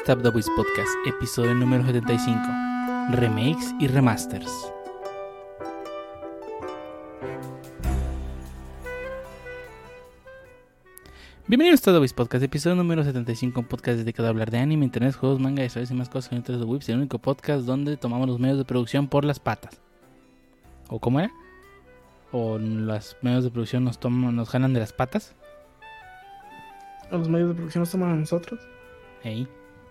Stop the Voice Podcast, episodio número 75, Remakes y Remasters. Bienvenidos a Stop the Voice Podcast, episodio número 75, un podcast dedicado a hablar de anime, internet, juegos, manga, historias y más cosas que de webs, el único podcast donde tomamos los medios de producción por las patas. ¿O cómo era? ¿O los medios de producción nos jalan de las patas? ¿O los medios de producción nos toman a nosotros? Hey.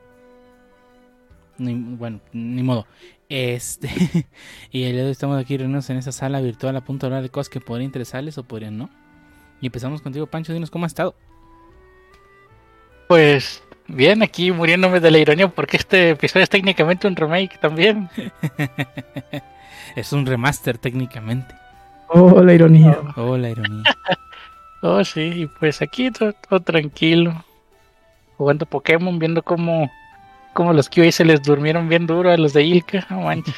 Bueno, ni modo. Y el día de hoy estamos aquí reunidos en esa sala virtual a punto de hablar de cosas que podrían interesarles o podrían no. Y empezamos contigo, Pancho, dinos cómo has estado. Pues bien, aquí muriéndome de la ironía porque este episodio es técnicamente un remake también. Es un remaster técnicamente. Oh, la ironía. Oh, la ironía. Oh, sí, y pues aquí todo tranquilo. Jugando Pokémon, viendo cómo los QA se les durmieron bien duro a los de Ilka. No manches.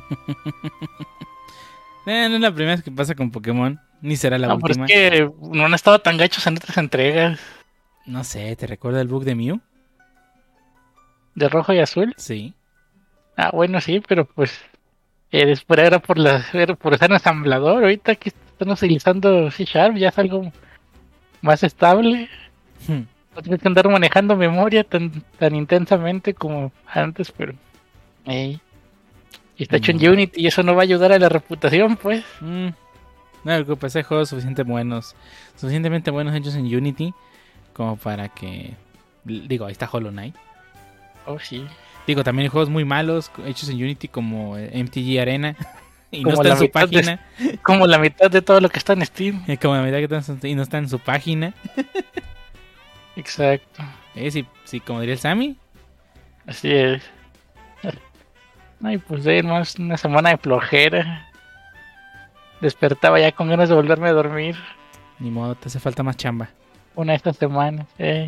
No es la primera vez que pasa con Pokémon, ni será la última. Pero es que no han estado tan gachos en otras entregas. No sé, ¿te recuerda el bug de Mew? ¿De rojo y azul? Sí. Ah, bueno, sí, pero pues después era por usar un ensamblador. Ahorita que están utilizando C#, ya es algo más estable. No tienes que andar manejando memoria tan intensamente como antes, pero y está hecho en Unity y eso no va a ayudar a la reputación, pues. No me preocupes, hay juegos suficientemente buenos hechos en Unity como para que... Digo, ahí está Hollow Knight. Oh, sí. Digo, también hay juegos muy malos hechos en Unity como MTG Arena y como no está en su página. Como la mitad de todo lo que está en Steam. Como la mitad que está y no está en su página. Exacto. Sí, como diría el Sammy. Así es. Ay, pues más una semana de flojera. Despertaba ya con ganas de volverme a dormir. Ni modo, te hace falta más chamba. Una de estas semanas,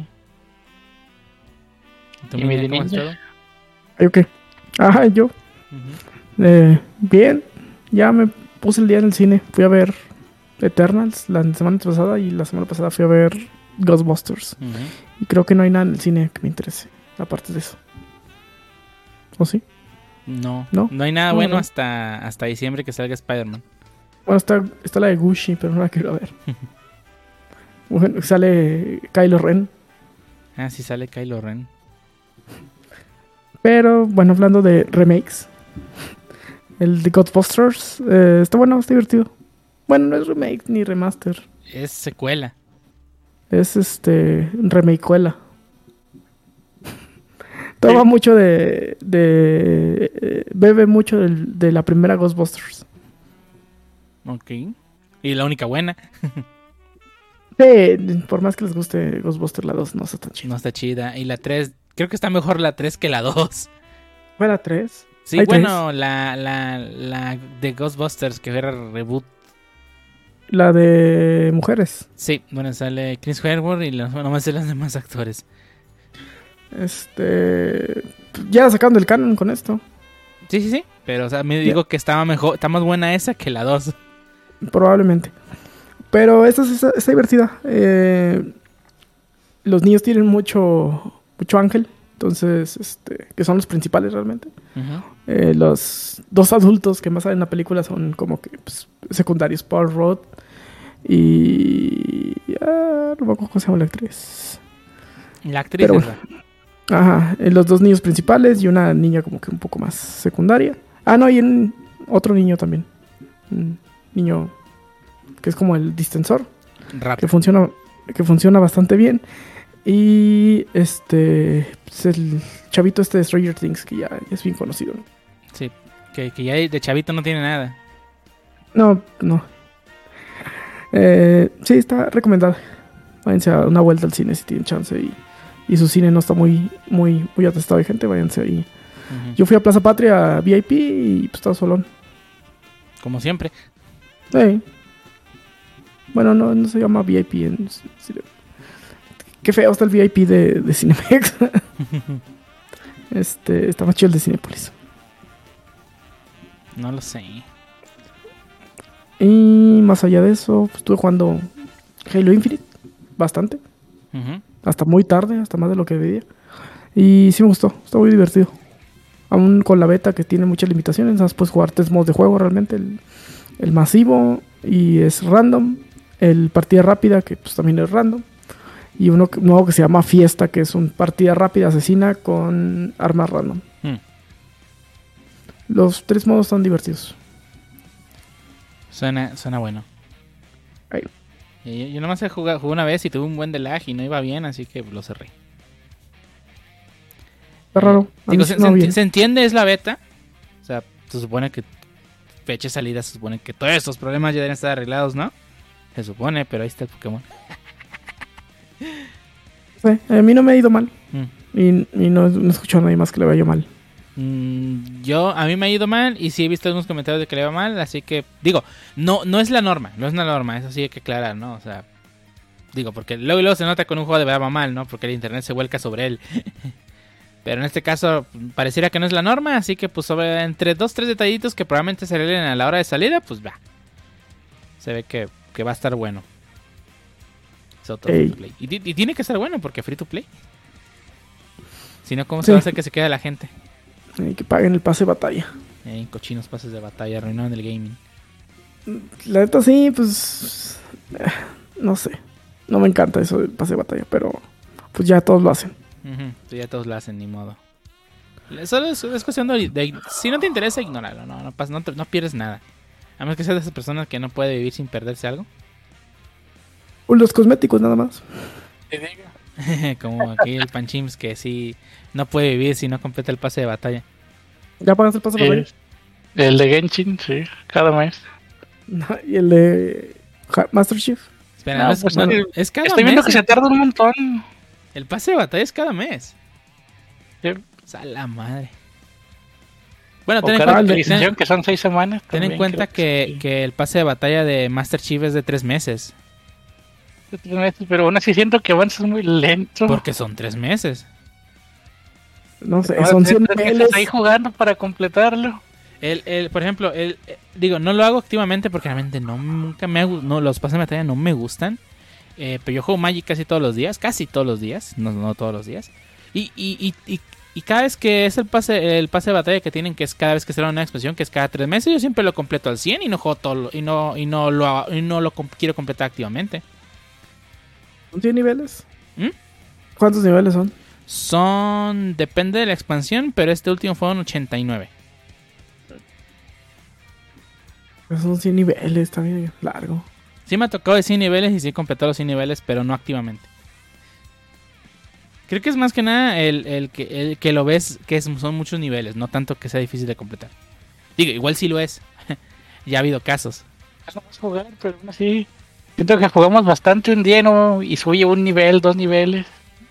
¿Y mi niña? ¿Yo qué? Ajá, yo. Bien, ya me puse el día en el cine. Fui a ver Eternals la semana pasada y la semana pasada fui a ver Ghostbusters. Y creo que no hay nada en el cine que me interese, aparte de eso. ¿O sí? No hay nada bueno hasta diciembre que salga Spider-Man. Bueno, está la de Gucci, pero no la quiero ver. Bueno, sale Kylo Ren. Ah, sí sale Kylo Ren. Pero, bueno, hablando de remakes, el de Ghostbusters está bueno, está divertido. Bueno, no es remake ni remaster. Es secuela. Es remakecuela. Toma mucho bebe mucho de la primera Ghostbusters. Ok. Y la única buena. Sí, por más que les guste Ghostbusters, la 2 no está tan chida. No está chida. Y la 3, creo que está mejor la 3 que la 2. ¿Fue la 3? Sí, bueno, la de Ghostbusters, que era reboot. La de mujeres. Sí, bueno, sale Chris Hemsworth y nomás salen los demás actores. Ya sacando el canon con esto. Sí, pero o sea, me digo que estaba mejor, está más buena esa que la 2. Probablemente. Pero esta está divertida. Los niños tienen mucho ángel. Entonces, que son los principales realmente. Los dos adultos que más salen en la película son como que secundarios. Paul Rudd y... no me acuerdo cómo se llama la actriz. La actriz pero, es la... Ajá, los dos niños principales y una niña como que un poco más secundaria. Ah, no, y otro niño también. Un niño que es como el distensor. Rap. Que funciona bastante bien. Y pues el chavito de Stranger Things, que ya es bien conocido. Sí, que ya de chavito no tiene nada. No. Sí, está recomendado. Váyanse a una vuelta al cine si tienen chance. Y su cine no está muy atestado de gente. Váyanse ahí. Yo fui a Plaza Patria VIP y pues estaba solón. Como siempre. Sí. Bueno, no se llama VIP en cine. Qué feo está el VIP de Cinemex. Está más chido el de Cinépolis. No lo sé. Y más allá de eso, pues, estuve jugando Halo Infinite bastante. Hasta muy tarde, hasta más de lo que debía. Y sí me gustó, está muy divertido. Aún con la beta que tiene muchas limitaciones, nada más puedes jugar 3 modos de juego realmente. El masivo y es random. El partida rápida, que pues también es random. Y uno nuevo que se llama Fiesta, que es un partida rápida asesina con armas random. Los 3 modos están divertidos. Suena bueno. Yo nomás jugué una vez y tuve un buen de lag y no iba bien, así que lo cerré. Está raro. Digo, se entiende, es la beta. O sea, se supone que fecha de salida, se supone que todos estos problemas ya deben estar arreglados, ¿no? Se supone, pero ahí está el Pokémon. Sí, a mí no me ha ido mal. Y no he escuchado a nadie más que le vaya mal. A mí me ha ido mal y sí he visto algunos comentarios de que le va mal, así que, digo, no es la norma, eso sí hay que aclarar, ¿no? O sea, digo, porque luego se nota con un juego de verdad va mal, ¿no? Porque el internet se vuelca sobre él. Pero en este caso pareciera que no es la norma, así que pues entre 2-3 detallitos que probablemente se arreglen a la hora de salida, pues va. Se ve que va a estar bueno. Es otro free to play. Y tiene que estar bueno porque free to play. Si no, ¿cómo se va a hacer que se quede la gente? Que paguen el pase de batalla. Cochinos pases de batalla, arruinaron el gaming. La neta sí, pues... no sé. No me encanta eso del pase de batalla, pero... pues ya todos lo hacen. Ya todos lo hacen, ni modo. Solo es cuestión de... si no te interesa, ignóralo. No pierdes nada. A menos que seas de esas personas que no puede vivir sin perderse algo. Los cosméticos nada más. Como aquí el Panchims, que sí no puede vivir si no completa el pase de batalla. ¿Ya pagaste el pase de batalla? El de Genshin, sí, cada mes. ¿Y el de Master Chief? Espera, es cada mes. Estoy viendo que se tarda un montón. El pase de batalla es cada mes. Sí. A la madre. Bueno, ten en cuenta que son 6 semanas. Ten en cuenta que el pase de batalla de Master Chief es de 3 meses. De 3 meses, pero aún así siento que avanzas muy lento. Porque son 3 meses. No sé, son 100 niveles. Ahí jugando para completarlo. Por ejemplo, digo, no lo hago activamente porque realmente nunca los pases de batalla no me gustan. Pero yo juego Magic casi todos los días, no todos los días. Y cada vez que es el pase de batalla que tienen, que es cada vez que será una expansión, que es cada 3 meses, yo siempre lo completo al 100 y no juego todo, y no lo quiero completar activamente. ¿Son 100 niveles? ¿Cuántos niveles son? Depende de la expansión, pero este último fueron 89. Pero son 100 niveles, está bien largo. Sí me ha tocado de 100 niveles y sí he completado los 100 niveles, pero no activamente. Creo que es más que nada el que lo ves, que son muchos niveles, no tanto que sea difícil de completar. Digo, igual sí lo es. Ya ha habido casos. No vas a jugar, pero aún así siento que jugamos bastante un día, ¿no? Y sube un nivel, 2 niveles.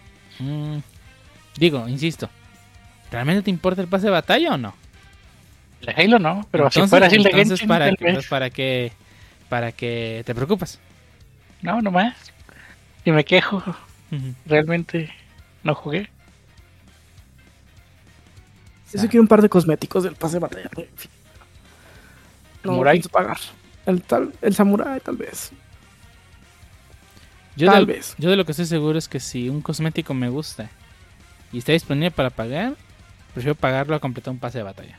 Digo, insisto, ¿realmente te importa el pase de batalla o no? El de Halo no, pero entonces, si fuera así el de Genshin, ¿para qué te preocupas? No, nomás. Si me quejo, realmente no jugué. Yo sí quiero un par de cosméticos del pase de batalla. No pienso pagar. El samurai, tal vez. Yo de lo que estoy seguro es que si un cosmético me gusta y está disponible para pagar, prefiero pagarlo a completar un pase de batalla.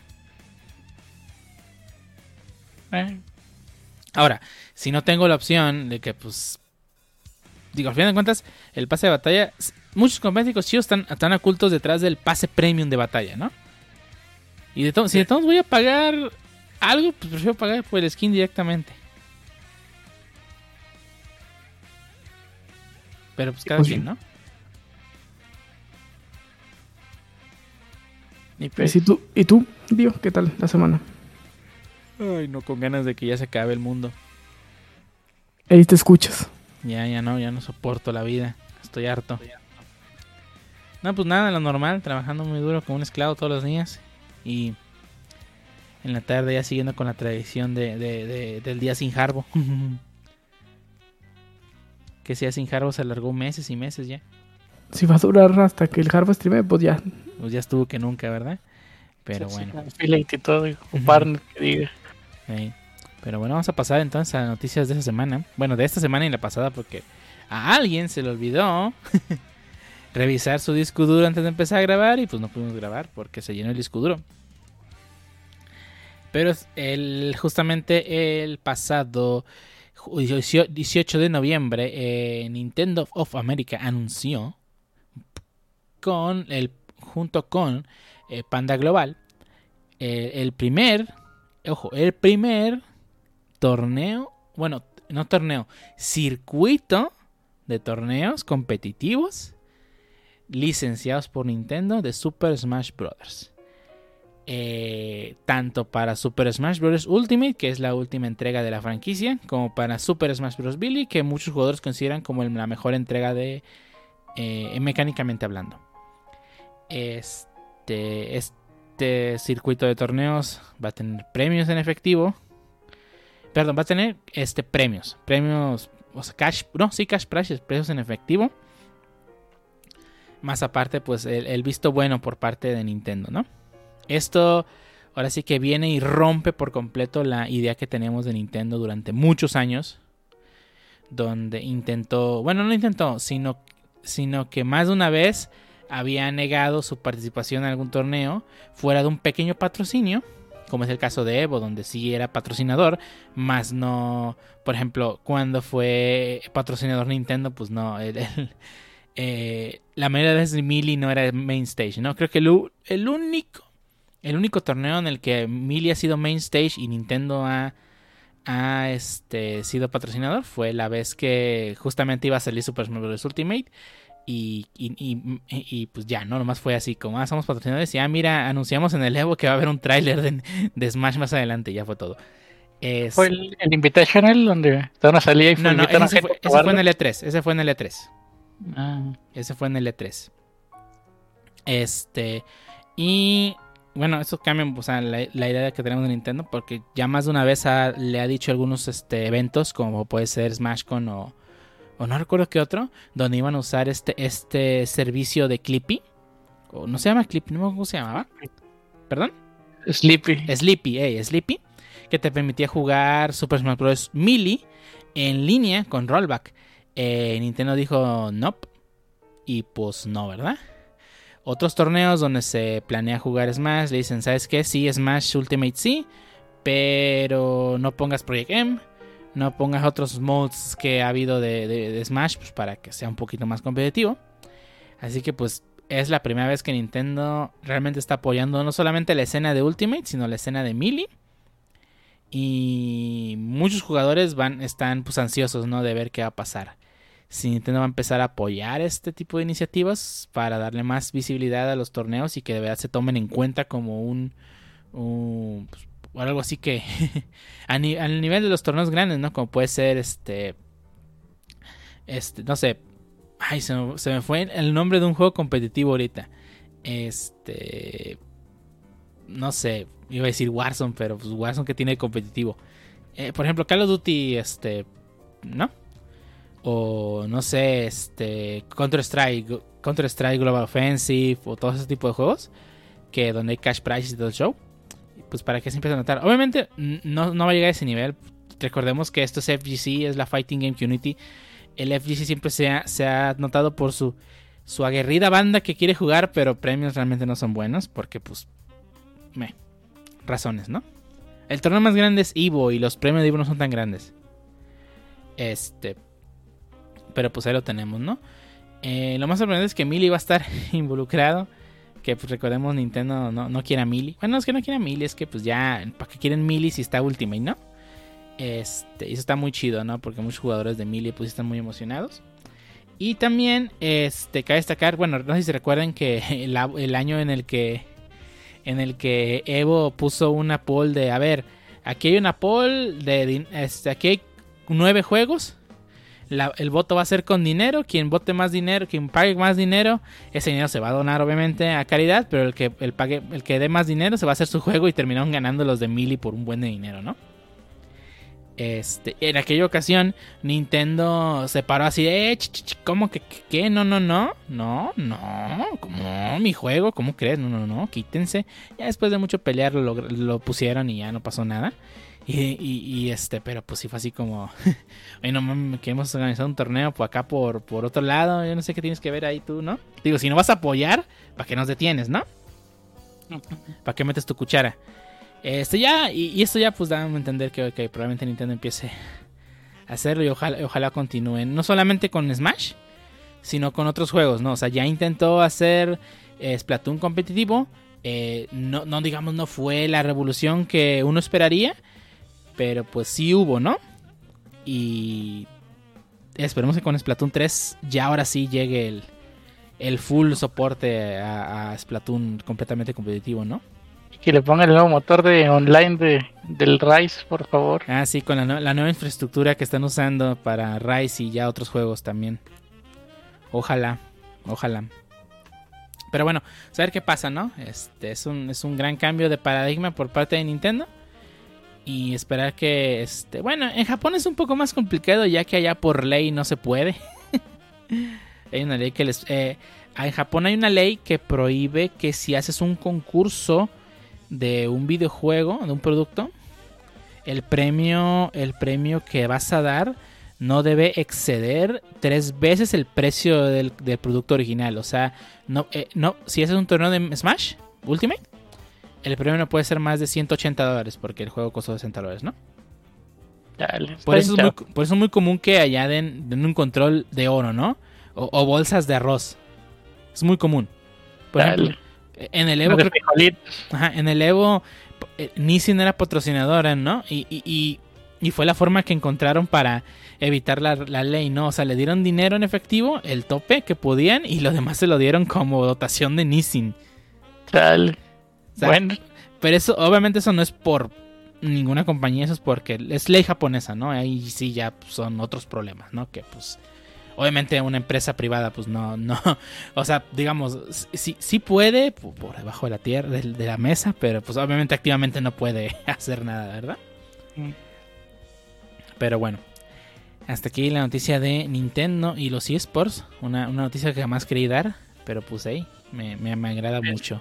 Ahora, si no tengo la opción de que, pues, digo, al final de cuentas, el pase de batalla, muchos cosméticos chidos están ocultos detrás del pase premium de batalla, ¿no? Y si de todos voy a pagar algo, pues prefiero pagar por el skin directamente. Pero pues cada quien, ¿no? ¿Y tú, Dio? ¿Qué tal la semana? Ay, no, con ganas de que ya se acabe el mundo. Ahí te escuchas. Ya no soporto la vida. Estoy harto. No, pues nada, lo normal, trabajando muy duro como un esclavo todos los días. Y en la tarde ya siguiendo con la tradición del día sin Jarbo. Que si sin Jarbo se alargó meses y meses ya. Si va a durar hasta que el Jarbo streame, pues ya. Pues ya estuvo que nunca, ¿verdad? Pero bueno. Affiliate y todo, un partner que diga. Pero bueno, vamos a pasar entonces a noticias de esta semana. Bueno, de esta semana y la pasada, porque a alguien se le olvidó revisar su disco duro antes de empezar a grabar y pues no pudimos grabar porque se llenó el disco duro. Pero justamente el pasado 18 de noviembre Nintendo of America anunció junto con Panda Global el primer torneo, bueno, no torneo, circuito de torneos competitivos licenciados por Nintendo de Super Smash Bros. Tanto para Super Smash Bros. Ultimate, que es la última entrega de la franquicia, como para Super Smash Bros. Melee, que muchos jugadores consideran como la mejor entrega de mecánicamente hablando. Este circuito de torneos va a tener premios en efectivo. Perdón, va a tener premios, o sea, cash prizes, precios en efectivo. Más aparte, pues el visto bueno por parte de Nintendo, ¿no? Esto ahora sí que viene y rompe por completo la idea que tenemos de Nintendo durante muchos años. Donde sino que más de una vez había negado su participación en algún torneo fuera de un pequeño patrocinio. Como es el caso de Evo, donde sí era patrocinador, más no, por ejemplo, cuando fue patrocinador Nintendo, pues no, la mayoría de veces Melee no era main stage, ¿no? Creo que el único torneo en el que Melee ha sido main stage y Nintendo ha sido patrocinador fue la vez que justamente iba a salir Super Smash Bros. Ultimate. Y pues ya, ¿no? Nomás fue así, como somos patrocinadores. Y mira, anunciamos en el Evo que va a haber un tráiler de Smash más adelante. Ya fue todo. ¿Fue el Invitational donde no salía y fue ese fue en el E3. Ese fue en el E3. Ese fue en el E3. Y bueno, eso cambia, o sea, la idea que tenemos de Nintendo, porque ya más de una vez le ha dicho algunos eventos, como puede ser SmashCon o no recuerdo qué otro, donde iban a usar este servicio de Clippy. O no se llama Clippy, no me acuerdo cómo se llamaba. ¿Perdón? Sleepy, que te permitía jugar Super Smash Bros. Melee en línea con rollback. Nintendo dijo nope. Y pues no, ¿verdad? Otros torneos donde se planea jugar Smash le dicen, ¿sabes qué? Sí, Smash Ultimate sí, pero no pongas Project M, no pongas otros mods que ha habido de Smash, pues para que sea un poquito más competitivo. Así que pues es la primera vez que Nintendo realmente está apoyando no solamente la escena de Ultimate, sino la escena de Melee. Y muchos jugadores están pues ansiosos, ¿no? De ver qué va a pasar. Si Nintendo va a empezar a apoyar este tipo de iniciativas para darle más visibilidad a los torneos y que de verdad se tomen en cuenta como pues, algo así que al nivel de los torneos grandes, ¿no? Como puede ser no sé, ay, se me fue el nombre de un juego competitivo ahorita. No sé, iba a decir Warzone, pero pues Warzone, que tiene de competitivo. Por ejemplo, Call of Duty, ¿no? O no sé, Counter-Strike Global Offensive, o todo ese tipo de juegos que donde hay cash prizes y todo el show. Pues para que se empiece a notar. Obviamente no va a llegar a ese nivel. Recordemos que esto es FGC, es la Fighting Game Community. El FGC siempre se ha notado por su aguerrida banda que quiere jugar, pero premios realmente no son buenos porque pues razones, ¿no? El torneo más grande es Evo y los premios de Evo no son tan grandes. Pero pues ahí lo tenemos, ¿no? Lo más sorprendente es que Melee va a estar involucrado. Que pues recordemos, Nintendo no quiere a Melee. Bueno, no es que no quiera a Melee, es que pues ya, ¿para qué quieren Melee si está Ultimate, no? Eso está muy chido, ¿no? Porque muchos jugadores de Melee pues están muy emocionados. Y también, cabe destacar, bueno, no sé si se recuerdan que el año en el que Evo puso una poll de, a ver, aquí hay una poll de, aquí hay 9 juegos. El voto va a ser con dinero. Quien vote más dinero, quien pague más dinero, ese dinero se va a donar obviamente a caridad, pero el que dé más dinero se va a hacer su juego y terminaron ganando los de Melee por un buen de dinero, ¿no? En aquella ocasión Nintendo se paró así de ¿cómo que qué? No, ¿cómo? Mi juego, ¿cómo crees? No, quítense. Ya después de mucho pelear lo pusieron y ya no pasó nada. Pero pues sí fue así como, oye, no mames, queremos organizar un torneo por acá por otro lado, yo no sé qué tienes que ver ahí tú, ¿no? Digo, si no vas a apoyar, ¿para qué nos detienes, no? ¿Para qué metes tu cuchara? Esto ya pues da a entender que probablemente Nintendo empiece a hacerlo y ojalá continúen, no solamente con Smash, sino con otros juegos, ¿no? O sea, ya intentó hacer Splatoon competitivo, no digamos, no fue la revolución que uno esperaría, pero pues sí hubo, ¿no? Y esperemos que con Splatoon 3 ya ahora sí llegue el full soporte a Splatoon completamente competitivo, ¿no? Y que le pongan el nuevo motor de online del Rise, por favor. Ah, sí, con la nueva infraestructura que están usando para Rise y ya otros juegos también. Ojalá. Pero bueno, a ver qué pasa, ¿no? Es un gran cambio de paradigma por parte de Nintendo. Y esperar que, bueno, en Japón es un poco más complicado ya que allá por ley no se puede. Hay una ley que en Japón hay una ley que prohíbe que si haces un concurso de un videojuego, de un producto, el premio que vas a dar no debe exceder 3 veces el precio del producto original. O sea, no, si haces un torneo de Smash Ultimate, el premio no puede ser más de $180 porque el juego costó $60, ¿no? Dale, por eso es muy común que allá den un control de oro, ¿no? O bolsas de arroz. Es muy común. Por ejemplo, en el Evo... en el Evo Nissin era patrocinadora, ¿no? Y fue la forma que encontraron para evitar la ley, ¿no? O sea, le dieron dinero en efectivo, el tope que podían, y lo demás se lo dieron como dotación de Nissin. Dale. O sea, bueno, pero eso, obviamente, eso no es por ninguna compañía, eso es porque es ley japonesa, ¿no? Ahí sí ya son otros problemas, ¿no? Que pues, obviamente una empresa privada, pues no, o sea, digamos, sí puede por debajo de la tierra, de la mesa, pero pues obviamente activamente no puede hacer nada, ¿verdad? Pero bueno, hasta aquí la noticia de Nintendo y los eSports, una noticia que jamás quería dar, pero pues ahí me agrada mucho.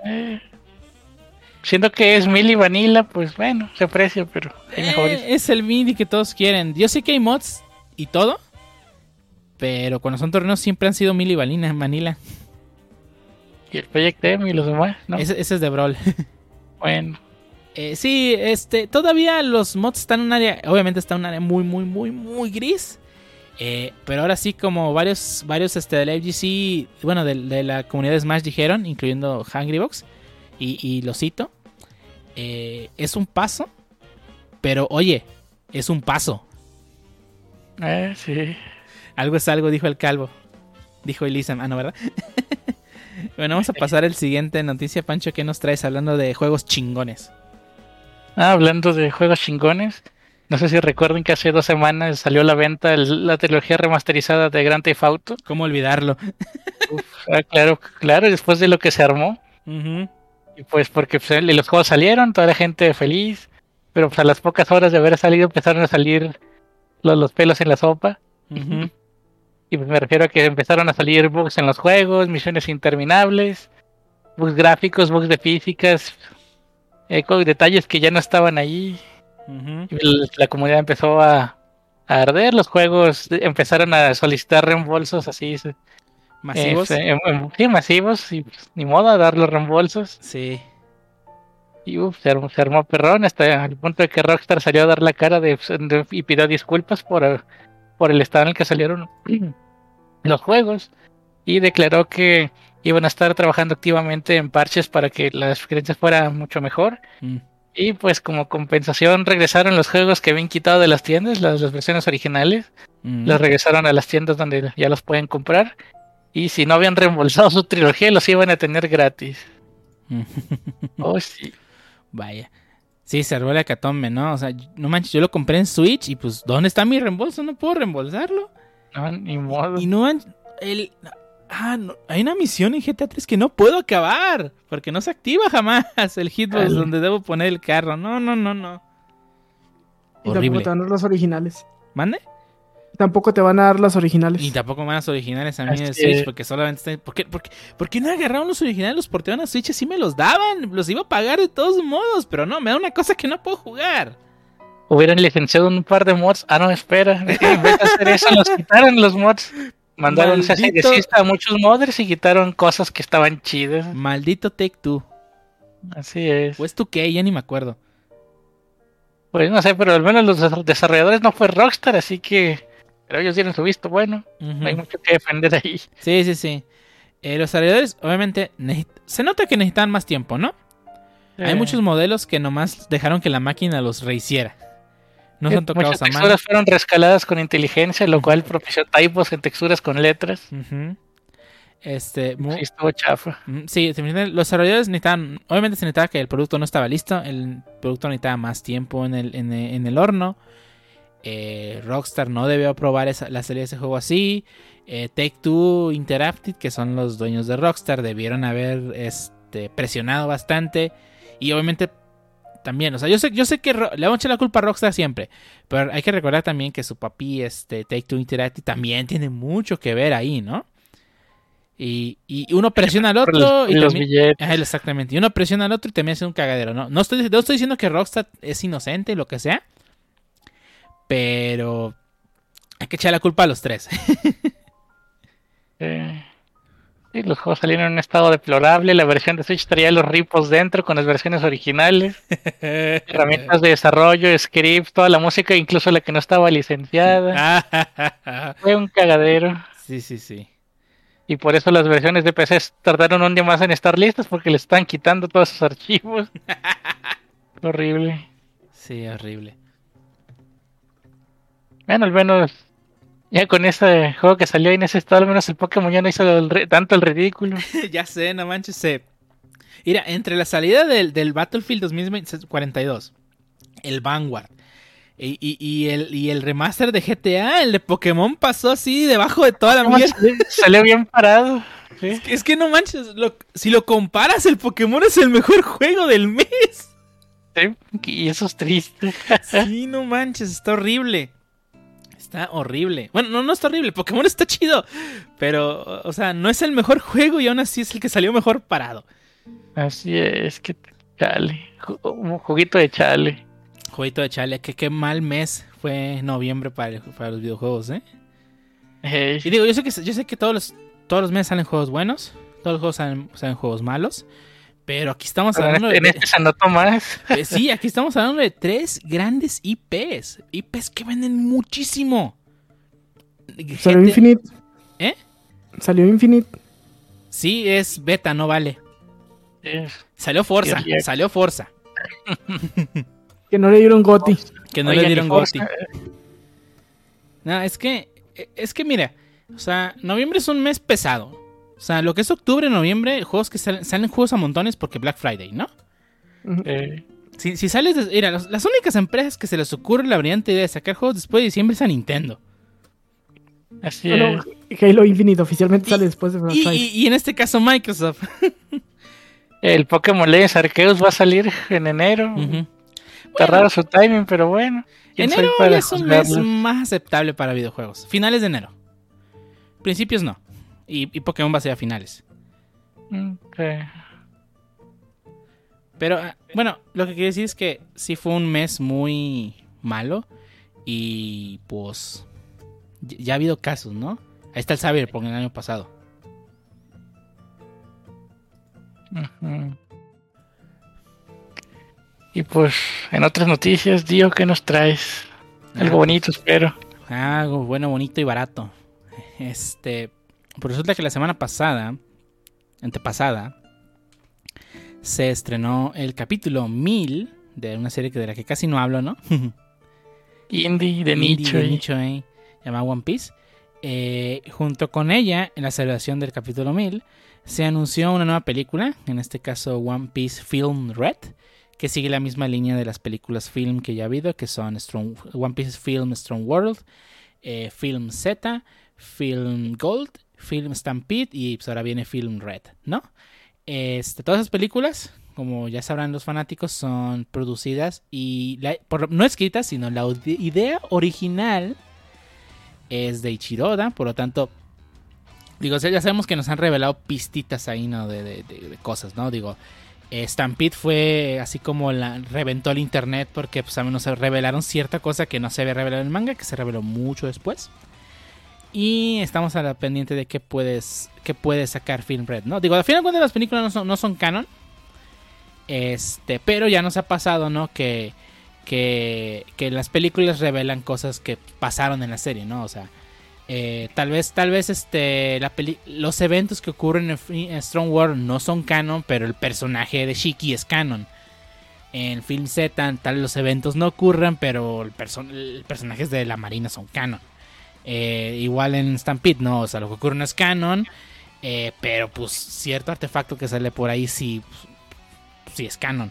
Siendo que es Mili Vanilla, pues bueno, se aprecia, pero hay mejores. Es el MIDI que todos quieren. Yo sé que hay mods y todo, pero cuando son torneos siempre han sido Mili Vanilla. Y el Project M y los demás, ¿no? Ese es de Brawl. Bueno. Sí, todavía los mods están en un área, obviamente está en un área muy, muy, muy, muy gris. Pero ahora sí, como varios de la FGC, bueno, de la comunidad de Smash dijeron, incluyendo Hungrybox y Losito, es un paso, pero oye, es un paso. Sí. Algo es algo, dijo el calvo. Dijo Elisa, ¿no, verdad? Bueno, vamos a pasar al siguiente noticia, Pancho. ¿Qué nos traes hablando de juegos chingones? Hablando de juegos chingones, no sé si recuerden que hace 2 semanas salió a la venta la trilogía remasterizada de Grand Theft Auto. ¿Cómo olvidarlo? Claro, después de lo que se armó. Uh-huh. Y pues porque los juegos salieron, toda la gente feliz, pero pues a las pocas horas de haber salido empezaron a salir los pelos en la sopa. Uh-huh. Y pues me refiero a que empezaron a salir bugs en los juegos, misiones interminables, bugs gráficos, bugs de físicas, detalles que ya no estaban ahí. Uh-huh. Y la comunidad empezó a arder, los juegos empezaron a solicitar reembolsos así masivos. Sí, masivos, y pues, ni modo a dar los reembolsos. Sí. Y se armó perrón hasta el punto de que Rockstar salió a dar la cara y pidió disculpas por el estado en el que salieron los juegos, y declaró que iban a estar trabajando activamente en parches para que la experiencia fuera mucho mejor. Y pues como compensación regresaron los juegos que habían quitado de las tiendas, las versiones originales, los regresaron a las tiendas donde ya los pueden comprar, y si no habían reembolsado su trilogía los iban a tener gratis. Oh, sí. Vaya. Sí, se armó la hecatombe, ¿no? O sea, no manches, yo lo compré en Switch y pues, ¿dónde está mi reembolso? No puedo reembolsarlo. No, ni modo. Y no hay una misión en GTA 3 que no puedo acabar, porque no se activa jamás el hitbox donde debo poner el carro. No. Y tampoco te van a dar los originales. ¿Mande? Tampoco te van a dar las originales. Y tampoco van a las originales a mí de Switch, porque solamente están... ¿Por qué no agarraron los originales, los portearon a Switch? Así me los daban, los iba a pagar de todos modos, pero no, me da una cosa que no puedo jugar. hubieran licenciado un par de mods. Ah, no, espera. En vez de hacer eso, los quitaron los mods. Mandaron a muchos modders y quitaron cosas que estaban chidas. Maldito Take-Two. Así es. ¿O es 2K? Ya ni me acuerdo. Pues no sé, pero al menos los desarrolladores no fue Rockstar, así que... Pero ellos dieron su visto bueno. No hay mucho que defender ahí. Sí. Los desarrolladores, obviamente, se nota que necesitan más tiempo, ¿no? Hay muchos modelos que nomás dejaron que la máquina los rehiciera. No son tocados a mano. Muchas texturas fueron rescaladas con inteligencia, lo cual propició typos en texturas con letras. Sí, estuvo chafa. Sí, los desarrolladores necesitaban... Obviamente se necesitaba que el producto no estaba listo. El producto necesitaba más tiempo en el horno. Rockstar no debió aprobar la salida de ese juego así. Take-Two Interactive, que son los dueños de Rockstar, debieron haber presionado bastante. Y obviamente también, o sea, yo sé que le vamos a echar la culpa a Rockstar siempre, pero hay que recordar también que su papi, Take-Two Interactive, también tiene mucho que ver ahí, ¿no? Y uno presiona al otro y los también, billetes. Exactamente, y uno presiona al otro y también hace un cagadero, ¿no? No estoy diciendo que Rockstar es inocente, lo que sea, pero hay que echar la culpa a los tres. Sí, los juegos salieron en un estado deplorable. La versión de Switch traía los ripos dentro con las versiones originales. Herramientas de desarrollo, scripts, toda la música, incluso la que no estaba licenciada. Fue un cagadero. Sí. Y por eso las versiones de PC tardaron un día más en estar listas, porque le están quitando todos sus archivos. Horrible. Sí, horrible. Bueno, al menos ya con ese juego que salió en ese estado, al menos el Pokémon ya no hizo tanto el ridículo. Ya sé, no manches. Mira, entre la salida del Battlefield 2042, el Vanguard y el remaster de GTA, el de Pokémon pasó así debajo de toda la mierda. Salió bien parado. ¿Sí? Es que no manches, si lo comparas, el Pokémon es el mejor juego del mes. Sí, y eso es triste. Sí, no manches, está horrible. Está horrible. Bueno, no está horrible. Pokémon está chido. Pero, o sea, no es el mejor juego y aún así es el que salió mejor parado. Así es, que chale. Un juguito de chale. Jueguito de chale. Qué mal mes fue noviembre para los videojuegos, ¿eh? Y digo, yo sé que todos los meses salen juegos buenos. Todos los juegos salen juegos malos. Pero aquí estamos hablando en este se anotó más. Sí, aquí estamos hablando de 3 grandes IPs. IPs que venden muchísimo. Salió Infinite. ¿Eh? Salió Infinite. Sí, es beta, no vale. Salió Forza. Que no le dieron GOTY. Le dieron GOTY. No, es que mira, o sea, noviembre es un mes pesado. O sea, lo que es octubre, noviembre, juegos que salen juegos a montones porque Black Friday, ¿no? Si sales mira, las únicas empresas que se les ocurre la brillante idea de sacar juegos después de diciembre es a Nintendo. Así es. Halo Infinite oficialmente sale después de Black Friday. Y en este caso Microsoft. El Pokémon Legends Arceus va a salir en enero. Está raro su timing, pero bueno. Enero ya es un mes más aceptable para videojuegos. Finales de enero. Principios no. Y Pokémon va a ser a finales. Pero, bueno, lo que quiero decir es que sí fue un mes muy malo. Y pues ya ha habido casos, ¿no? Ahí está el Cyberpunk el año pasado. Y pues, en otras noticias, Dio, ¿qué nos traes? Algo bonito, espero. Algo bueno, bonito y barato. Pues resulta que la semana antepasada, se estrenó el capítulo 1000 de una serie de la que casi no hablo, ¿no? Indie de nicho, llamada One Piece. Junto con ella, en la celebración del capítulo 1000, se anunció una nueva película, en este caso One Piece Film Red, que sigue la misma línea de las películas film que ya ha habido, que son One Piece Film Strong World, Film Z, Film Gold, Film Stampede y pues ahora viene Film Red, ¿no? Todas esas películas, como ya sabrán los fanáticos, son producidas y no escritas, sino la idea original es de Eiichiro Oda, por lo tanto, digo, ya sabemos que nos han revelado pistitas ahí, ¿no? De cosas, ¿no? Digo, Stampede fue así como reventó el internet porque pues a menos se revelaron cierta cosa que no se había revelado en el manga, que se reveló mucho después. Y estamos a la pendiente de qué puede sacar Film Red, ¿no? Digo, al final de cuentas las películas no son canon. Pero ya nos ha pasado, ¿no? Que las películas revelan cosas que pasaron en la serie, ¿no? O sea, tal vez los eventos que ocurren en Strong World no son canon, pero el personaje de Shiki es canon. En Film Z tal vez los eventos no ocurran, pero el personajes de la marina son canon. Igual en Stampede, no, o sea, lo que ocurre no es canon, pero pues cierto artefacto que sale por ahí sí es canon.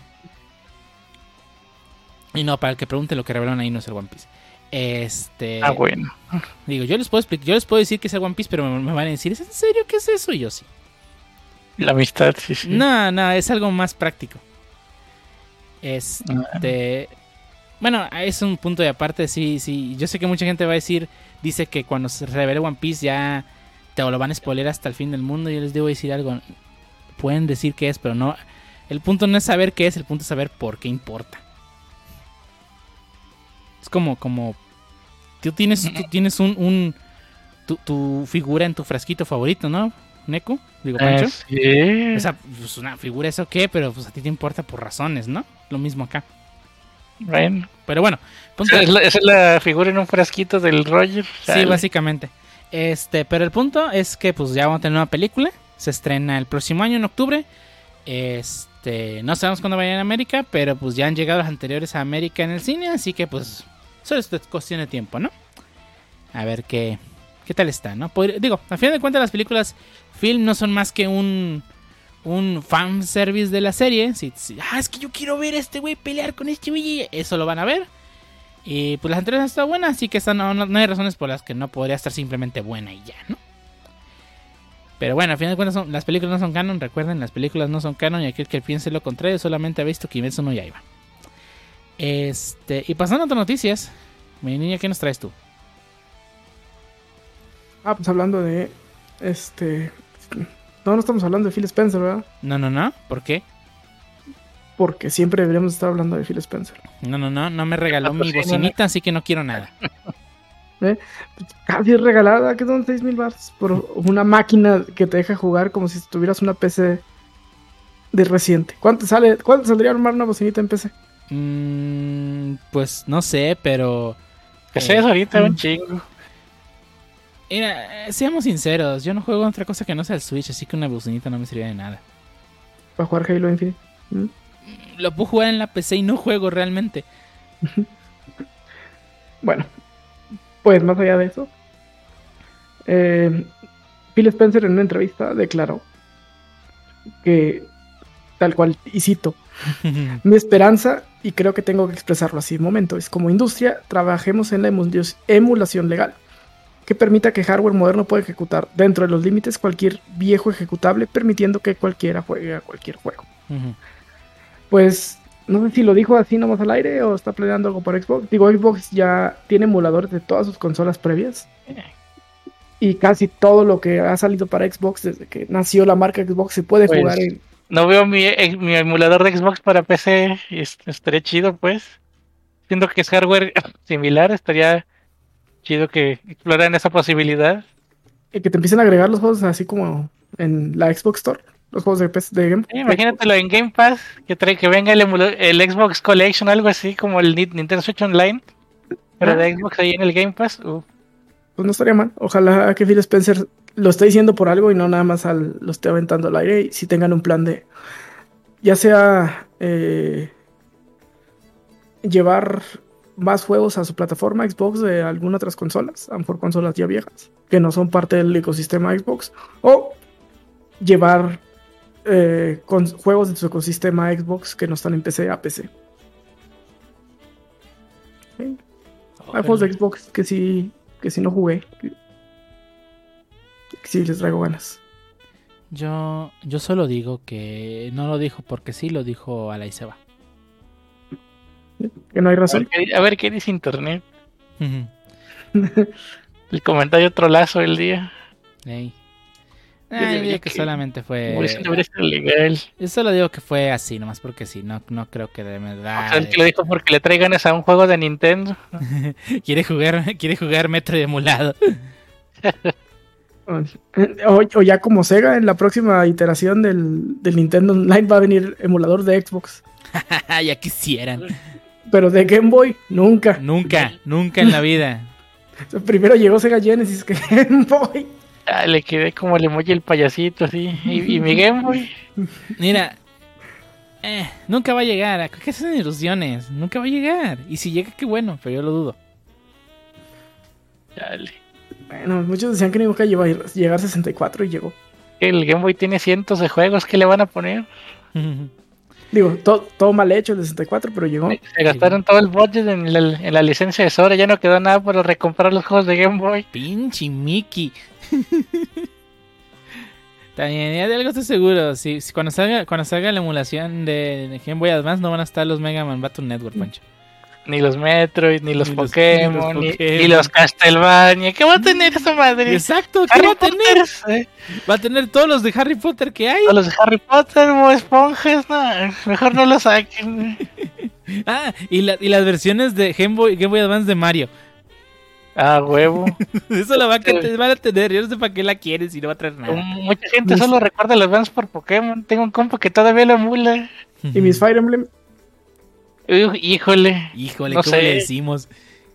Y no, para el que pregunte, lo que revelaron ahí no es el One Piece. Bueno. Digo, yo les puedo explicar, yo les puedo decir que es el One Piece, pero me van a decir, ¿es en serio qué es eso? Y yo sí. La amistad, sí. No, es algo más práctico. Bueno, es un punto de aparte, sí. Yo sé que mucha gente va a dice que cuando se revele One Piece ya te lo van a spoiler hasta el fin del mundo. Yo les debo decir algo. Pueden decir qué es, pero no. El punto no es saber qué es, el punto es saber por qué importa. Es como tú tienes tu figura en tu frasquito favorito, ¿no, Neko? Digo, Pancho. Sí. Esa, pues, una figura, ¿eso qué? Pero pues a ti te importa por razones, ¿no? Lo mismo acá. Bueno. Pero bueno. Esa es la figura en un frasquito del Roger. Sí, básicamente. Pero el punto es que pues ya vamos a tener una película. Se estrena el próximo año, en octubre. No sabemos cuándo vaya a América, pero pues ya han llegado las anteriores a América en el cine, así que pues solo es cuestión de tiempo, ¿no? A ver qué tal está, ¿no? Digo, al final de cuentas las películas film no son más que un fanservice de la serie. Es que yo quiero ver a este güey pelear con este güey, eso lo van a ver. Y pues las anteriores han estado buenas, así que no hay razones por las que no podría estar simplemente buena y ya, ¿no? Pero bueno, al final de cuentas las películas no son canon, recuerden, las películas no son canon y aquel que piense lo contrario solamente ha visto Kimetsu no Yaiba. Y pasando a otras noticias, mi niña, ¿qué nos traes tú? Pues hablando de no estamos hablando de Phil Spencer, ¿verdad? No, ¿por qué? Porque siempre deberíamos estar hablando de Phil Spencer. No me regaló mi bocinita, así que no quiero nada. Casi regalada, que son 6,000 baht por una máquina que te deja jugar como si tuvieras una PC de reciente. ¿Cuánto saldría armar una bocinita en PC? Pues no sé, pero ¿qué es eso ahorita? Un chingo. Mira, seamos sinceros, yo no juego otra cosa que no sea el Switch, así que una bocinita no me serviría de nada. ¿Para jugar Halo Infinite? Lo puedo jugar en la PC y no juego realmente. Bueno, pues más allá de eso, Phil Spencer en una entrevista declaró que, tal cual, y cito, mi esperanza, y creo que tengo que expresarlo así de momento, es como industria, trabajemos en la emulación legal, que permita que hardware moderno pueda ejecutar dentro de los límites cualquier viejo ejecutable, permitiendo que cualquiera juegue a cualquier juego. Pues no sé si lo dijo así nomás al aire o está planeando algo para Xbox. Digo, Xbox ya tiene emuladores de todas sus consolas previas. Y casi todo lo que ha salido para Xbox desde que nació la marca Xbox se puede jugar en... No veo mi emulador de Xbox para PC y estaría chido, pues. Siendo que es hardware similar, estaría chido que exploraran esa posibilidad. Y que te empiecen a agregar los juegos así como en la Xbox Store. Los juegos de Game. Imagínatelo en Game Pass, que venga el Xbox Collection, algo así como el Nintendo Switch Online, pero de Xbox ahí en el Game Pass. Pues no estaría mal. Ojalá que Phil Spencer lo esté diciendo por algo y no nada más lo esté aventando al aire. Y si tengan un plan de, ya sea llevar más juegos a su plataforma Xbox de algunas otras consolas, a lo mejor consolas ya viejas, que no son parte del ecosistema Xbox, o llevar con juegos de su ecosistema Xbox que no están en PC a PC. ¿Sí? Hay juegos de Xbox que sí no jugué, que sí les traigo ganas. Yo solo digo que no lo dijo porque sí, lo dijo a la y se va. Que no hay razón. A ver qué dice internet. El comentario trolazo del día. Hey. Yo digo que solamente fue... Eso debería ser legal. Yo solo digo que fue así, nomás porque sí. No creo que de verdad... O sea, el que lo dijo porque le trae ganas a un juego de Nintendo. quiere jugar Metroid emulado. O ya como Sega, en la próxima iteración del Nintendo Online va a venir emulador de Xbox. Ya quisieran. Pero de Game Boy, nunca. Nunca en la vida. Primero llegó Sega Genesis que Game Boy. Le quedé como el emoji el payasito así. Y mi Game Boy. Mira, nunca va a llegar. ¿Qué son ilusiones? Nunca va a llegar. Y si llega, qué bueno, pero yo lo dudo. Dale. Bueno, muchos decían que nunca iba a llegar 64 y llegó. El Game Boy tiene cientos de juegos. ¿Qué le van a poner? Digo, todo mal hecho el 64, pero llegó. Se gastaron todo el budget en la licencia de Sora. Ya no quedó nada para recomprar los juegos de Game Boy. Pinche Mickey. También, ya de algo estoy seguro. Si cuando salga la emulación de Game Boy Advance no van a estar los Mega Man Battle Network, Pancho. Ni los Metroid, ni los Pokémon, ni los Castlevania. ¿Qué va a tener esa madre? Exacto, ¿qué va a tener? Va a tener todos los de Harry Potter que hay. Todos los de Harry Potter o esponjas, no, mejor no lo saquen. Y las versiones de Game Boy Advance de Mario. Huevo. Eso lo van a tener. Yo no sé para qué la quieren si no va a traer nada. Mucha gente solo recuerda los Advance por Pokémon. Tengo un compa que todavía lo emula. ¿Y mis Fire Emblem? Híjole, no ¿cómo le decimos?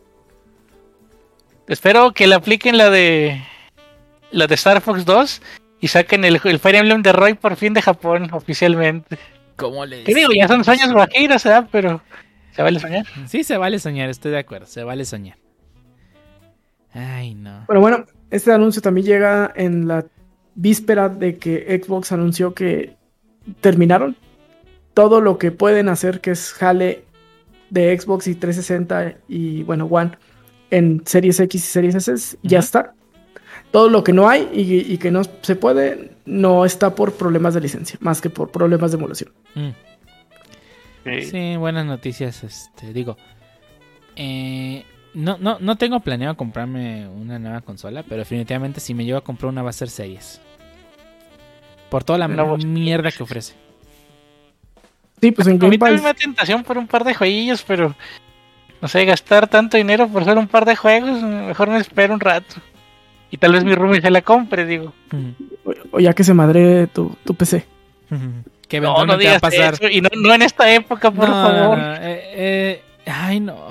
Espero que le apliquen la de Star Fox 2 y saquen el Fire Emblem de Roy por fin de Japón oficialmente. ¿Cómo le decimos? Digo, ya son sueños guajiros, ¿verdad? Pero ¿se vale soñar? Sí, se vale soñar, estoy de acuerdo, se vale soñar. Ay, no. Pero bueno, este anuncio también llega en la víspera de que Xbox anunció que terminaron todo lo que pueden hacer, que es jale de Xbox y 360 y bueno, One en Series X y Series S, ya está. Todo lo que no hay y que no se puede, no está por problemas de licencia, más que por problemas de emulación. Sí, buenas noticias, digo. No tengo planeado comprarme una nueva consola, pero definitivamente si me llevo a comprar una va a ser Series. Por toda la mierda que ofrece. Sí, pues en Game Pass. Me da tentación por un par de jueguillos, pero no sé, gastar tanto dinero por solo un par de juegos, mejor me espero un rato. Y tal vez mi roomie se la compre, digo. O ya que se madre tu PC. Que no te va a pasar. Eso, y no en esta época, por favor. Ay, no.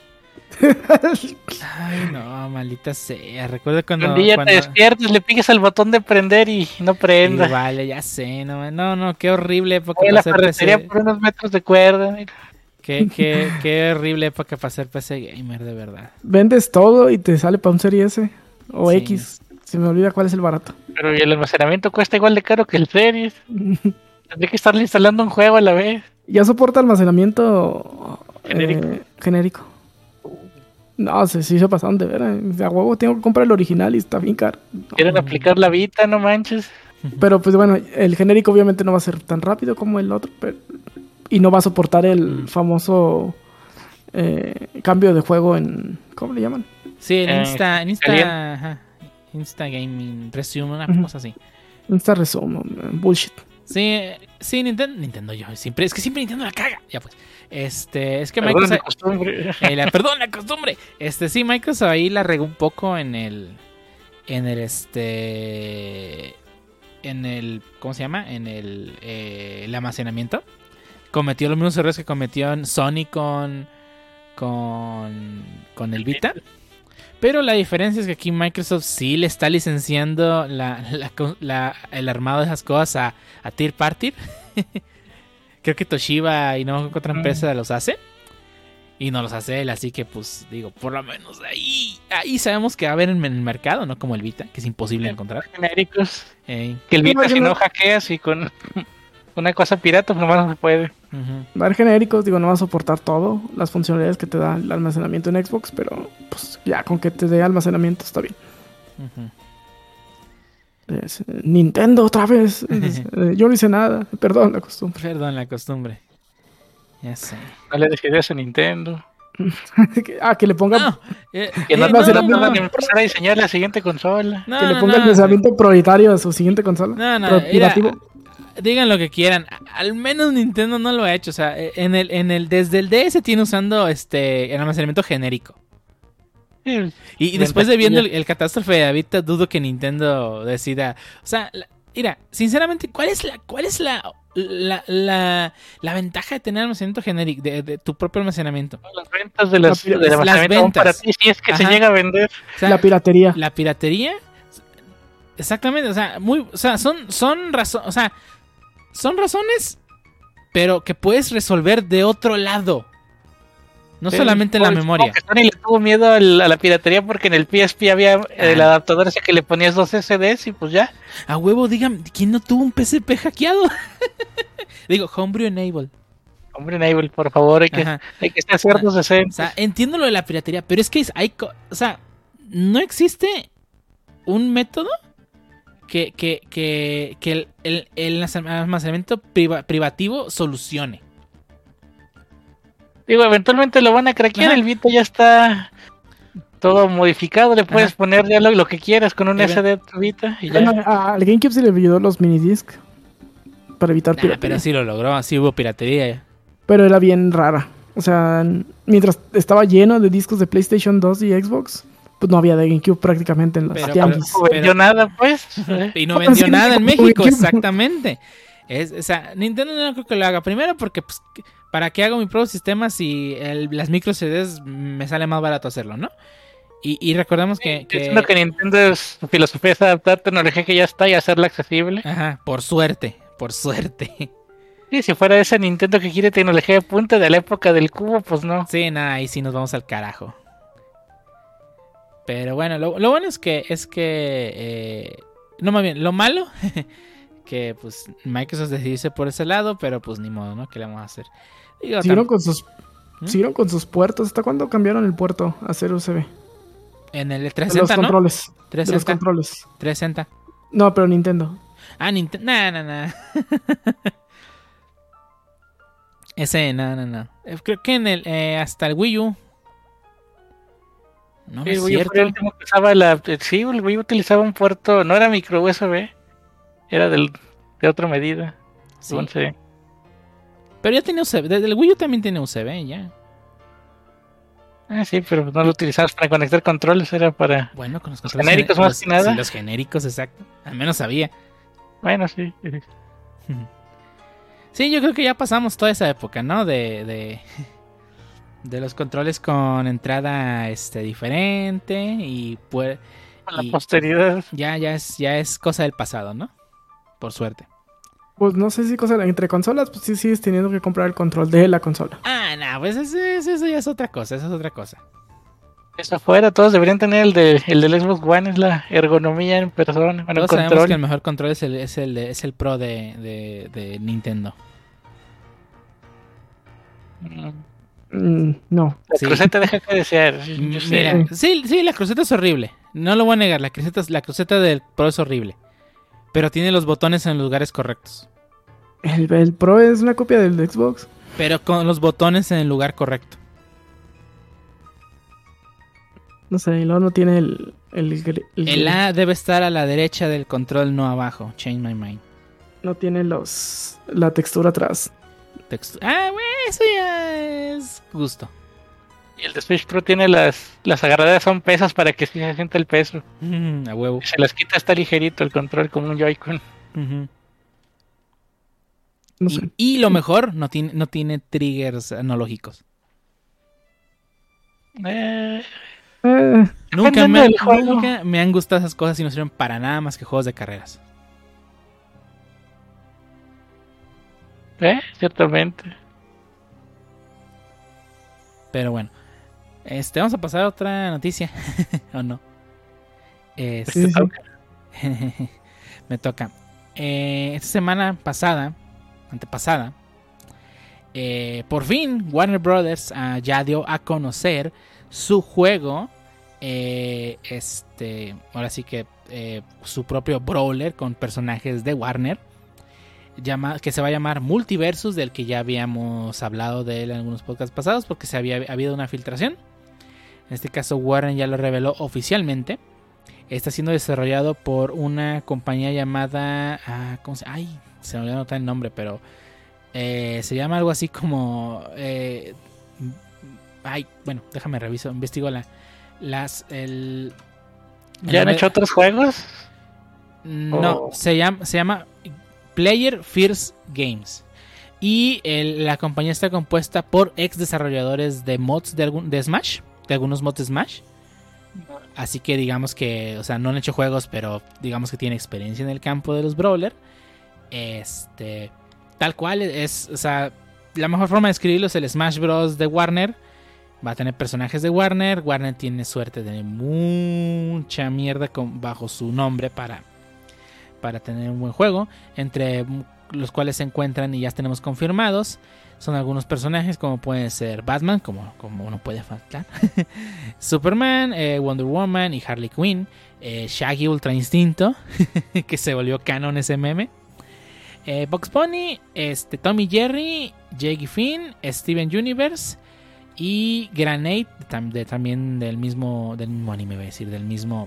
Ay, no, maldita sea. Recuerda cuando un día te despiertas, le piques al botón de prender y no prenda. Vale, ya sé, no, qué horrible época para hacer PC. Por unos metros de cuerda. Qué horrible época para ser PC gamer, de verdad. Vendes todo y te sale para un Serie S o sí. X. Se me olvida cuál es el barato. Pero el almacenamiento cuesta igual de caro que el Series. Tendría que estarle instalando un juego a la vez. Ya soporta almacenamiento genérico. No, sí se pasaron de veras. A huevo tengo que comprar el original y está bien caro. Quieren aplicar la Vita, no manches. Pero pues bueno, el genérico obviamente no va a ser tan rápido como el otro. Y no va a soportar el famoso cambio de juego en... ¿Cómo le llaman? Sí, en Insta Gaming Resume, una cosa así. Insta Resume, bullshit. Sí, Nintendo yo siempre Nintendo la caga. Ya pues. Es que perdón, Microsoft. La costumbre. Perdón, la costumbre. Sí, Microsoft ahí la regó un poco en el ¿cómo se llama? En el almacenamiento. Cometió los mismos errores que cometió en Sony con el Vita. Pero la diferencia es que aquí Microsoft sí le está licenciando el armado de esas cosas a Third Party. Creo que Toshiba y no otra empresa los hace. Y no los hace él, así que pues digo, por lo menos ahí sabemos que va a haber en el mercado, no como el Vita, que es imposible encontrar. Genéricos. Que el Vita si no hackeas y con una cosa pirata, pues nomás no se puede. Va a haber genéricos, digo, no va a soportar todo las funcionalidades que te da el almacenamiento en Xbox, pero pues ya con que te dé almacenamiento está bien. Nintendo otra vez. Yo no hice nada. Perdón la costumbre. Ya sé. No le dejes eso a Nintendo. Que le ponga... No, Que no tardan en empezar a diseñar la siguiente consola. que le ponga el pensamiento prioritario a su siguiente consola. No, privativo. Digan lo que quieran. Al menos Nintendo no lo ha hecho. O sea, desde el DS tiene usando el almacenamiento genérico. Sí, Y después de viendo el catástrofe de ahorita, dudo que Nintendo decida. O sea, mira, sinceramente, ¿cuál es la ventaja de tener almacenamiento genérico, de tu propio almacenamiento? las ventas del almacenamiento las ventas. para ti, si es que se llega a vender. O sea, la piratería. La piratería, exactamente. O sea, son razones, pero que puedes resolver de otro lado. No solamente en la memoria. Sony le tuvo miedo a la piratería porque en el PSP había el adaptador ese que le ponías 2 SDs y pues ya. A huevo, digan, ¿quién no tuvo un PSP hackeado? Digo, Homebrew Enable. Hombre, Enable, por favor, hay que estar ciertos decentes. O sea, entiendo lo de la piratería, pero es que no existe un método que el almacenamiento privativo solucione. Digo, eventualmente lo van a craquear. El Vita ya está todo modificado. Le puedes poner ya lo que quieras con un SD de tu Vita. Y ya. Bueno, al GameCube se le ayudó los minidisc para evitar piratería. Pero sí lo logró, sí hubo piratería. Pero era bien rara. O sea, mientras estaba lleno de discos de PlayStation 2 y Xbox, pues no había de GameCube prácticamente en las tianguis. No vendió nada, pues. Y no vendió nada en México, exactamente. O sea, Nintendo no creo que lo haga. Primero porque, pues, ¿para qué hago mi propio sistema si las micro CDs me sale más barato hacerlo, no? Y recordemos que... Es lo que Nintendo su filosofía es adaptar tecnología que ya está y hacerla accesible. Ajá, por suerte. Sí, si fuera ese Nintendo que quiere tecnología de punta de la época del cubo, pues no. Sí, nada, ahí sí nos vamos al carajo. Pero bueno, lo bueno es que no, más bien, lo malo que pues Microsoft decidirse por ese lado, pero pues ni modo, ¿no? ¿Qué le vamos a hacer? Digo, siguieron con sus puertos. ¿Hasta cuándo cambiaron el puerto a 0 USB? En el 360, los controles, ¿no? 360. De los controles. 360. No, pero Nintendo. Nintendo. Nah. Ese, no. Creo que en el hasta el Wii U. No, es cierto. El último que usaba sí, el Wii U utilizaba un puerto, no era micro USB, era de otra medida. Sí. Entonces, pero ya tenía USB. Desde el Wii U también tiene USB, ya. Sí, pero no lo utilizabas para conectar controles, era para... Bueno, con los controles genéricos más que nada. Sí, los genéricos, exacto. Al menos sabía. Bueno, sí. Sí, yo creo que ya pasamos toda esa época, ¿no? De los controles con entrada diferente y pues... La posteridad. Ya es cosa del pasado, ¿no? Por suerte. Pues no sé si entre consolas, pues sí sigues teniendo que comprar el control de la consola. No, pues eso ya es otra cosa, Eso afuera, todos deberían tener el del Xbox One, es la ergonomía en persona. Todos sabemos que el mejor control es el Pro de Nintendo. No. La cruceta deja que desear. Mira, sí, la cruceta es horrible. No lo voy a negar, la cruceta del Pro es horrible. Pero tiene los botones en los lugares correctos. El Pro es una copia del Xbox. Pero con los botones en el lugar correcto. No sé, y luego no tiene el A debe estar a la derecha del control, no abajo. Change my mind. No tiene la textura atrás. Eso ya es gusto. Y el de Switch Pro tiene las agarraderas son pesas para que sí se sienta el peso. A huevo. Se las quita, está ligerito el control como un Joy-Con. No sé. Y lo mejor, no tiene triggers analógicos. Nunca me han gustado esas cosas y no sirven para nada más que juegos de carreras. Ciertamente. Pero bueno. Vamos a pasar a otra noticia. ¿O no? Sí. Me toca. Esta semana antepasada, por fin Warner Brothers ya dio a conocer su juego. Ahora sí que su propio brawler con personajes de Warner. que se va a llamar Multiversus, del que ya habíamos hablado de él en algunos podcasts pasados, porque había habido una filtración. En este caso Warner ya lo reveló oficialmente. Está siendo desarrollado por una compañía llamada... ¿cómo se? Ay, se me olvidó anotar el nombre, pero... se llama algo así como... bueno, déjame reviso, investigo ¿Ya han hecho otros juegos? No, se llama Player First Games. Y la compañía está compuesta por ex desarrolladores de mods de Smash, de algunos mods de Smash. Así que digamos que, o sea, no han hecho juegos, pero digamos que tienen experiencia en el campo de los brawler. Tal cual es, o sea, la mejor forma de escribirlo es el Smash Bros. De Warner. Va a tener personajes de Warner. Warner tiene suerte de tener mucha mierda bajo su nombre para tener un buen juego. Entre los cuales se encuentran y ya tenemos confirmados son algunos personajes como pueden ser Batman, como no puede faltar, Superman, Wonder Woman y Harley Quinn, Shaggy Ultra Instinto, que se volvió canon ese meme, Bugs Bunny, Tommy Jerry, Jake Finn, Steven Universe y Granate, también del mismo anime, voy a decir, del misma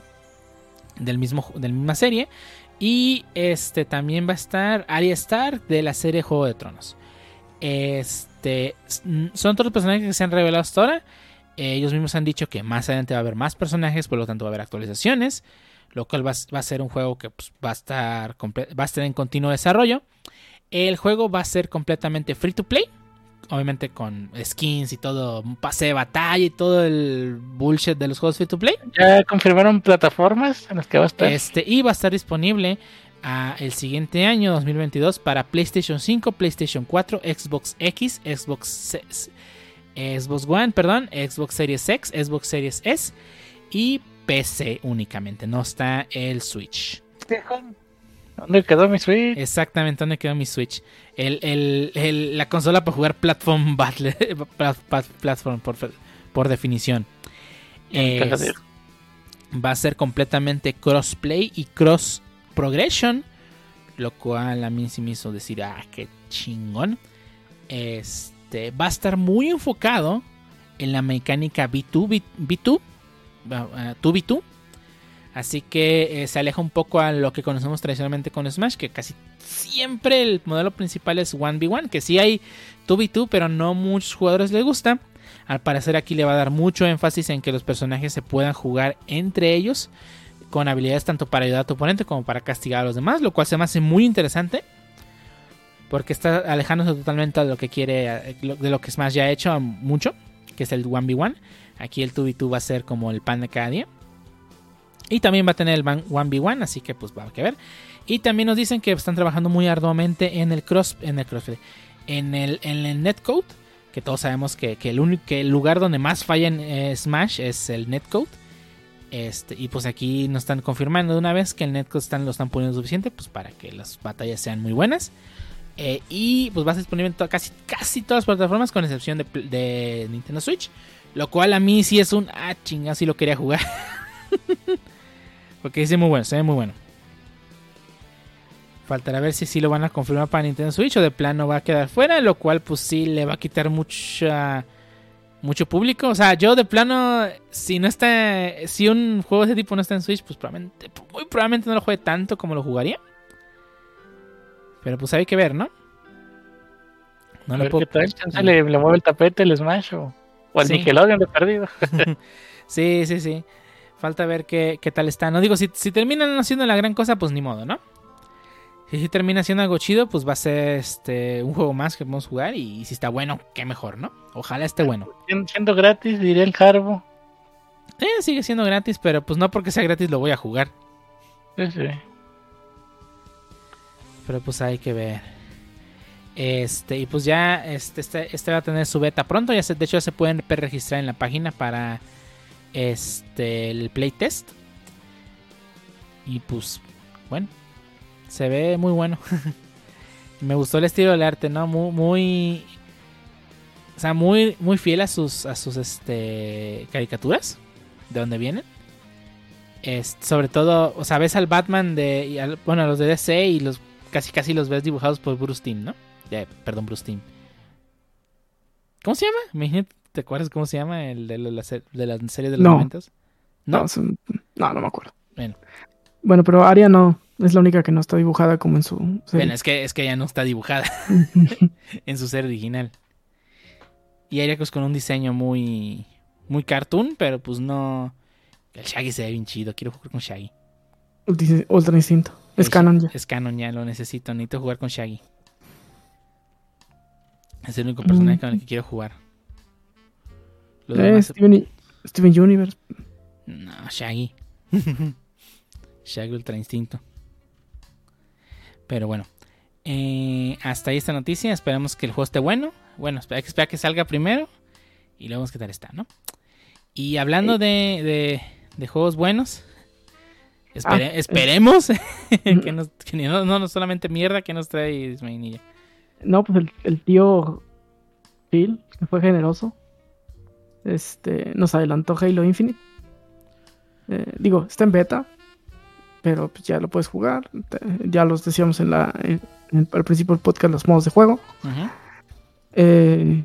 serie. Y también va a estar Arya Stark de la serie Juego de Tronos. Son todos los personajes que se han revelado hasta ahora. Ellos mismos han dicho que más adelante va a haber más personajes, por lo tanto va a haber actualizaciones, lo cual va a ser un juego que pues, va a estar en continuo desarrollo. El juego va a ser completamente free to play, obviamente con skins y todo, un pase de batalla y todo el bullshit de los juegos free to play. Ya confirmaron plataformas en las que va a estar. Y va a estar disponible el siguiente año, 2022, para PlayStation 5, PlayStation 4, Xbox X, Xbox One, Xbox Series X, Xbox Series S y PC únicamente. No está el Switch. ¿Dónde quedó mi Switch? Exactamente, ¿dónde quedó mi Switch? La consola para jugar platform battle, platform por definición. Va a ser completamente crossplay y cross progression, lo cual a mí sí me hizo decir, qué chingón. Va a estar muy enfocado en la mecánica B2B2, así que se aleja un poco a lo que conocemos tradicionalmente con Smash, que casi siempre el modelo principal es 1v1, que sí hay 2v2, pero no muchos jugadores les gusta. Al parecer aquí le va a dar mucho énfasis en que los personajes se puedan jugar entre ellos, con habilidades tanto para ayudar a tu oponente como para castigar a los demás, lo cual se me hace muy interesante, porque está alejándose totalmente de lo que quiere, de lo que Smash ya ha hecho mucho, que es el 1v1. Aquí el 2v2 va a ser como el pan de cada día. Y también va a tener el 1v1, así que pues va a ver. Y también nos dicen que están trabajando muy arduamente en el netcode, que todos sabemos que el lugar donde más falla en Smash es el netcode. Y pues aquí nos están confirmando de una vez que el netcode lo están poniendo suficiente pues para que las batallas sean muy buenas. Y pues va a estar disponible en casi todas las plataformas, con excepción de Nintendo Switch, lo cual a mí sí es un chinga, sí lo quería jugar. Porque se ve muy bueno. Faltará ver si lo van a confirmar para Nintendo Switch o de plano va a quedar fuera, lo cual pues sí le va a quitar mucho público. O sea, yo de plano, si un juego de ese tipo no está en Switch, pues muy probablemente no lo juegue tanto como lo jugaría. Pero pues hay que ver, ¿no? No le puedo... ¿Qué le mueve el tapete el Smash o el Nickelodeon de perdido? Sí. Falta ver qué tal está. No digo, si terminan haciendo la gran cosa, pues ni modo, ¿no? Si termina siendo algo chido, pues va a ser un juego más que podemos jugar. Y si está bueno, qué mejor, ¿no? Ojalá esté bueno. Siendo gratis, diré el Carbo. Sigue siendo gratis, pero pues no porque sea gratis lo voy a jugar. Sí. Pero pues hay que ver. Y pues ya este va a tener su beta pronto. De hecho ya se pueden registrar en la página para el playtest. Y pues bueno, se ve muy bueno. Me gustó el estilo del arte, ¿no? Muy fiel a sus caricaturas, de donde vienen. Sobre todo, o sea, ves al Batman a los de DC y los casi los ves dibujados por Bruce Timm, ¿no? Bruce Timm. ¿Cómo se llama? Imagínate, ¿te acuerdas cómo se llama el de la serie de los 90? No me acuerdo. Bueno, pero Aria no. Es la única que no está dibujada como en su serie. Bueno, es que ella no está dibujada en su serie original. Y Aria pues con un diseño muy cartoon, pero pues no... El Shaggy se ve bien chido, quiero jugar con Shaggy. Ultra Instinto. Es canon ya. Es canon ya, lo necesito jugar con Shaggy. Es el único personaje con el que quiero jugar. Steven Universe. No, Shaggy. Shaggy Ultra Instinto. Pero bueno. Hasta ahí esta noticia. Esperamos que el juego esté bueno. Bueno, hay que esperar que salga primero. Y luego vemos qué tal está, ¿no? Y hablando de juegos buenos. Esperemos que no solamente mierda que nos trae Ismainilla. No, pues el tío Phil, que fue generoso, nos adelantó Halo Infinite. Está en beta, pero pues ya lo puedes jugar. Ya los decíamos al principio del podcast, los modos de juego. Uh-huh.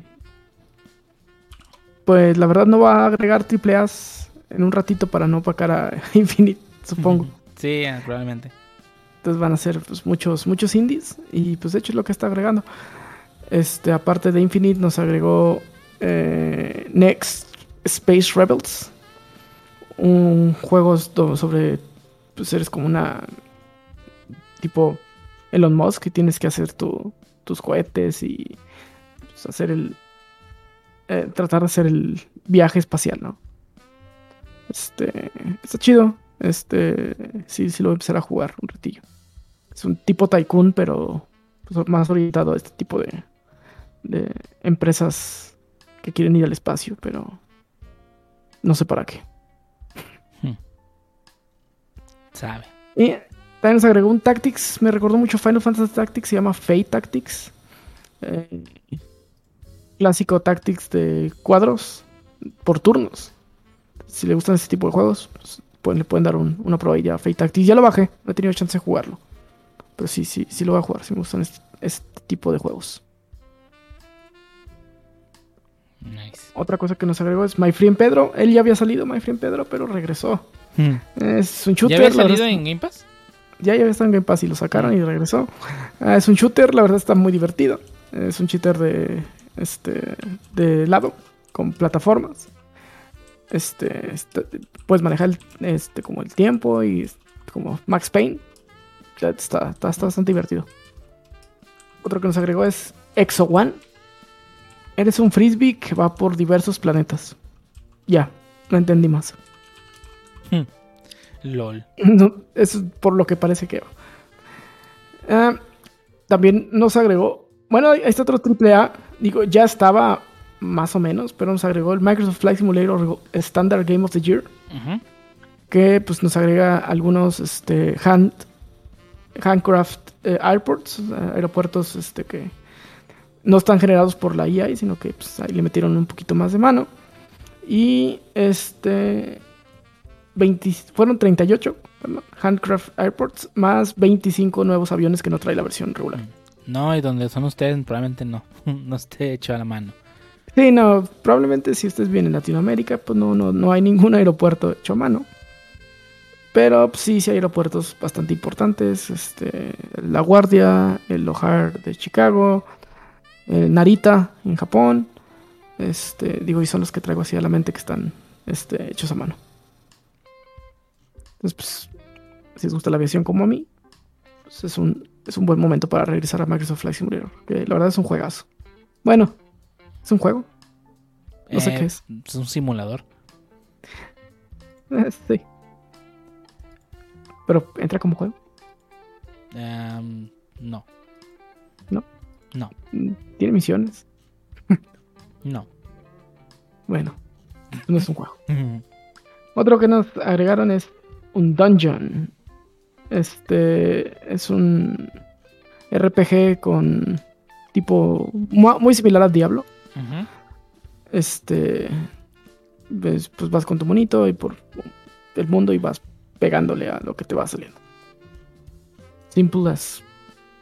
Pues la verdad no va a agregar AAAs en un ratito para no opacar a Infinite, supongo. Sí, probablemente. Entonces van a ser pues, muchos indies. Y pues de hecho es lo que está agregando. Aparte de Infinite nos agregó Next Space Rebels. Un juego sobre pues eres como una tipo Elon Musk, y tienes que hacer tus cohetes y pues, hacer tratar de hacer el viaje espacial, ¿no? Está chido. Sí lo voy a empezar a jugar un ratillo. Es un tipo tycoon, pero pues, más orientado a este tipo de empresas que quieren ir al espacio, pero no sé para qué. Sabe. Y también nos agregó un Tactics. Me recordó mucho Final Fantasy Tactics. Se llama Fate Tactics. Clásico Tactics de cuadros por turnos. Si le gustan ese tipo de juegos, pues, le pueden dar una probadilla a Fate Tactics. Ya lo bajé, no he tenido chance de jugarlo, pero sí lo voy a jugar. Si me gustan este tipo de juegos. Nice. Otra cosa que nos agregó es My Friend Pedro. Él ya había salido, My Friend Pedro, pero regresó. Es un shooter. ¿Ya había salido en Game Pass? Ya había estado en Game Pass y lo sacaron y regresó. Es un shooter, la verdad está muy divertido. Es un shooter de lado, con plataformas. Puedes manejar como el tiempo y como Max Payne. Está bastante divertido. Otro que nos agregó es Exo One. Eres un frisbee que va por diversos planetas. Ya, no entendí más. LOL. No, eso es por lo que parece que va. También nos agregó... Bueno, este otro AAA, ya estaba más o menos, pero nos agregó el Microsoft Flight Simulator Standard Game of the Year. Uh-huh. Que pues nos agrega algunos handcraft aeropuertos que no están generados por la IA, sino que pues, ahí le metieron un poquito más de mano. Y fueron 38 handcraft airports más 25 nuevos aviones que no trae la versión regular. No, y donde son ustedes probablemente no esté hecho a la mano. Sí, no, probablemente si ustedes vienen en Latinoamérica, pues no hay ningún aeropuerto hecho a mano. Pero pues, sí hay aeropuertos bastante importantes. La Guardia, el O'Hare de Chicago, el Narita en Japón. Y son los que traigo así a la mente que están hechos a mano. Entonces, pues, si les gusta la aviación como a mí, pues es un buen momento para regresar a Microsoft Flight Simulator. Que la verdad es un juegazo. Bueno, es un juego. No sé qué es. Es un simulador. Sí. ¿Pero entra como juego? No. ¿No? No. ¿Tiene misiones? No. Bueno, no es un juego. Otro que nos agregaron es un dungeon. Es un RPG con tipo muy similar al Diablo. Uh-huh. Pues vas con tu monito y por el mundo y vas pegándole a lo que te va saliendo. Simple as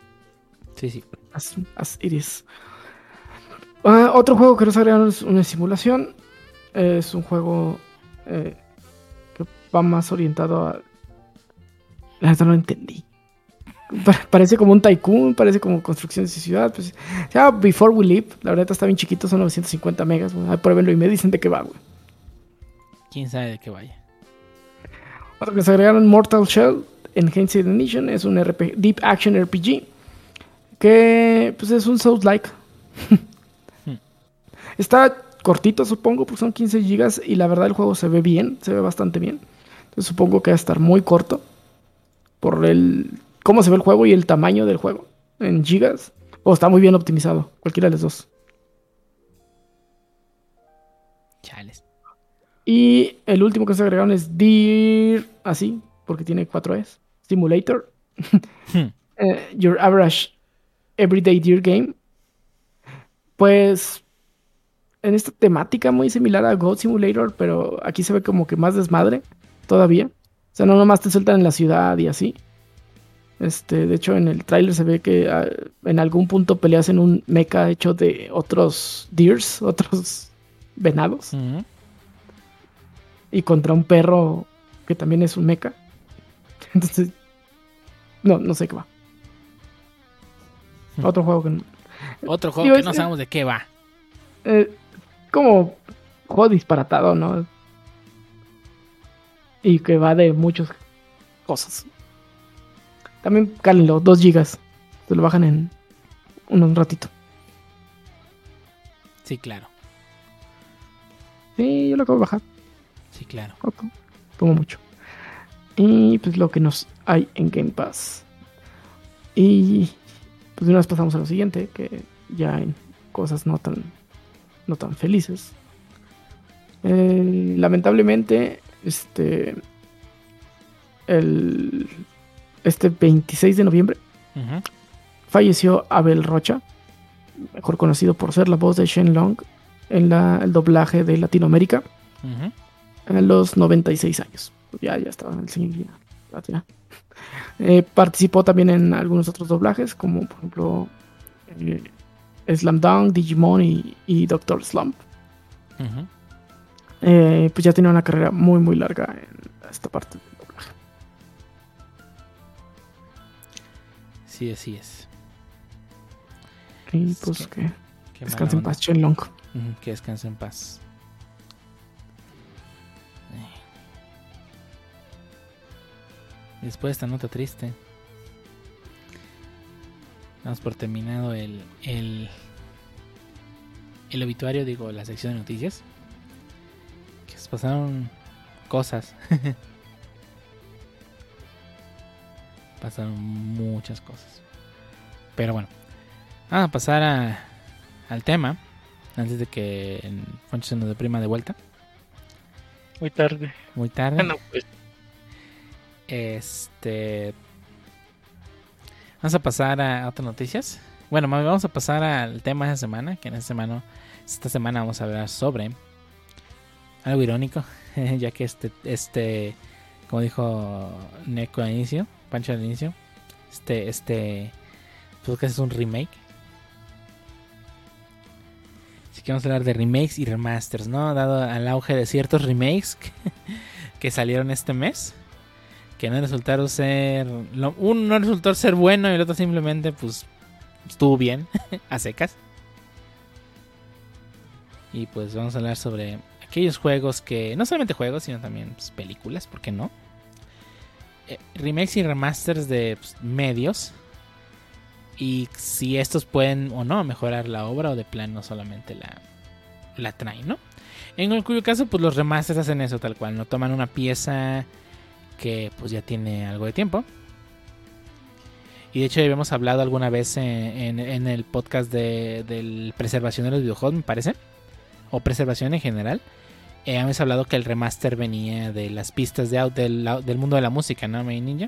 Sí. As it is. Otro juego que nos agregaron es una simulación. Es un juego que va más orientado a... La verdad no lo entendí. Parece como un tycoon, parece como construcción de ciudad. Pues, se llama Before We Leave. La verdad está bien chiquito, son 950 megas. Ahí pruébenlo y me dicen de qué va, güey. ¿Quién sabe de qué vaya? Otro que nos agregaron, Mortal Shell Enhanced Edition. Es un Deep Action RPG. Que pues es un Souls-like. Está cortito, supongo, porque son 15 gigas. Y la verdad el juego se ve bien, se ve bastante bien. Entonces supongo que va a estar muy corto. Por cómo se ve el juego y el tamaño del juego en gigas. O está muy bien optimizado, cualquiera de los dos. Chales. Y el último que se agregaron es Deer, así, porque tiene 4 Es. Simulator. Your Average Everyday Deer Game. Pues en esta temática muy similar a Goat Simulator, pero aquí se ve como que más desmadre todavía. O sea, no nomás te sueltan en la ciudad y así. De hecho, en el tráiler se ve que en algún punto peleas en un mecha hecho de otros deers, otros venados. Uh-huh. Y contra un perro que también es un mecha. Entonces, no sé qué va. Otro juego que... Otro juego que no sabemos de qué va. Como juego disparatado, ¿no? Y que va de muchas cosas. También cálenlo, 2 gigas. Se lo bajan en un ratito. Sí, claro. Sí, yo lo acabo de bajar. Sí, claro. Pongo mucho. Y pues lo que nos hay en Game Pass. Y pues de una vez pasamos a lo siguiente, que ya hay cosas no tan felices. Lamentablemente, el 26 de noviembre uh-huh. falleció Abel Rocha, mejor conocido por ser la voz de Shenlong en el doblaje de Latinoamérica, uh-huh. a los 96 años. Ya estaba en el cine. Ya. Participó también en algunos otros doblajes, como por ejemplo Slam Dunk, Digimon y Doctor Slump. Uh-huh. Pues ya tenía una carrera muy muy larga en esta parte del doblaje. Sí, así es. Y pues que descanse en paz, Shenlong. Uh-huh. Que descanse en paz. Después de esta nota triste, damos por terminado el obituario, digo, la sección de noticias. Que se pasaron cosas. Pasaron muchas cosas. Pero bueno, vamos a pasar al tema antes de que Poncho se nos deprima de vuelta. Muy tarde. Bueno, pues. Vamos a pasar a otras noticias. Bueno, vamos a pasar al tema de esta semana. Que esta semana vamos a hablar sobre algo irónico. Ya que como dijo Neko al inicio, Pancho al inicio, podcast es un remake. Así que vamos a hablar de remakes y remasters, ¿no? Dado al auge de ciertos remakes que salieron este mes, que no resultaron ser... Uno no resultó ser bueno y el otro simplemente pues estuvo bien, a secas. Y pues vamos a hablar sobre aquellos juegos que... No solamente juegos, sino también pues, películas, ¿por qué no? Remakes y remasters de medios. Y si estos pueden o no mejorar la obra o de plano solamente la traen, ¿no? En cuyo caso pues los remasters hacen eso tal cual, no toman una pieza que pues ya tiene algo de tiempo. Y de hecho ya habíamos hablado alguna vez en el podcast de preservación de los videojuegos, me parece, o preservación en general. Hemos hablado que el remaster venía de las pistas del mundo de la música, ¿no, Main Ninja?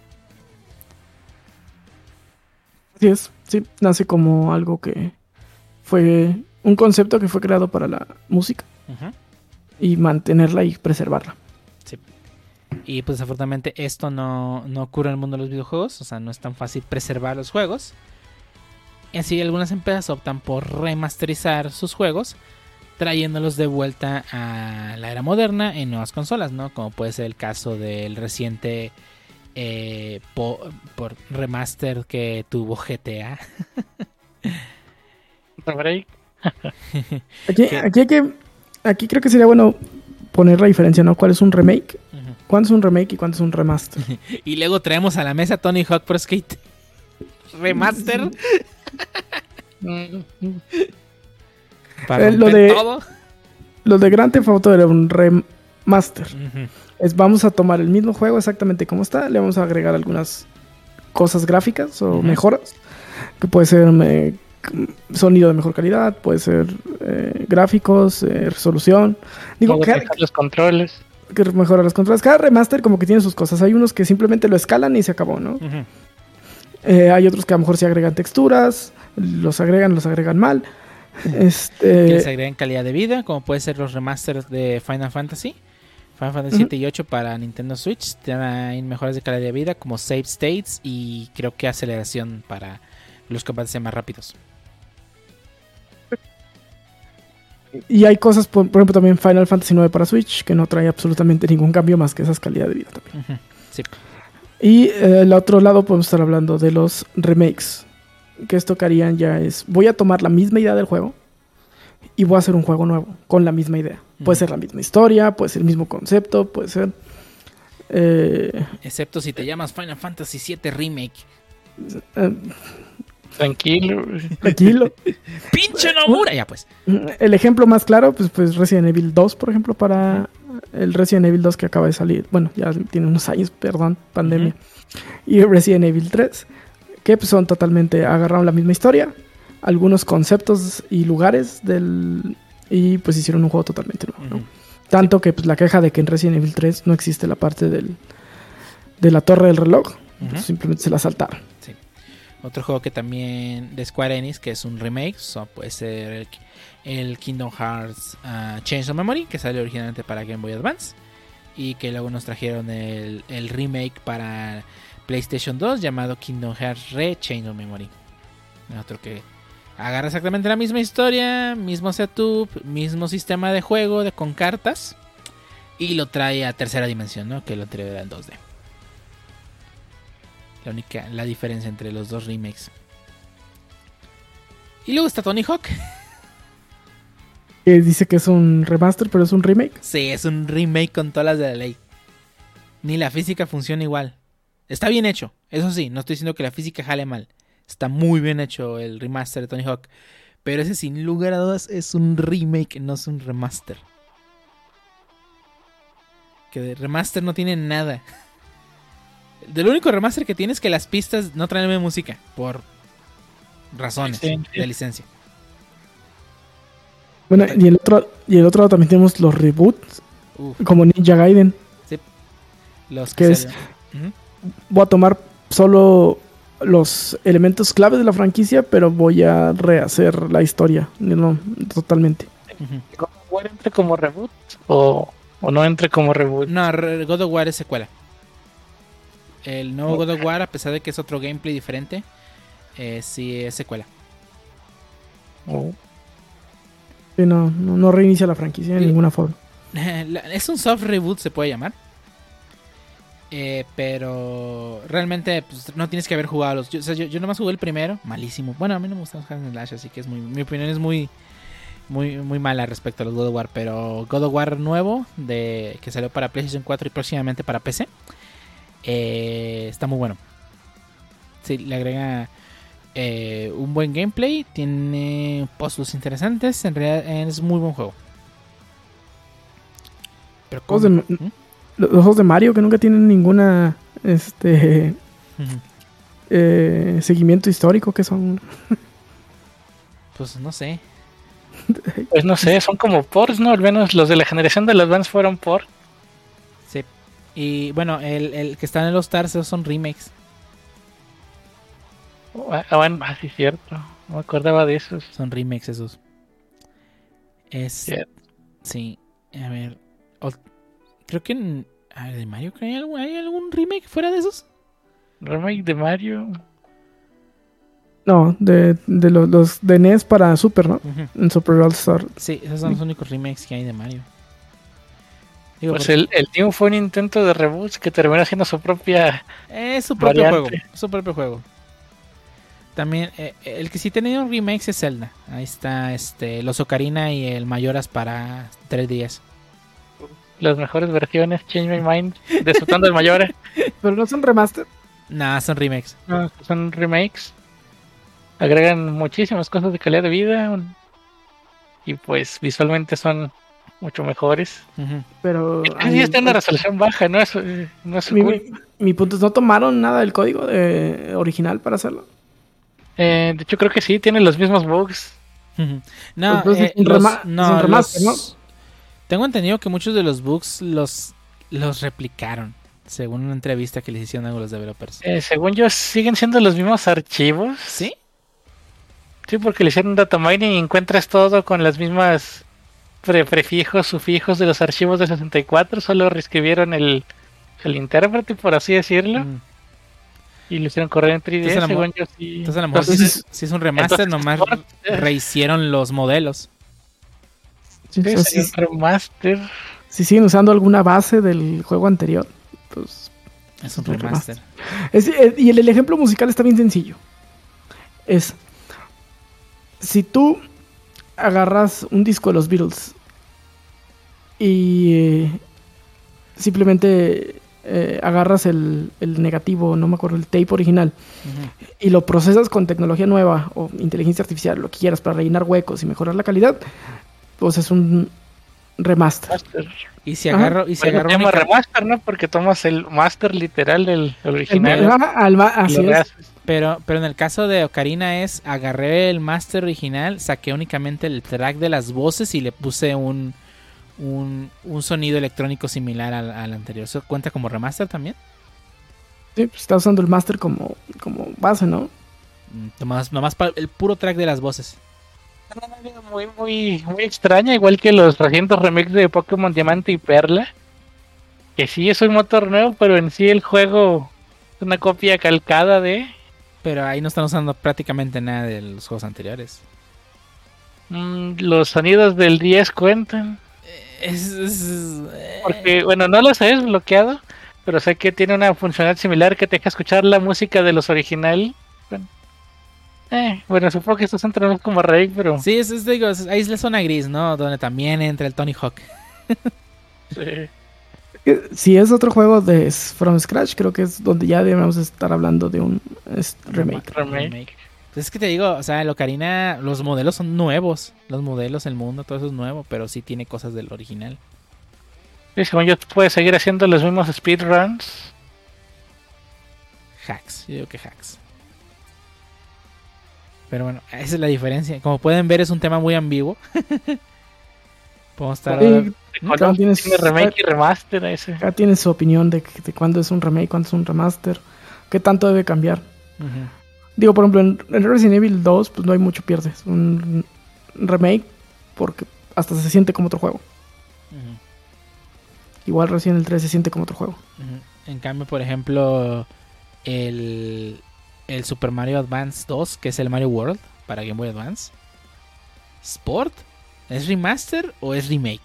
Así es, sí, nace como algo que fue un concepto que fue creado para la música. Uh-huh. Y mantenerla y preservarla. Sí. Y pues desafortunadamente esto no ocurre en el mundo de los videojuegos. O sea, no es tan fácil preservar los juegos. así algunas empresas optan por remasterizar sus juegos, trayéndolos de vuelta a la era moderna en nuevas consolas, ¿no? Como puede ser el caso del reciente por remaster que tuvo GTA. Aquí creo que sería bueno poner la diferencia, ¿no? ¿Cuál es un remake? ¿Cuándo es un remake y cuándo es un remaster? Y luego traemos a la mesa Tony Hawk Pro Skate Remaster. Para todo. Lo de Grand Theft Auto era un remaster. Vamos a tomar el mismo juego exactamente como está, le vamos a agregar algunas cosas gráficas o mejoras, que puede ser sonido de mejor calidad, puede ser gráficos, resolución. Digo, los controles. Que mejora los controles. Cada remaster como que tiene sus cosas. Hay unos que simplemente lo escalan y se acabó, ¿no? Hay otros que a lo mejor se agregan texturas, los agregan mal. Que les agregan calidad de vida, como puede ser los remasters de Final Fantasy 7 y 8 para Nintendo Switch. Tienen mejoras de calidad de vida como save states y creo que aceleración para los combates sean más rápidos. Y hay cosas, por ejemplo, también Final Fantasy 9 para Switch, que no trae absolutamente ningún cambio más que esas calidad de vida también. Sí. Y el otro lado podemos estar hablando de los remakes. Que esto que harían ya es, voy a tomar la misma idea del juego y voy a hacer un juego nuevo con la misma idea. Puede ser la misma historia, puede ser el mismo concepto, puede ser... Excepto si te llamas Final Fantasy 7 Remake. Tranquilo. ¡Pinche Nomura! Ya pues. El ejemplo más claro, pues Resident Evil 2, por ejemplo, para el Resident Evil 2 que acaba de salir. Bueno, ya tiene unos años, perdón, pandemia. Y Resident Evil 3, que pues, son totalmente, agarraron la misma historia, algunos conceptos y lugares y pues hicieron un juego totalmente nuevo, ¿no? Tanto que pues la queja de que en Resident Evil 3 no existe la parte de la torre del reloj, pues, simplemente se la saltaron. Sí. Otro juego que también de Square Enix, que es un remake, puede ser el Kingdom Hearts Chains of Memory, que salió originalmente para Game Boy Advance y que luego nos trajeron el remake para PlayStation 2 llamado Kingdom Hearts Re Chains of Memory. Otro que agarra exactamente la misma historia, mismo setup, mismo sistema de juego con cartas y lo trae a tercera dimensión, ¿no? Que lo anterior era en 2D. La diferencia entre los dos remakes. Y luego está Tony Hawk. Que dice que es un remaster, pero es un remake. Sí, es un remake con todas las de la ley. Ni la física funciona igual. Está bien hecho, eso sí, no estoy diciendo que la física jale mal. Está muy bien hecho el remaster de Tony Hawk. Pero ese sin lugar a dudas es un remake, no es un remaster. Que de remaster no tiene nada. Del único remaster que tiene es que las pistas no traen música. Por razones de licencia. Bueno, y el otro lado también tenemos los reboots. Como Ninja Gaiden. Sí. Los que es... Voy a tomar solo los elementos claves de la franquicia, pero voy a rehacer la historia. No, totalmente. ¿God of War entre como reboot? ¿O no entre como reboot? No, God of War es secuela. El nuevo God of War, a pesar de que es otro gameplay diferente, sí es secuela. Sí, no reinicia la franquicia de ninguna forma. Es un soft reboot, se puede llamar. Pero realmente pues, no tienes que haber jugado los... Yo nomás jugué el primero, malísimo. Bueno, a mí no me gustan los hack and slash, así que mi opinión es muy mala respecto a los God of War. Pero God of War nuevo, que salió para PlayStation 4 y próximamente para PC, está muy bueno. Sí, le agrega un buen gameplay, tiene puzzles interesantes, en realidad es muy buen juego. Pero los juegos de Mario que nunca tienen ninguna seguimiento histórico, que son... Pues no sé. Pues no sé, son como ports, ¿no? Al menos los de la generación de los Advance fueron por. Sí. Y bueno, el que está en los Stars son remakes. Bueno, sí es cierto. No me acordaba de esos. Son remakes esos. Sí. A ver. Creo que de Mario, ¿hay algún remake fuera de esos? Remake de Mario. No, de los de NES para Super, ¿no? Uh-huh. En Super All Star. Sí, esos son los únicos remakes que hay de Mario. Digo, pues el New fue un intento de reboot que terminó siendo su propia. Es su propio variante. juego. Su propio juego. También, el que sí tenía remakes es Zelda. Ahí está los Ocarina y el Majora's para 3DS. Las mejores versiones, Change My Mind, disfrutando del Majora. Pero no son remaster. Nah, son remakes. No, son remakes. Agregan muchísimas cosas de calidad de vida. Y pues visualmente son mucho mejores. Uh-huh. Pero Sí está en una resolución baja, no es mi punto es, ¿no tomaron nada del código original para hacerlo? De hecho creo que sí, tiene los mismos bugs. Uh-huh. No, es un remaster, ¿no? Tengo entendido que muchos de los bugs los replicaron, según una entrevista que les hicieron a los developers. Según yo, siguen siendo los mismos archivos. ¿Sí? Sí, porque le hicieron data mining y encuentras todo con las mismas prefijos, sufijos de los archivos de 64. Solo reescribieron el intérprete, por así decirlo. Y lo hicieron correr en 3D, entonces, según yo sí. Entonces a lo mejor si es un remaster, nomás rehicieron los modelos. Sí, es un remaster. Si siguen usando alguna base del juego anterior, pues es un remaster. Y el ejemplo musical está bien sencillo. Es, si tú agarras un disco de los Beatles y simplemente agarras el negativo, no me acuerdo, el tape original, uh-huh, y lo procesas con tecnología nueva o inteligencia artificial, lo que quieras, para rellenar huecos y mejorar la calidad, pues es un remaster. Y si agarro remaster, ¿no? Porque tomas el master literal del original. Así es. Pero en el caso de Ocarina agarré el master original, saqué únicamente el track de las voces y le puse un sonido electrónico similar al anterior. ¿Eso cuenta como remaster también? Sí, pues está usando el master como base, ¿no? Nomás el puro track de las voces. Muy, muy, muy extraña, igual que los recientes remakes de Pokémon Diamante y Perla. Que sí es un motor nuevo, pero en sí el juego es una copia calcada de... Pero ahí no están usando prácticamente nada de los juegos anteriores. Los sonidos del 10 cuentan. Porque, bueno, no los he desbloqueado, pero sé que tiene una funcionalidad similar que te deja escuchar la música de los originales. Bueno, supongo que estos entran como remake, pero... Sí, ahí es la zona gris, ¿no? Donde también entra el Tony Hawk. Sí. Si es otro juego de From Scratch, creo que es donde ya debemos estar hablando de un remake. Pues es que te digo, o sea, el Ocarina, los modelos son nuevos. Los modelos, el mundo, todo eso es nuevo, pero sí tiene cosas del original. Sí, según yo, puedes seguir haciendo los mismos speedruns. Hacks, yo digo que hacks. Pero bueno, esa es la diferencia. Como pueden ver, es un tema muy ambiguo. Podemos estar... Tiene remake y remaster. Acá tienes su opinión de cuándo es un remake, cuándo es un remaster. ¿Qué tanto debe cambiar? Uh-huh. Digo, por ejemplo, en Resident Evil 2, pues no hay mucho pierde. Es un remake porque hasta se siente como otro juego. Uh-huh. Igual Resident Evil 3 se siente como otro juego. Uh-huh. En cambio, por ejemplo, el Super Mario Advance 2, que es el Mario World para Game Boy Advance Sport, ¿es remaster o es remake?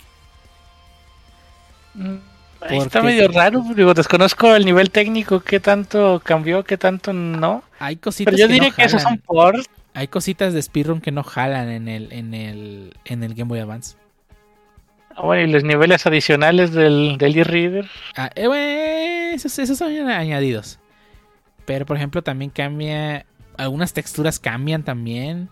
Está medio raro, digo, desconozco el nivel técnico, qué tanto cambió, qué tanto no. Hay cositas pero yo diría que esos son ports. Hay cositas de speedrun que no jalan en el Game Boy Advance. Bueno, y los niveles adicionales del e-reader. Esos son añadidos. Pero por ejemplo también cambia, algunas texturas cambian también.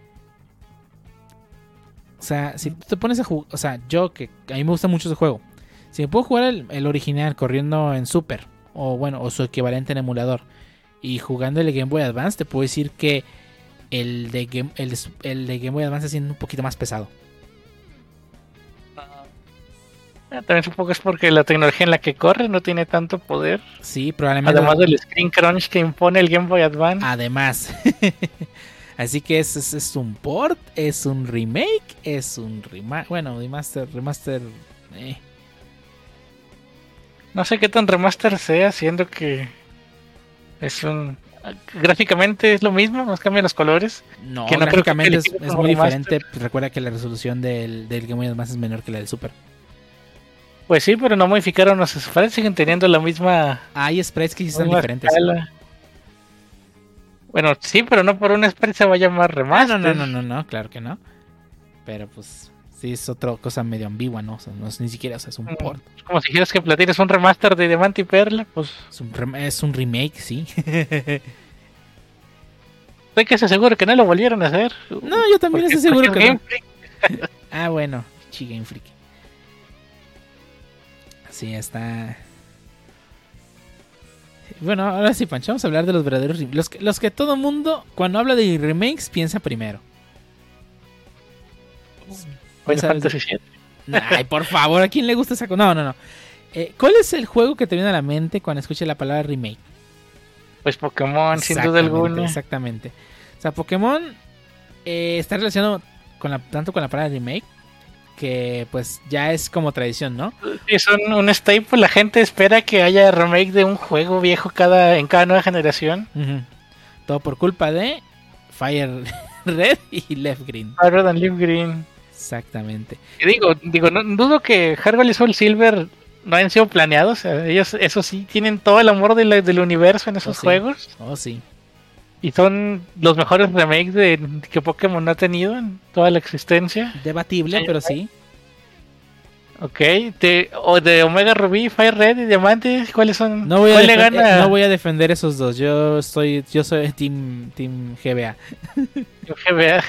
O sea, si tú te pones a jugar, o sea, yo que a mí me gusta mucho ese juego. Si me puedo jugar el original corriendo en Super, o su equivalente en emulador, y jugando el Game Boy Advance, te puedo decir que el de Game Boy Advance es un poquito más pesado. También supongo que es porque la tecnología en la que corre no tiene tanto poder. Sí, probablemente. Además del screen crunch que impone el Game Boy Advance. Además. Así que es un port, es un remake, es un remaster. No sé qué tan remaster sea, siendo que es un Gráficamente es lo mismo, nos cambian los colores. No, que no gráficamente creo es que muy remaster. diferente. Recuerda que la resolución del Game Boy Advance es menor que la del Super. Pues sí, pero no modificaron los sprites, siguen teniendo la misma, Hay sprites que sí están misma diferentes. escala. Bueno, sí, pero no por un sprite se va a llamar remaster. No, claro que no. Pero pues sí es otra cosa medio ambigua, ¿no? O sea, no es ni siquiera, o sea, es un port. Como si dijeras que Platino es un remaster de Diamante y Perla, pues Es un remake, sí. estoy casi seguro que no lo volvieron a hacer. No, yo también Porque- estoy seguro porque que es no. Game Freak. Ah, bueno, Game Freak. Sí, está. Bueno, ahora sí, Pancho, vamos a hablar de los verdaderos los que todo mundo, cuando habla de remakes, piensa primero. Final ¿Sabes de- Fantasy VII. Ay, por favor, ¿a quién le gusta esa cosa? No. ¿Cuál es el juego que te viene a la mente cuando escuches la palabra remake? Pues Pokémon, sin duda alguna. Exactamente. O sea, Pokémon está relacionado tanto con la palabra remake que pues ya es como tradición, ¿no? Sí, son un staple. La gente espera que haya remake de un juego viejo en cada nueva generación. Uh-huh. Todo por culpa de Fire Red y Left Green. Rather than Leaf Green. Exactamente. Y digo, no dudo que Heart Gold y Soul Silver no hayan sido planeados. O sea, ellos, eso sí, tienen todo el amor del universo en esos sí. juegos. Oh, sí. Y son los mejores remakes que Pokémon ha tenido en toda la existencia. Debatible, Sí, pero sí. Ok, de Omega Rubí, Fire Red y Diamante, ¿cuáles son? No voy, ¿Cuál le gana? no voy a defender esos dos. Yo soy Team GBA. GBA.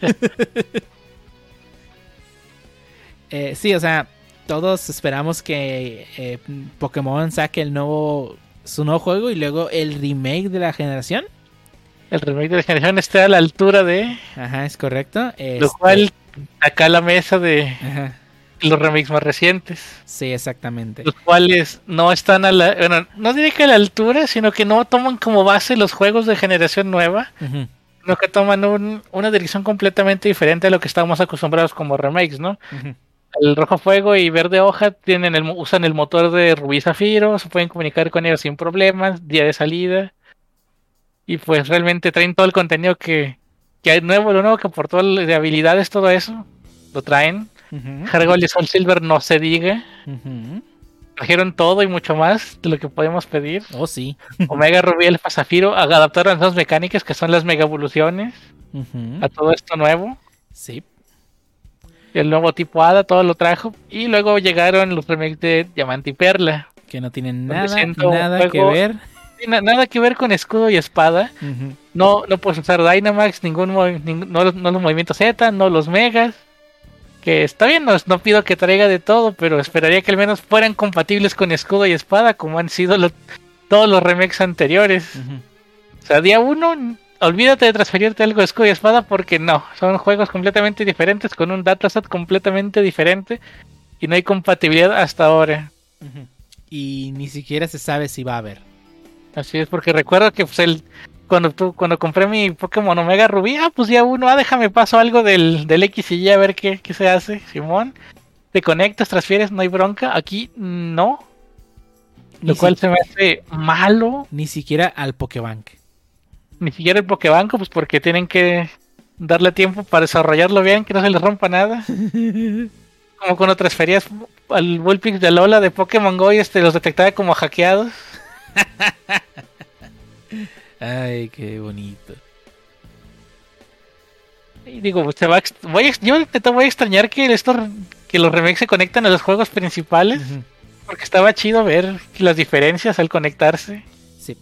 Sí, o sea, todos esperamos que Pokémon saque su nuevo juego y luego el remake de la generación. El remake de la generación está a la altura de... Ajá, es correcto. Lo cual acá la mesa de Ajá. los remakes más recientes. Sí, exactamente. Los cuales no están bueno, no diré que a la altura, sino que no toman como base los juegos de generación nueva, Uh-huh. sino que toman una dirección completamente diferente a lo que estábamos acostumbrados como remakes, ¿no? Uh-huh. El Rojo Fuego y Verde Hoja usan el motor de Rubí Zafiro, se pueden comunicar con ellos sin problemas, día de salida. Y pues realmente traen todo el contenido que hay nuevo, lo nuevo que aportó de habilidades, todo eso, lo traen. Uh-huh. Heart Gold y Soul Silver no se diga. Uh-huh. Trajeron todo y mucho más de lo que podemos pedir. Oh, sí. Omega Rubí, Alfa Zafiro adaptaron las nuevas mecánicas que son las mega evoluciones Uh-huh. a todo esto nuevo. Sí. El nuevo tipo Hada, todo lo trajo. Y luego llegaron los remakes de Diamante y Perla. Que no tienen Donde nada siento que juego- ver. Nada que ver con escudo y espada. Uh-huh. No puedes usar Dynamax, no los movimientos Z, no los megas. Que está bien, no pido que traiga de todo, pero esperaría que al menos fueran compatibles con escudo y espada, como han sido todos los remakes anteriores. Uh-huh. O sea, día 1, olvídate de transferirte algo de escudo y espada, porque no, son juegos completamente diferentes, con un dataset completamente diferente, y no hay compatibilidad hasta ahora. Uh-huh. Y ni siquiera se sabe si va a haber. Así es, porque recuerdo que pues cuando compré mi Pokémon Omega Rubí, pues día 1, déjame paso algo del X y Y a ver qué se hace, Simón. Te conectas, transfieres, no hay bronca. Aquí no. Lo cual se me hace malo. Ni siquiera al Pokébank. Ni siquiera el Pokébanco, pues porque tienen que darle tiempo para desarrollarlo bien, que no se les rompa nada. Como cuando transferías al Vulpix de Alola de Pokémon Go y los detectaba como hackeados. Ay, qué bonito. Y digo, pues yo voy a extrañar que los remakes se conectan a los juegos principales. Uh-huh. Porque estaba chido ver las diferencias al conectarse. Sí.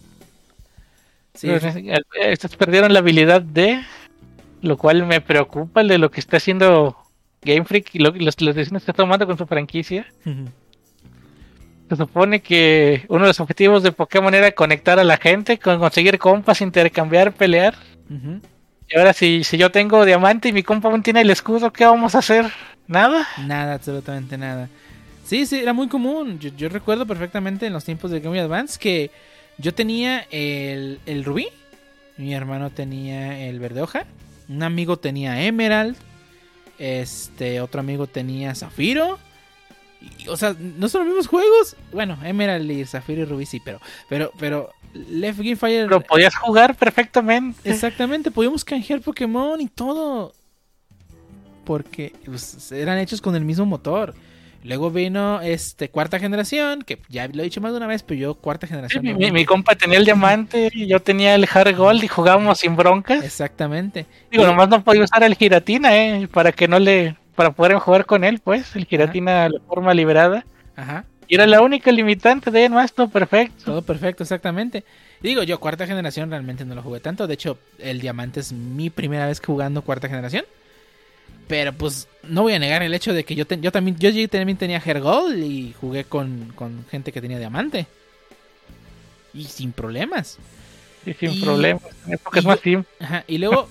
Estos perdieron la habilidad lo cual me preocupa de lo que está haciendo Game Freak y las decisiones que está tomando con su franquicia. Uh-huh. Se supone que uno de los objetivos de Pokémon era conectar a la gente, conseguir compas, intercambiar, pelear. Uh-huh. Y ahora si yo tengo diamante y mi compa aún tiene el escudo, ¿qué vamos a hacer? ¿Nada? Nada, absolutamente nada. Sí, era muy común. Yo recuerdo perfectamente en los tiempos de Game Boy Advance que yo tenía el Rubí, mi hermano tenía el Verde Hoja, un amigo tenía Emerald, otro amigo tenía Zafiro O sea, no son los mismos juegos. Bueno, Emerald y Zafiro y Rubí sí, pero Left Game Fire... Pero podías jugar perfectamente. Exactamente, podíamos canjear Pokémon y todo. Porque pues, eran hechos con el mismo motor. Luego vino cuarta generación, que ya lo he dicho más de una vez, pero yo cuarta generación... Sí, mi compa tenía el diamante y yo tenía el Hard Gold y jugábamos sin broncas. Exactamente. Digo, nomás no podía usar el Giratina, para poder jugar con él, pues, el Giratina de forma liberada. Ajá. Y era la única limitante, de ahí en más, todo perfecto. Todo perfecto, exactamente. Y digo, yo cuarta generación realmente no lo jugué tanto. De hecho, el diamante es mi primera vez jugando cuarta generación. Pero pues no voy a negar el hecho de que yo también tenía Hergold y jugué con gente que tenía diamante. Y sin problemas. Sí, sin problemas. Porque es más simple. Ajá, y luego,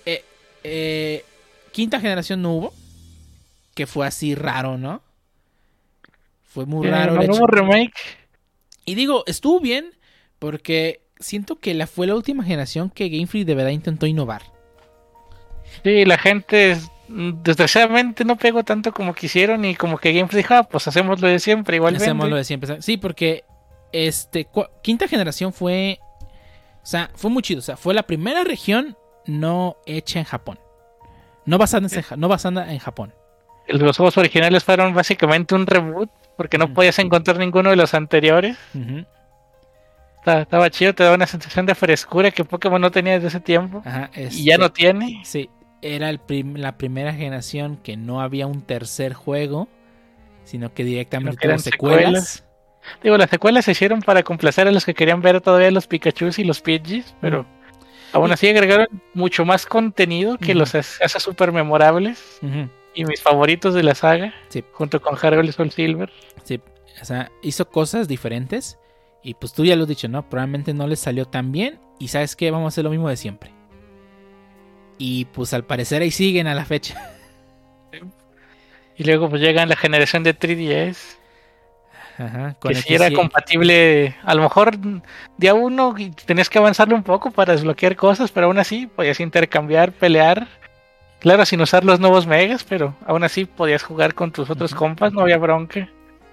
quinta generación no hubo. Que fue así raro, ¿no? Fue muy raro. No hubo remake. Y digo, estuvo bien porque siento que fue la última generación que Game Freak de verdad intentó innovar. Sí, la gente desgraciadamente no pegó tanto como quisieron y como que Game Freak dijo, pues hacemos lo de siempre igualmente. Hacemos lo de siempre. Sí, porque quinta generación fue... O sea, fue muy chido. O sea, fue la primera región no hecha en Japón. No basada en Japón. Los juegos originales fueron básicamente un reboot porque no podías encontrar ninguno de los anteriores. Estaba chido, te daba una sensación de frescura que Pokémon no tenía desde ese tiempo. Ajá, y ya no tiene. Sí, era la primera generación que no había un tercer juego, sino que directamente eran secuelas. Digo, las secuelas se hicieron para complacer a los que querían ver todavía los Pikachus y los Pidgeys, pero aún así agregaron mucho más contenido que los hace súper memorables. Y mis favoritos de la saga, sí, junto con Hargold y Soul Silver. Sí, o sea, hizo cosas diferentes. Y pues tú ya lo has dicho, ¿no? Probablemente no les salió tan bien. Y ¿sabes qué? Vamos a hacer lo mismo de siempre. Y pues al parecer ahí siguen a la fecha. Y luego pues llegan la generación de 3DS. Ajá, que si era compatible, a lo mejor día uno tenías que avanzarle un poco para desbloquear cosas, pero aún así podías intercambiar, pelear. Claro, sin usar los nuevos megas, pero aún así podías jugar con tus otros compas, no había bronca.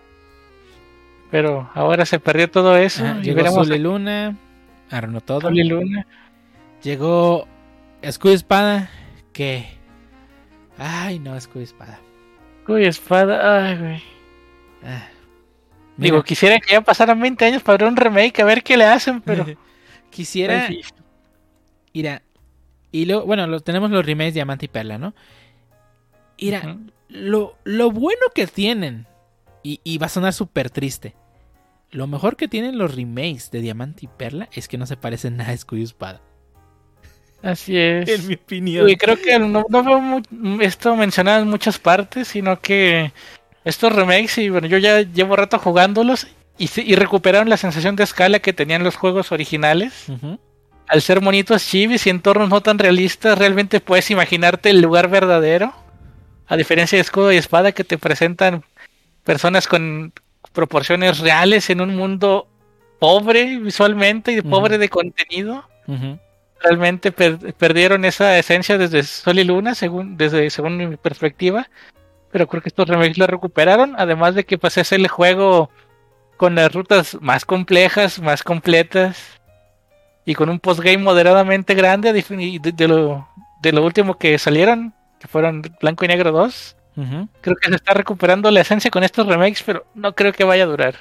Pero ahora se perdió todo eso. Llegó Sol y Luna, arruinó todo. Sol y Luna. Llegó Escudo y Espada, que... Ay, no, Escudo y Espada. Escudo y Espada, ay, güey. Digo, quisiera que ya pasaran 20 años para ver un remake, a ver qué le hacen, pero... Quisiera... Mira... Y luego, bueno, tenemos los remakes Diamante y Perla, ¿no? Mira, lo bueno que tienen, y va a sonar súper triste, lo mejor que tienen los remakes de Diamante y Perla es que no se parecen nada a Escudo y Espada. Así es. En mi opinión. Y creo que no veo esto mencionado en muchas partes, sino que estos remakes, y bueno, yo ya llevo rato jugándolos, y recuperaron la sensación de escala que tenían los juegos originales. Al ser monitos chivis y entornos no tan realistas, realmente puedes imaginarte el lugar verdadero. A diferencia de Escudo y Espada, que te presentan personas con proporciones reales en un mundo pobre visualmente y pobre de contenido. Realmente perdieron esa esencia desde Sol y Luna, según mi perspectiva. Pero creo que estos remakes lo recuperaron. Además de que pues es el juego con las rutas más complejas, más completas. Y con un postgame moderadamente grande de lo último que salieron, que fueron Blanco y Negro 2. Creo que se está recuperando la esencia con estos remakes, pero no creo que vaya a durar.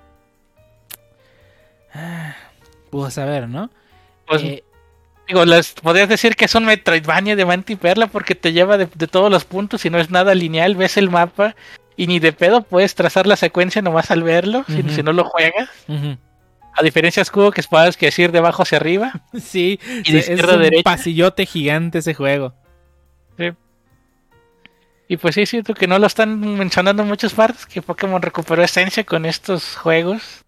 Pues a ver, ¿no? Pues, digo, podrías decir que es un Metroidvania de Diamante y Perla porque te lleva de todos los puntos y no es nada lineal, ves el mapa y ni de pedo puedes trazar la secuencia nomás al verlo, si no lo juegas. A diferencia de Escudo, que es que decir de abajo hacia arriba. Sí, y de izquierda a derecha. Es un pasillote gigante ese juego. Sí. Y pues sí, siento que no lo están mencionando en muchas partes, que Pokémon recuperó esencia con estos juegos.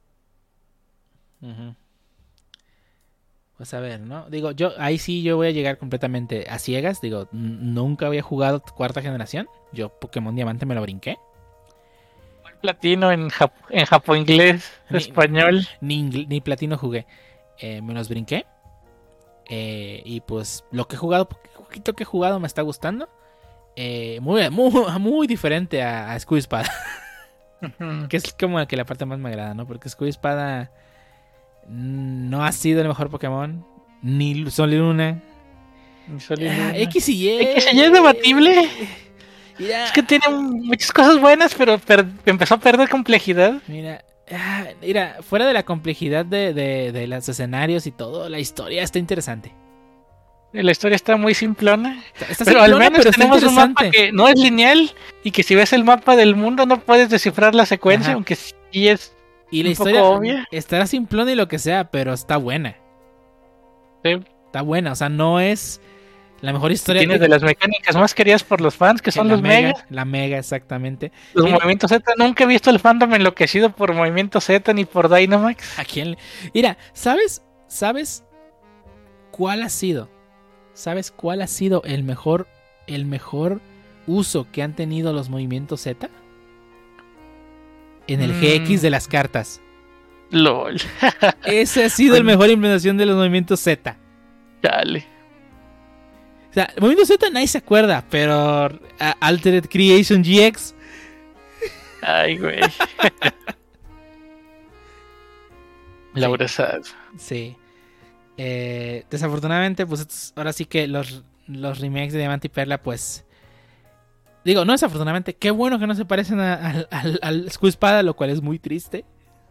Pues a ver, ¿no? Digo, ahí sí yo voy a llegar completamente a ciegas. Digo, nunca había jugado cuarta generación. Yo Pokémon Diamante me lo brinqué. Platino en japo-inglés, español. Ni platino jugué. Me los brinqué. Y pues lo que he jugado, poquito que he jugado me está gustando. Muy diferente a Escudo y Espada. Que es como que la parte más me agrada, ¿no? Porque Escudo y Espada no ha sido el mejor Pokémon, ni Sol y Luna. X y Y. X y Y es debatible. Es que tiene muchas cosas buenas, pero empezó a perder complejidad. Mira, fuera de la complejidad de los escenarios y todo, la historia está interesante. La historia está muy simplona. Está pero simplona, al menos pero tenemos un mapa que no es lineal y que si ves el mapa del mundo no puedes descifrar la secuencia, aunque sí es y la un historia poco obvia. Estará simplona y lo que sea, pero está buena. Sí. Está buena, o sea, no es la mejor historia. Tienes de las mecánicas más queridas por los fans, que son los Mega. La Mega, exactamente. Los Movimientos Z, nunca he visto el fandom enloquecido por Movimiento Z ni por Dynamax. ¿A quién? Mira, ¿sabes cuál ha sido? ¿Sabes cuál ha sido el mejor uso que han tenido los Movimientos Z? En el GX de las cartas. LOL. Ese ha sido el mejor implementación de los Movimientos Z. Dale. O sea, Movimiento Z nadie se acuerda, pero Altered Creation GX. Ay, güey. Laura Sad. Sí. Desafortunadamente, pues ahora sí que los remakes de Diamante y Perla, pues. Digo, no desafortunadamente, qué bueno que no se parecen al Escudo Espada, lo cual es muy triste.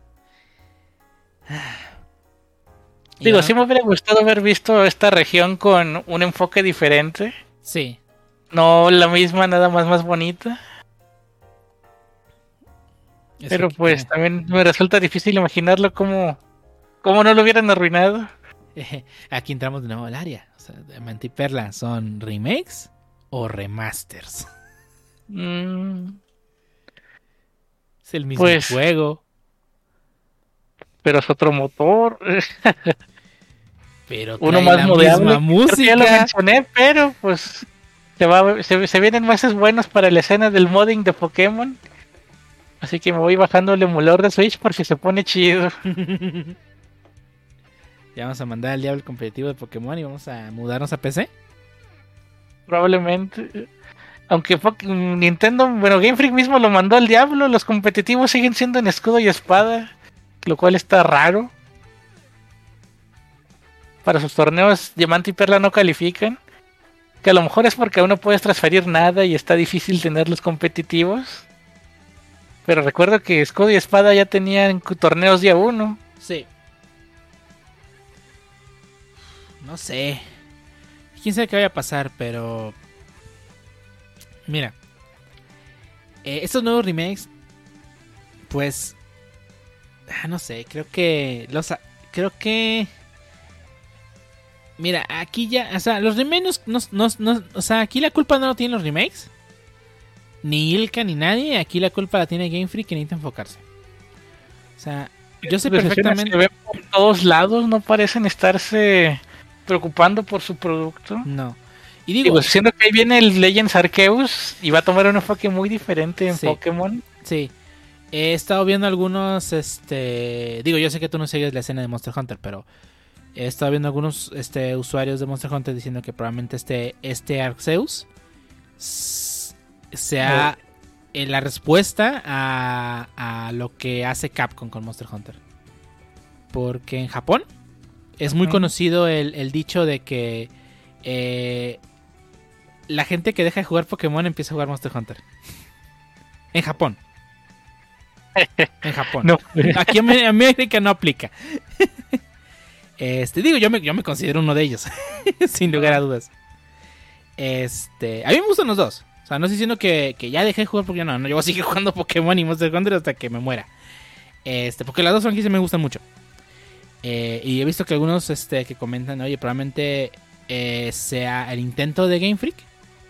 Digo, sí me hubiera gustado haber visto esta región con un enfoque diferente. Sí. No la misma, nada más bonita. Pero pues también me resulta difícil imaginarlo como no lo hubieran arruinado. Aquí entramos de nuevo al área. O sea, Diamante y Perla, ¿son remakes o remasters? Es el mismo juego. Pero es otro motor. Pero uno más moderno. Misma música. Ya lo mencioné, pero pues se vienen meses buenos para la escena del modding de Pokémon. Así que me voy bajando el emulador de Switch por si se pone chido. Ya vamos a mandar al diablo el competitivo de Pokémon y vamos a mudarnos a PC. Probablemente. Aunque Nintendo, bueno, Game Freak mismo lo mandó al diablo. Los competitivos siguen siendo en Escudo y Espada, lo cual está raro. Para sus torneos Diamante y Perla no califican. Que a lo mejor es porque aún no puedes transferir nada y está difícil tenerlos competitivos. Pero recuerdo que Escudo y Espada ya tenían torneos día 1. Sí. No sé. Quién sabe qué vaya a pasar, pero... Mira. Estos nuevos remakes... Pues... no sé, creo que... Mira, aquí ya... O sea, los remakes o sea, aquí la culpa no lo tienen los remakes. Ni Ilka ni nadie. Aquí la culpa la tiene Game Freak, que necesita enfocarse. O sea, yo sé perfectamente... Que ven por todos lados, no parecen estarse preocupando por su producto. No. Y digo, siendo que ahí viene el Legends Arceus y va a tomar un enfoque muy diferente en Pokémon. Sí. He estado viendo algunos, digo, yo sé que tú no sigues la escena de Monster Hunter, pero he estado viendo algunos usuarios de Monster Hunter diciendo que probablemente este Arceus sea la respuesta a lo que hace Capcom con Monster Hunter. Porque en Japón es muy conocido el dicho de que la gente que deja de jugar Pokémon empieza a jugar Monster Hunter. En Japón. En Japón. No. Aquí en América no aplica. Digo, yo me considero uno de ellos. Sin lugar a dudas. A mí me gustan los dos. O sea, no estoy diciendo que ya dejé de jugar porque no, yo voy a seguir jugando Pokémon y Monster Hunter hasta que me muera. Porque las dos franquicias me gustan mucho. Y he visto que algunos que comentan, oye, probablemente sea el intento de Game Freak.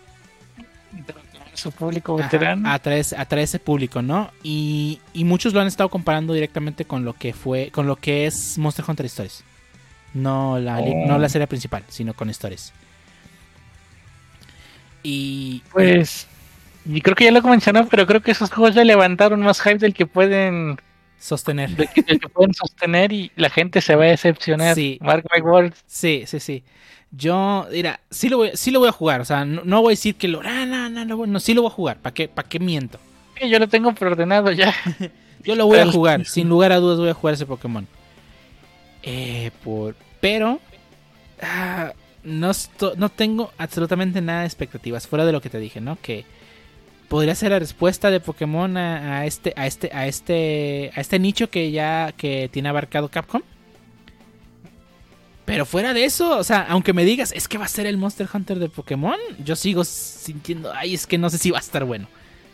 Su público veterano. Atrae ese público, ¿no? Y muchos lo han estado comparando directamente con lo que es Monster Hunter Stories. No la serie principal, sino con Stories. Y pues, y creo que ya lo mencionó, pero creo que esos juegos ya levantaron más hype del que pueden sostener. Del que pueden sostener y la gente se va a decepcionar. Sí. Mark my words. Sí. Yo, mira, sí lo voy a jugar. O sea, no voy a decir que no, sí lo voy a jugar. ¿Para qué miento? Sí, yo lo tengo preordenado ya. Yo lo voy a jugar, sin lugar a dudas voy a jugar ese Pokémon. Pero no tengo absolutamente nada de expectativas, fuera de lo que te dije, ¿no? Que podría ser la respuesta de Pokémon a este nicho que tiene abarcado Capcom. Pero fuera de eso, o sea, aunque me digas, es que va a ser el Monster Hunter de Pokémon, yo sigo sintiendo, es que no sé si va a estar bueno.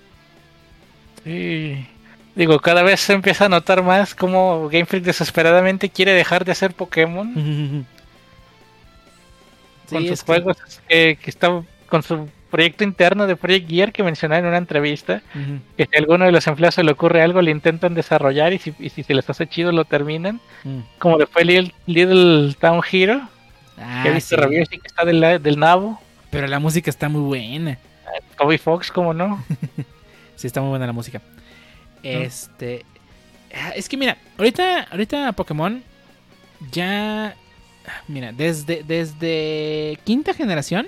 Sí. Digo, cada vez se empieza a notar más cómo Game Freak desesperadamente quiere dejar de hacer Pokémon. Con sus juegos que está con su proyecto interno de Project Gear que mencionaba en una entrevista, que si a alguno de los empleados se le ocurre algo, le intentan desarrollar y si se les hace chido lo terminan. Como después Little Town Hero, que he visto reviews y que está del nabo. Pero la música está muy buena. Toby Fox, ¿cómo no? Sí, está muy buena la música. Es que mira, ahorita Pokémon ya, mira, desde quinta generación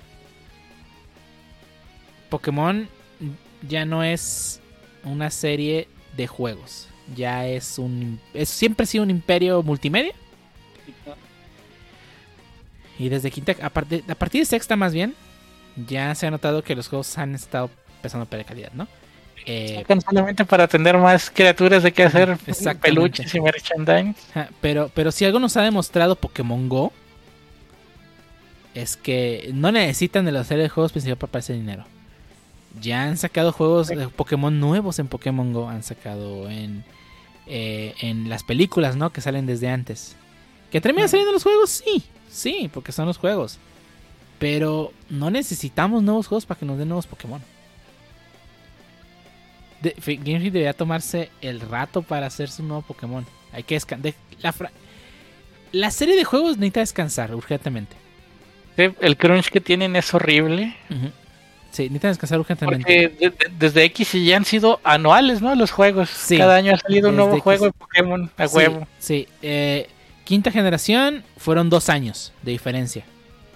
Pokémon ya no es una serie de juegos, ya siempre ha sido un imperio multimedia. Y desde quinta, a partir de sexta más bien, ya se ha notado que los juegos han estado empezando a perder calidad, ¿no? Solamente para tener más criaturas de qué hacer peluches y merchandise. Pero si algo nos ha demostrado Pokémon Go es que no necesitan de la serie de juegos principal para hacer dinero. Ya han sacado juegos de Pokémon nuevos en Pokémon Go, han sacado en las películas, ¿no? Que salen desde antes. ¿Que terminan saliendo los juegos? Sí, porque son los juegos. Pero no necesitamos nuevos juegos para que nos den nuevos Pokémon. Game Freak debería tomarse el rato para hacer su nuevo Pokémon. Hay que la serie de juegos necesita descansar urgentemente. Sí, el crunch que tienen es horrible. Sí, necesitan descansar urgentemente. Porque desde X y Y han sido anuales, ¿no? Los juegos. Sí, cada año ha salido un nuevo juego de Pokémon a huevo. Sí, quinta generación fueron 2 años de diferencia.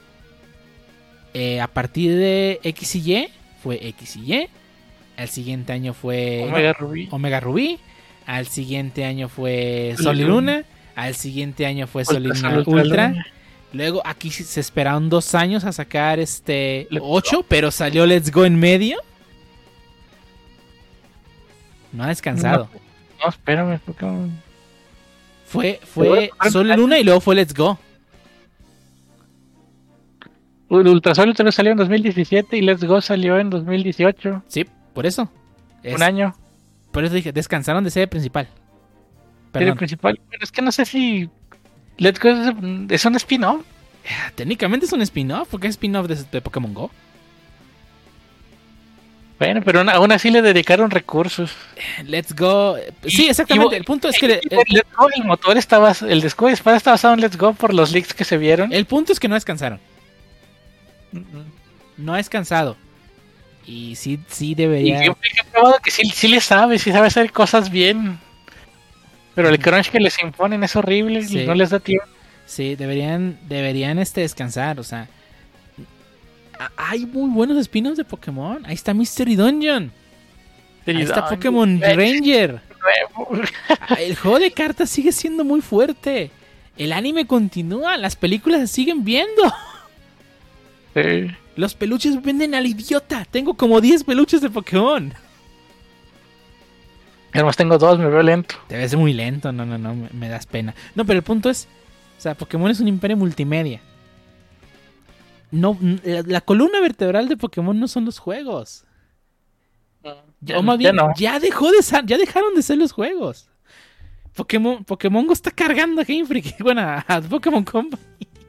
A partir de X y Y fue X y Y. Al siguiente año fue Omega Rubí. Al siguiente año fue Sol y Luna. Al siguiente año fue Sol y Luna Ultra. Luego aquí se esperaron 2 años a sacar 8, pero salió Let's Go en medio. No ha descansado. No, espérame. Fue Sol y Luna y luego fue Let's Go. Ultra Sol salió en 2017 y Let's Go salió en 2018. Sí. Por eso. Un año. Por eso dije, descansaron de serie principal. Serie principal. Pero es que no sé si Let's Go es un spin-off. Técnicamente es un spin-off, porque es spin-off de Pokémon Go. Bueno, pero aún así le dedicaron recursos. Let's Go. Sí, exactamente. El punto es que Let's Go, el motor el Disco de Espada está basado en Let's Go por los leaks que se vieron. El punto es que no descansaron. No ha descansado. Y sí debería. Y yo he probado que sí le sabe hacer cosas bien. Pero el crunch que les imponen es horrible, sí. No les da tiempo. Sí, deberían descansar, o sea. Hay muy buenos spin-offs de Pokémon. Ahí está Mystery Dungeon. Ahí está Pokémon Ranger. El juego de cartas sigue siendo muy fuerte. El anime continúa, las películas se siguen viendo. Sí. Los peluches venden al idiota. Tengo como 10 peluches de Pokémon. Además tengo 2, me veo lento. Te ves muy lento, no, me das pena. No, pero el punto es, o sea, Pokémon es un imperio multimedia. No, la columna vertebral de Pokémon no son los juegos. O más bien, ya dejaron de ser los juegos. Pokémon Go está cargando a Game Freak, bueno, a Pokémon Company.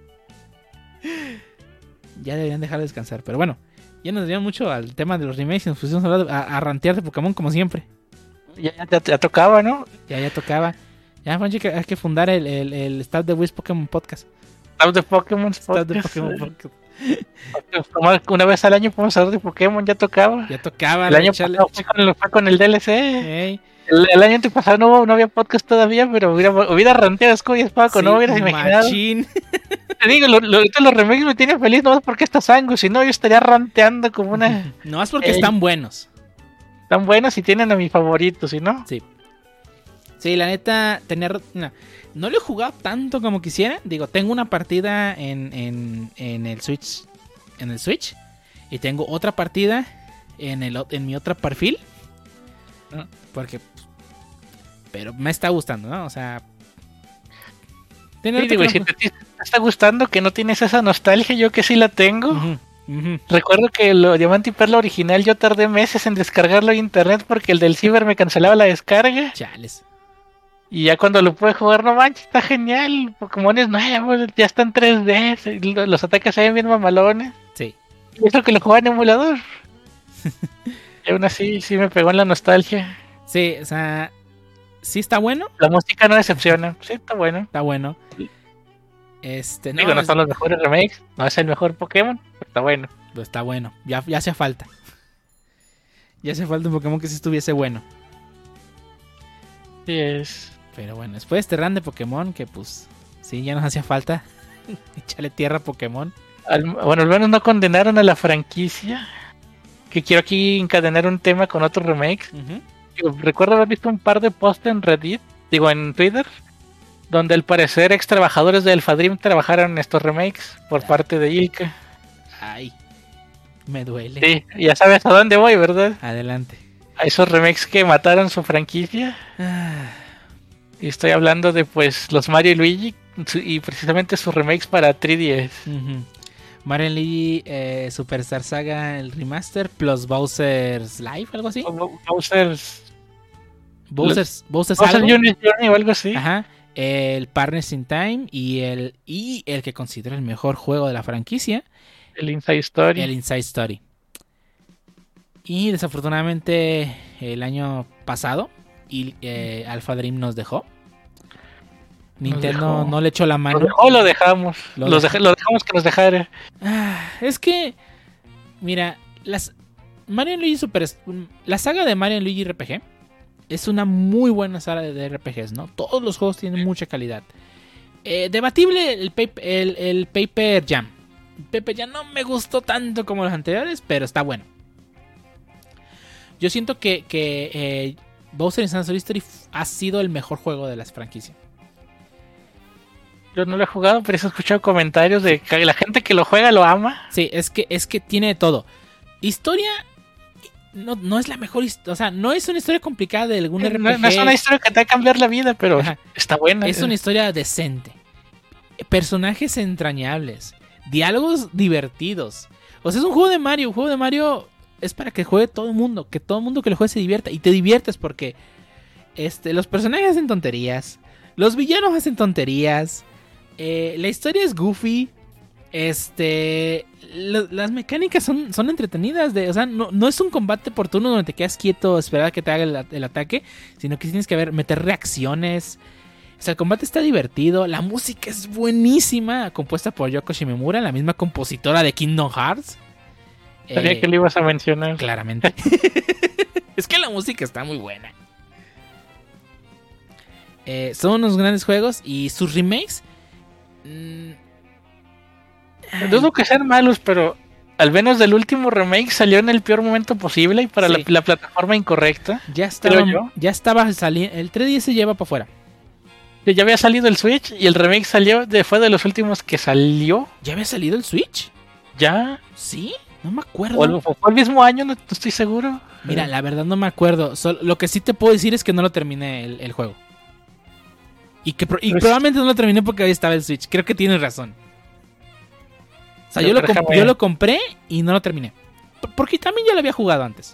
Ya deberían dejar de descansar, pero bueno, ya nos desviamos mucho al tema de los remakes y nos pusimos a rantear de Pokémon como siempre. Ya tocaba, ¿no? Ya tocaba. Ya, Panchi, hay que fundar el Staff de Wiz Pokémon Podcast. Staff de Pokémon Podcast. Una vez al año podemos hablar de Pokémon, ya tocaba. El año pasado fue con el DLC. Hey. El año antepasado no había podcast todavía, pero hubiera ranteado Escudo y Espada, sí, no hubieras imaginado. Machín. Te digo, los remakes me tienen feliz, no es porque está Sango, si no yo estaría ranteando como una... No es porque están buenos. Están buenos y tienen a mi favorito, ¿sí no? Sí. Sí, la neta, no lo he jugado tanto como quisiera. Digo, tengo una partida en el Switch. En el Switch. Y tengo otra partida en mi otro perfil. Porque... Pero me está gustando, ¿no? O sea... Sí, digo, y si te está gustando que no tienes esa nostalgia, yo que sí la tengo. Recuerdo que lo Diamante y Perla original yo tardé meses en descargarlo en internet porque el del Ciber me cancelaba la descarga. Chales. Y ya cuando lo pude jugar, no manches, está genial. Pokémon es nuevo, ya está en 3D, los ataques se ven bien mamalones. Sí. Y eso que lo jugaba en emulador. Y aún así, sí me pegó en la nostalgia. Sí, o sea, sí está bueno. La música no decepciona, sí está bueno. Está bueno. Digo, no son los mejores remakes, no es el mejor Pokémon, pero está bueno. Pero está bueno, ya hacía falta. Ya hace falta un Pokémon que sí estuviese bueno. Sí es. Pero bueno, después de este run de Pokémon, que pues sí, ya nos hacía falta. Échale tierra a Pokémon. Bueno, al menos no condenaron a la franquicia. Que quiero aquí encadenar un tema con otros remakes. Recuerdo haber visto un par de posts en Reddit, en Twitter, donde al parecer ex trabajadores de Alpha Dream trabajaron en estos remakes por parte de Ilka. Ay, me duele. Sí, ya sabes a dónde voy, ¿verdad? Adelante. A esos remakes que mataron su franquicia. Y estoy hablando de pues los Mario y Luigi y precisamente sus remakes para 3DS. Mario y Luigi Superstar Saga, el remaster, plus Bowser's Life, algo así. Bowser's Journey o algo así. Ajá. El Partners in Time y el que considero el mejor juego de la franquicia, el Inside Story. El Inside Story. Y desafortunadamente el año pasado Alpha Dream nos dejó. Nintendo no le echó la mano. Lo dejamos. Lo dejamos que nos dejara. Es que, mira, Mario & Luigi la saga de Mario & Luigi RPG es una muy buena saga de RPGs, ¿no? Todos los juegos tienen mucha calidad. Debatible el Paper Jam. El Paper Jam no me gustó tanto como los anteriores, pero está bueno. Yo siento que Bowser Inside Story ha sido el mejor juego de las franquicias. Yo no lo he jugado, pero he escuchado comentarios de que la gente que lo juega lo ama. Sí, es que tiene de todo. Historia no es la mejor historia, o sea, no es una historia complicada de algún RPG. No es una historia que te va a cambiar la vida, pero está buena. Es una historia decente. Personajes entrañables, diálogos divertidos. O sea, es un juego de Mario. Un juego de Mario es para que juegue todo el mundo, que todo el mundo que lo juegue se divierta. Y te diviertes porque los personajes hacen tonterías, los villanos hacen tonterías. La historia es goofy. Las mecánicas son entretenidas. O sea, no es un combate por turno donde te quedas quieto a esperar a que te haga el ataque, sino que tienes que meter reacciones. O sea, el combate está divertido. La música es buenísima, compuesta por Yoko Shimomura, la misma compositora de Kingdom Hearts. Sabía que lo ibas a mencionar. Claramente. Es que la música está muy buena. Son unos grandes juegos y sus remakes. Dudo que sean malos, pero al menos del último remake salió en el peor momento posible y para la plataforma incorrecta. Ya estaba saliendo. El 3DS se lleva para afuera. Ya había salido el Switch y el remake fue de los últimos que salió. ¿Ya había salido el Switch? ¿Ya? ¿Sí? No me acuerdo. ¿O fue el mismo año? No estoy seguro. Mira, la verdad no me acuerdo. Lo que sí te puedo decir es que no lo terminé el juego. Y probablemente no lo terminé porque ahí estaba el Switch. Creo que tienes razón. O sea, yo lo compré y no lo terminé. Porque también ya lo había jugado antes.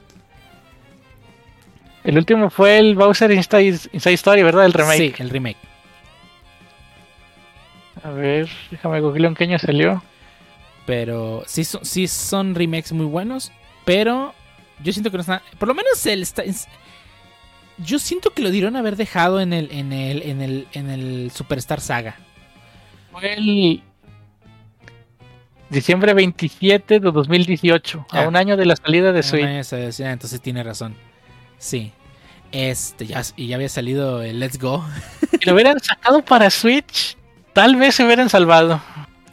El último fue el Bowser Inside Story, ¿verdad? El remake. Sí, el remake. A ver, déjame googlear en qué año salió. Pero sí son remakes muy buenos. Pero yo siento que no están... Por lo menos yo siento que lo dieron a haber dejado en el Superstar Saga. Fue el diciembre 27 de 2018, a un año de la salida de Switch. Entonces tiene razón. Sí. Ya había salido el Let's Go. Si lo hubieran sacado para Switch, tal vez se hubieran salvado.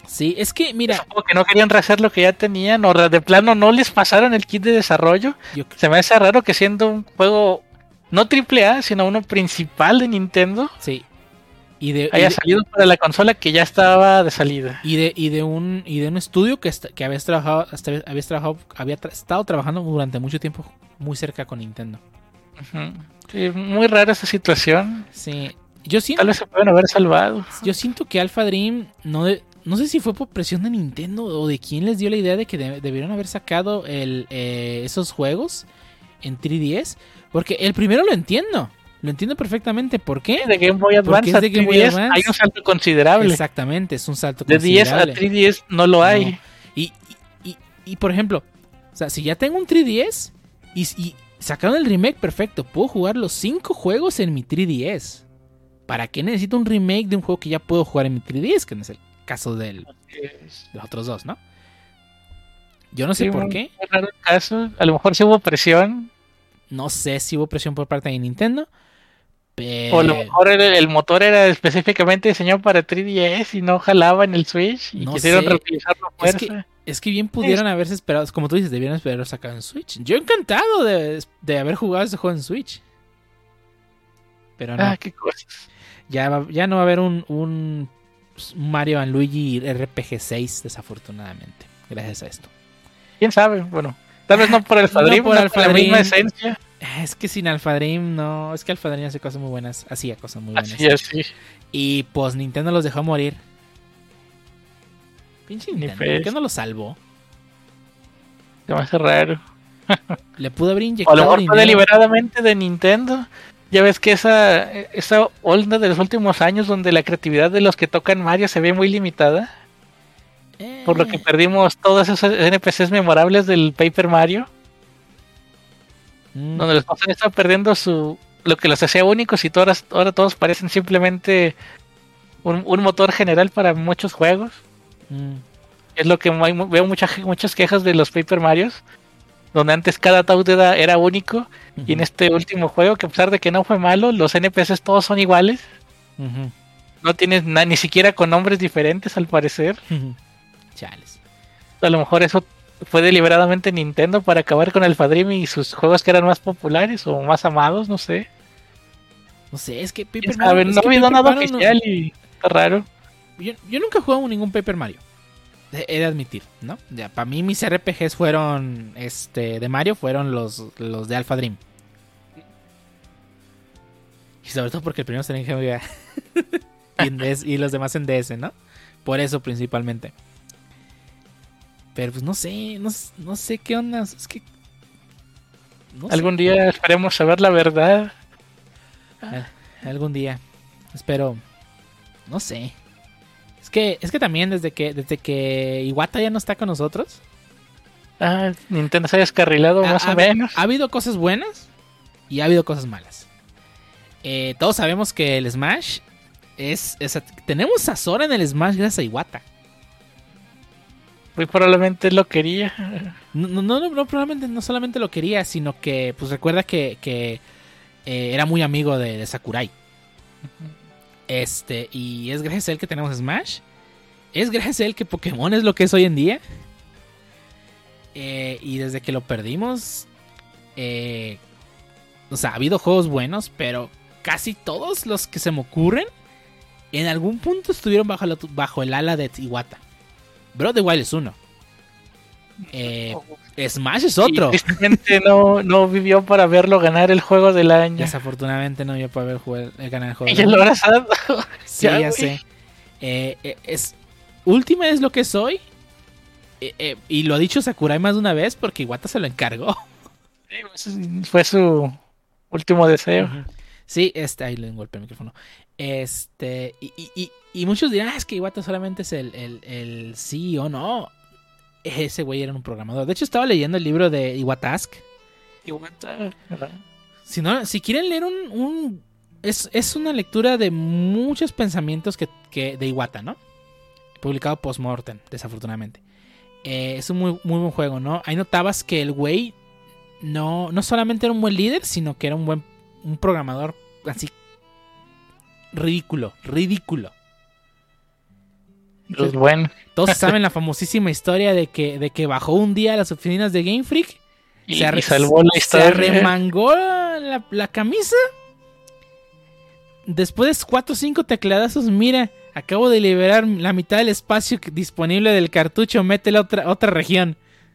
Sí, es que, mira... Supongo que no querían rehacer lo que ya tenían, o de plano no les pasaron el kit de desarrollo. Se me hace raro que siendo un juego no AAA, sino uno principal de Nintendo, sí, haya salido para la consola que ya estaba de salida. Y de un estudio que había estado trabajando durante mucho tiempo muy cerca con Nintendo. Uh-huh. Sí, muy rara esa situación. Sí, tal vez se pueden haber salvado. Yo siento que Alpha Dream no sé si fue por presión de Nintendo o de quién les dio la idea de que debieron haber sacado esos juegos en 3DS, porque el primero lo entiendo perfectamente. ¿Por qué? De Game Boy Advance a 3DS hay un salto considerable. Exactamente, es un salto de considerable. De 10 a 3DS no lo hay. Y por ejemplo, o sea, si ya tengo un 3DS y sacaron el remake, perfecto, puedo jugar los 5 juegos en mi 3DS. ¿Para qué necesito un remake de un juego que ya puedo jugar en mi 3DS? Que no es el caso de los otros dos, ¿no? Yo no sé por qué. Raro el caso. A lo mejor sí hubo presión. No sé si hubo presión por parte de Nintendo. O a lo mejor el motor era específicamente diseñado para 3DS y no jalaba en el Switch. Y quisieron reutilizar la fuerza. Es que bien pudieron haberse esperado. Como tú dices, debieron haber sacado en Switch. Yo encantado de haber jugado ese juego en Switch. Pero no. Qué cosas. Ya no va a haber un Mario & Luigi RPG 6, desafortunadamente. Gracias a esto. ¿Quién sabe? Bueno, tal vez no por Alpha Dream, por la misma esencia. Es que sin Alpha Dream no. Es que Alpha Dream hacía cosas muy buenas. Hacía cosas muy buenas. Así. Y pues Nintendo los dejó morir. Pinche Nintendo. ¿Por qué no los salvó? Se me hace raro. Le pudo haber inyectado dinero. O a lo mejor dinero. Deliberadamente de Nintendo. Ya ves que esa onda de los últimos años donde la creatividad de los que tocan Mario se ve muy limitada. Por lo que perdimos todos esos NPCs memorables del Paper Mario. Donde los cosas están perdiendo lo que los hacía únicos y ahora todos parecen simplemente un motor general para muchos juegos. Es lo que veo muchas quejas de los Paper Marios. Donde antes cada Toad era único. Y en este último juego, que a pesar de que no fue malo, los NPCs todos son iguales. No tienes ni siquiera con nombres diferentes al parecer. Chales. A lo mejor eso fue deliberadamente Nintendo para acabar con Alpha Dream y sus juegos que eran más populares o más amados, no sé. No sé, es que Paper Mario... No ha habido nada oficial y está raro. Yo nunca he jugado ningún Paper Mario. He de admitir, ¿no? Ya, para mí mis RPGs fueron de Mario fueron los de Alpha Dream. Y sobre todo porque el primero está en Game Boy y los demás en DS, ¿no? Por eso principalmente. Pero pues no sé qué onda. Es que algún día esperemos saber la verdad. Algún día. Espero. No sé. Es que también desde que Iwata ya no está con nosotros. Nintendo se ha descarrilado más o menos. Ha habido cosas buenas y ha habido cosas malas. Todos sabemos que el Smash tenemos a Sora en el Smash gracias a Iwata. Muy probablemente lo quería. No, probablemente no solamente lo quería, sino que pues recuerda que era muy amigo de Sakurai. Y es gracias a él que tenemos Smash. Es gracias a él que Pokémon es lo que es hoy en día. Y desde que lo perdimos, o sea, ha habido juegos buenos, pero casi todos los que se me ocurren en algún punto estuvieron bajo el ala de Iwata. Breath of the Wild es uno. Smash es otro. Tristemente no vivió para verlo ganar el juego del año. Desafortunadamente no vivió para ver ganar el juego del año. Y lo abrazado. Sí, ya sé. Última es lo que soy. Y lo ha dicho Sakurai más de una vez porque Iwata se lo encargó. Sí, fue su último deseo. Uh-huh. Sí, ahí le golpeé el micrófono. Y muchos dirán, es que Iwata solamente es el CEO, no. Ese güey era un programador. De hecho, estaba leyendo el libro de Iwatask. Si quieren leer es una lectura de muchos pensamientos que de Iwata, ¿no? Publicado post-mortem, desafortunadamente. Es un muy, muy buen juego, ¿no? Ahí notabas que el güey no solamente era un buen líder, sino que era un programador así ridículo. Pues bueno. Todos saben la famosísima historia de que bajó un día a las oficinas de Game Freak y salvó la historia. Se arremangó la camisa. Después de 4 o 5 tecladazos, mira, acabo de liberar la mitad del espacio disponible del cartucho, métele otra región.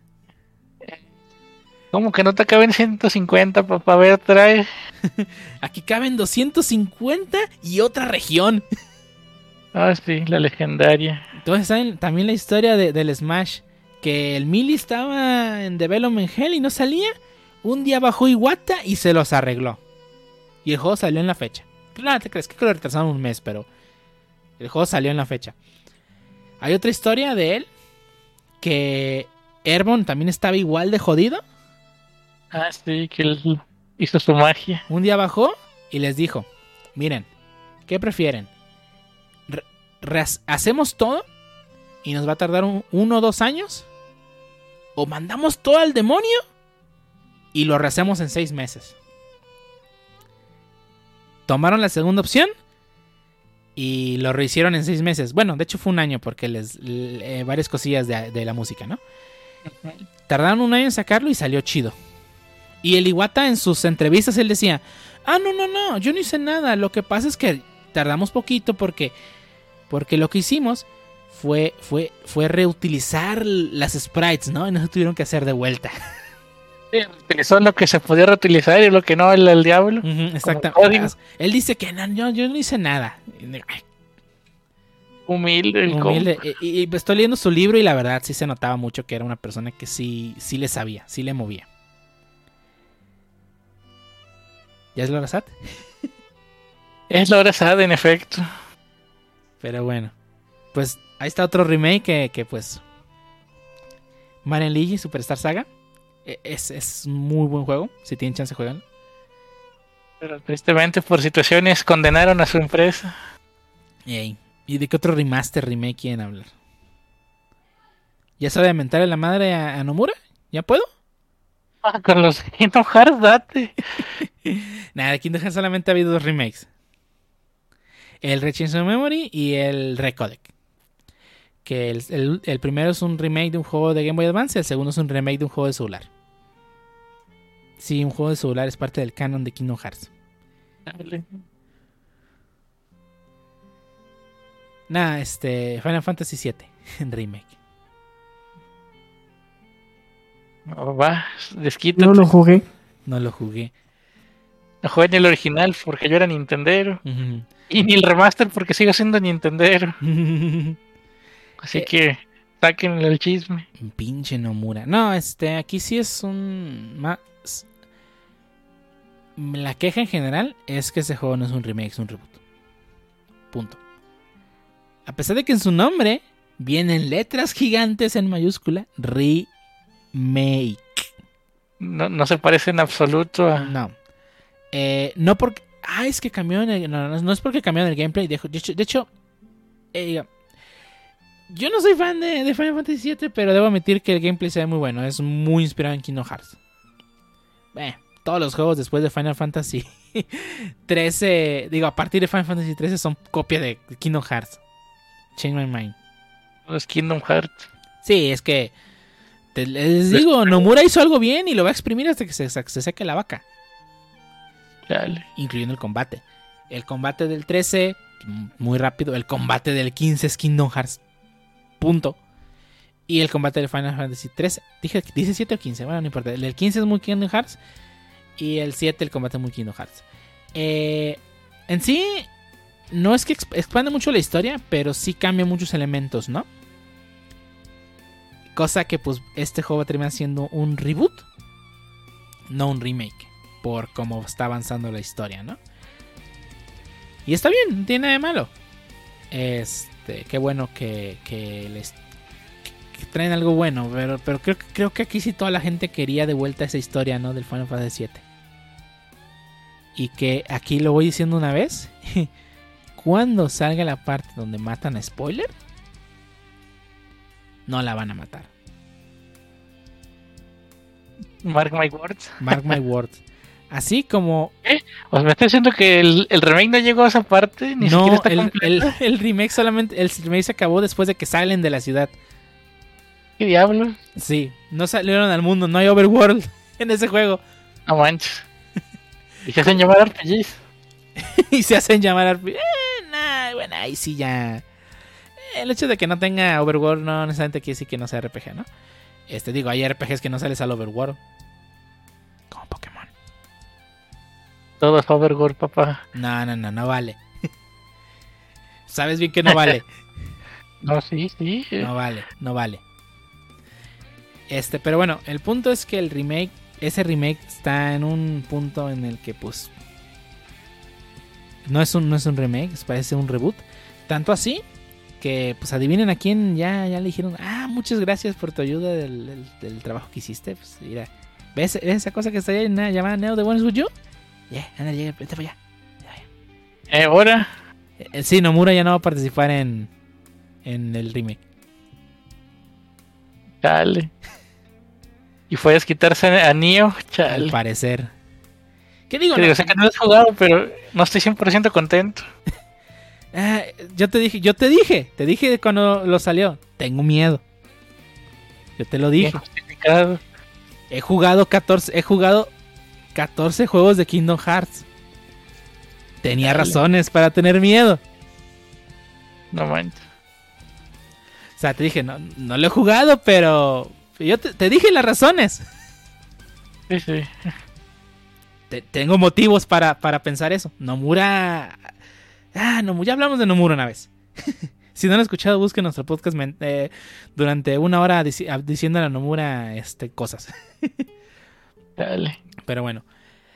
¿Cómo que no te caben 150, papá? A ver, trae. Aquí caben 250 y otra región. Ah, sí, la legendaria. Entonces, ¿saben? También la historia del Smash. Que el Melee estaba en Development Hell y no salía. Un día bajó Iwata y se los arregló. Y el juego salió en la fecha. Claro, te crees que lo retrasaron un mes, pero el juego salió en la fecha. Hay otra historia de él. Que Airborne también estaba igual de jodido. Ah, sí, que él hizo su magia. Un día bajó y les dijo: miren, ¿qué prefieren? ¿Hacemos todo y nos va a tardar 1 o 2 años? ¿O mandamos todo al demonio y lo rehacemos en 6 meses? Tomaron la segunda opción y lo rehicieron en 6 meses. Bueno, de hecho fue 1 año porque varias cosillas de la música, ¿no? Tardaron 1 año en sacarlo y salió chido. Y el Iwata en sus entrevistas él decía: no, yo no hice nada. Lo que pasa es que tardamos poquito porque lo que hicimos fue reutilizar las sprites, ¿no? Y no se tuvieron que hacer de vuelta. Sí, utilizó lo que se podía reutilizar y lo que no, el diablo. Exactamente. Él dice que no, yo no hice nada. Humilde. Y estoy leyendo su libro y la verdad sí se notaba mucho que era una persona que sí le sabía, sí le movía. ¿Ya es Laura Sad? Es Laura Sad, en efecto. Pero bueno, pues ahí está otro remake que pues... Mario & Luigi Superstar Saga. Es muy buen juego. Si tienen chance, juegan. Pero tristemente por situaciones condenaron a su empresa. ¿Y de qué otro remake quieren hablar? ¿Ya sabe mentarle la madre a Nomura? ¿Ya puedo? Con los Kingdom Hearts, date. Nada, de Kingdom Hearts solamente ha habido 2 remakes. El Rechains of Memory y el Recodec. Que el primero es un remake de un juego de Game Boy Advance y el segundo es un remake de un juego de celular. Sí, un juego de celular es parte del canon de Kingdom Hearts. Nada, Final Fantasy VII en remake. No, va, desquítate. No lo jugué. No lo jugué. No jugué ni el original porque yo era Nintendero. Uh-huh. Y ni el remaster porque sigo siendo Nintendero. Así que sáquenle el chisme. Pinche Nomura. No, aquí sí es un... La queja en general es que ese juego no es un remake, es un reboot. Punto. A pesar de que en su nombre vienen letras gigantes en mayúscula, remake. No se parece en absoluto a... No. No porque... es que cambió no es porque cambiaron el gameplay. De hecho yo no soy fan de Final Fantasy VII, pero debo admitir que el gameplay se ve muy bueno. Es muy inspirado en Kingdom Hearts. Todos los juegos después de Final Fantasy 13, a partir de Final Fantasy 13 son copia de Kingdom Hearts. Change my mind. Los Kingdom Hearts. Sí, es que les digo, Nomura hizo algo bien y lo va a exprimir hasta que se seque la vaca. Dale. Incluyendo el combate. El combate del 13, muy rápido. El combate del 15 es Kingdom Hearts. Punto. Y el combate del Final Fantasy 13. Dije 17 o 15, bueno, no importa. El 15 es muy Kingdom Hearts. Y el 7, el combate es muy Kingdom Hearts. En sí, no es que expande mucho la historia, pero sí cambia muchos elementos, ¿no? Cosa que pues este juego va a terminar siendo un reboot, no un remake, por cómo está avanzando la historia, ¿no? Y está bien, no tiene nada de malo. Qué bueno que traen algo bueno, pero creo que aquí sí toda la gente quería de vuelta esa historia, ¿no? Del Final Fantasy VII. Y que aquí lo voy diciendo una vez. Cuando salga la parte donde matan a Spoiler, no la van a matar. Mark my words. Mark my words. Así como... O sea, me está diciendo que el remake no llegó a esa parte, ni siquiera No, está completo. el remake solamente... El remake se acabó después de que salen de la ciudad. ¿Qué diablos? Sí, no salieron al mundo, no hay overworld en ese juego. No manches. Y se hacen llamar RPGs. Y se hacen llamar... bueno, ahí sí ya... El hecho de que no tenga overworld no necesariamente quiere decir que no sea RPG, ¿no? Digo, hay RPGs que no sales al overworld. Como Pokémon. Todo es overworld, papá. No vale. Sabes bien que no vale. No, sí. No vale. Pero bueno, el punto es que ese remake está en un punto en el que pues no es un remake, parece un reboot. Tanto así que pues adivinen a quién ya le dijeron, muchas gracias por tu ayuda del trabajo que hiciste. Pues mira, ¿ves esa cosa que está ahí llamada Neo de One With You? Anda, vete para allá. ¿Ahora? Sí, Nomura ya no va a participar en el remake. Chale. Y fue a quitarse a Neo, chale. Al parecer. ¿Qué digo? Sé que no lo has jugado, pero no estoy 100% contento. Yo te dije cuando lo salió, tengo miedo. Yo te lo dije. He jugado 14 juegos de Kingdom Hearts. Tenía razones para tener miedo. No manches. O sea, te dije, no lo he jugado, pero yo te dije las razones. Sí. Tengo motivos para pensar eso. Nomura... ya hablamos de Nomura una vez. Si no lo han escuchado, busquen nuestro podcast durante una hora diciendo a Nomura cosas. Dale. Pero bueno.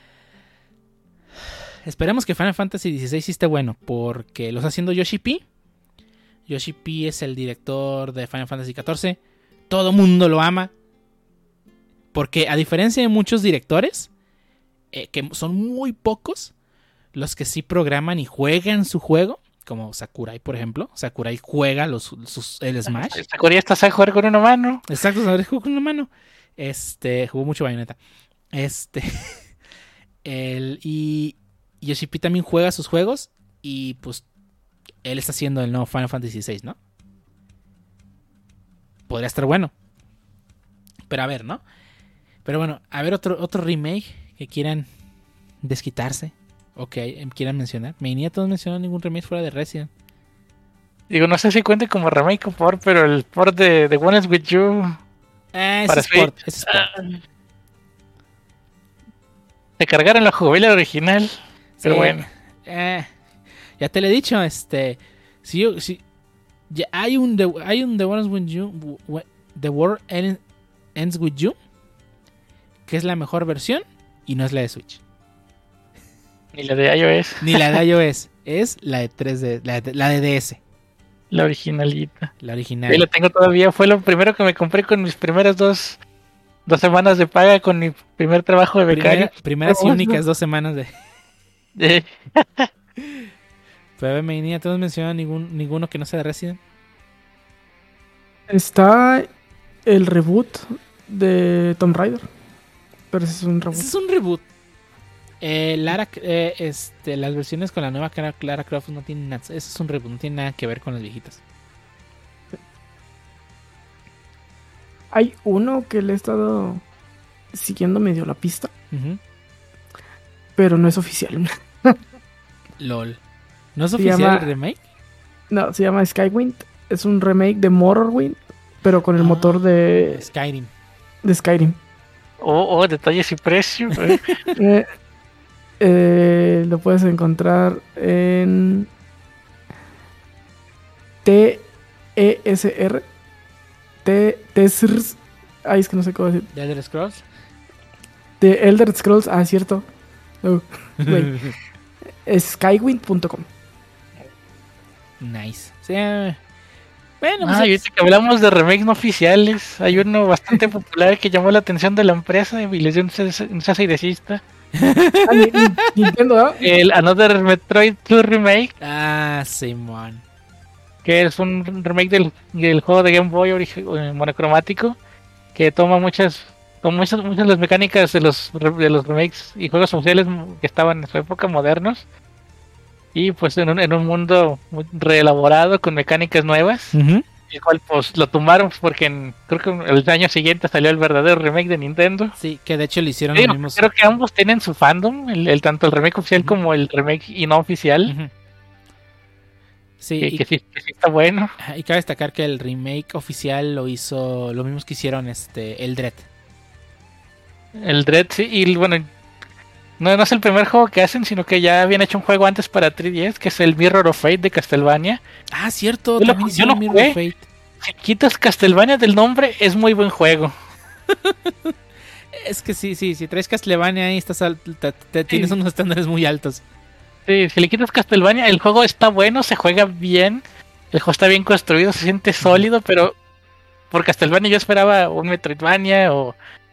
Esperemos que Final Fantasy XVI sí esté bueno, porque lo está haciendo Yoshi P. Yoshi P es el director de Final Fantasy XIV. Todo mundo lo ama. Porque a diferencia de muchos directores, que son muy pocos los que sí programan y juegan su juego, como Sakurai, por ejemplo. Sakurai juega el Smash. Sakurai está a jugar con una mano. Exacto, Sakurai jugó con una mano. Jugó mucho Bayonetta. Y Yoshi P también juega sus juegos. Y pues él está haciendo el nuevo Final Fantasy VI, ¿no? Podría estar bueno. Pero a ver, ¿no? Pero bueno, a ver otro remake que quieran desquitarse. O que quieran mencionar. Me todos mencionaron ningún remake fuera de Resident. Digo, no sé si cuente como remake o port, pero el port de One Is With You. Ese es port. Se cargaron la jugabilidad original. Pero bueno. Ya te lo he dicho, si ya hay un The One Is With You, The World Ends With You, que es la mejor versión y no es la de Switch. Ni la de iOS. Ni la de iOS, es la de 3D, la de DS. La originalita. La original. Yo la tengo todavía, fue lo primero que me compré con mis primeras dos semanas de paga con mi primer trabajo de becario. Primeras y únicas 2 semanas de... Pero me niña, ¿te has mencionado ninguno que no sea de Resident? Está el reboot de Tomb Raider. Pero ese es un reboot. Ese es un reboot. Las versiones con la nueva Lara Croft no tienen nada. Ese es un reboot, no tiene nada que ver con las viejitas. Hay uno que le he estado siguiendo medio la pista. Uh-huh. Pero no es oficial. LOL. ¿No es oficial el remake? No, se llama Skywind. Es un remake de Morrowind, pero con el motor de Skyrim. De Skyrim. Detalles y precio. Lo puedes encontrar en TESR. TESRS. Ay, es que no sé cómo decir. ¿De Elder Scrolls? De Elder Scrolls, cierto. Skywind.com. Nice. O sea, bueno, pues ahorita que hablamos de remakes no oficiales, hay uno bastante popular que llamó la atención de la empresa y les dio un cese y desista. Nintendo, ¿no? El Another Metroid 2 Remake. Simón. Que es un remake del juego de Game Boy monocromático, que toma como muchas de las mecánicas de los remakes y juegos oficiales que estaban en su época modernos, y pues en un mundo muy reelaborado con mecánicas nuevas, el cual pues lo tumbaron porque creo que el año siguiente salió el verdadero remake de Nintendo. Sí, que de hecho le hicieron los mismos. Creo que ambos tienen su fandom, tanto el remake oficial como el remake no oficial. Sí, que sí está bueno. Y cabe destacar que el remake oficial lo hizo los mismos que hicieron el Dread. El Dread, sí, y bueno, no es el primer juego que hacen, sino que ya habían hecho un juego antes para 3DS, que es el Mirror of Fate de Castlevania. Ah, cierto, yo lo Mirror of Fate. Si quitas Castlevania del nombre, es muy buen juego. Es que sí, si traes Castlevania ahí tienes unos estándares muy altos. Sí, si le quitas Castlevania, el juego está bueno, se juega bien, el juego está bien construido, se siente sólido, pero por Castlevania yo esperaba un Metroidvania o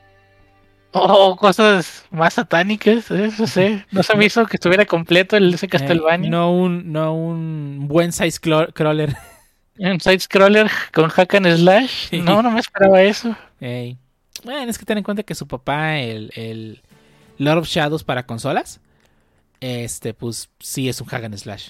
cosas más satánicas, no sé, no se me hizo que estuviera completo ese Castlevania. No un buen side-scroller. Un side-scroller con hack and slash, no me esperaba eso. Bueno, es que ten en cuenta que su papá, el Lord of Shadows para consolas, pues sí es un hack and slash.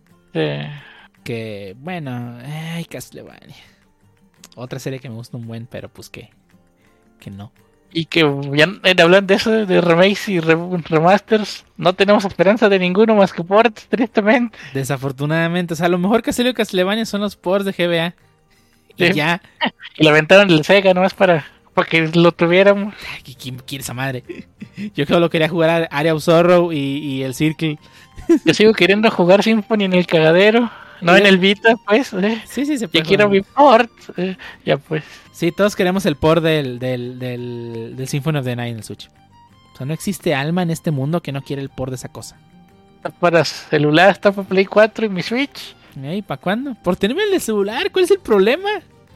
Que, bueno, Castlevania. Otra serie que me gusta un buen, pero pues que no. Y que ya hablando de eso, de remakes y remasters, no tenemos esperanza de ninguno más que ports, tristemente. Desafortunadamente, o sea, lo mejor que ha salido Castlevania son los ports de GBA. Sí. Y ya. Y lo aventaron el Sega nomás para que lo tuviéramos. Ay, ¿quién quiere esa madre? Yo solo quería jugar a Area of Sorrow y el Circle. Yo sigo queriendo jugar Symphony en el cagadero. No en el Vita, pues. Sí, se puede. Yo quiero mi port. Ya pues. Sí, todos queremos el port del Symphony of the Night en el Switch. O sea, no existe alma en este mundo que no quiere el port de esa cosa. Está para celular, está para Play 4 y mi Switch. ¿Para cuándo? Por tenerme el de celular, ¿cuál es el problema?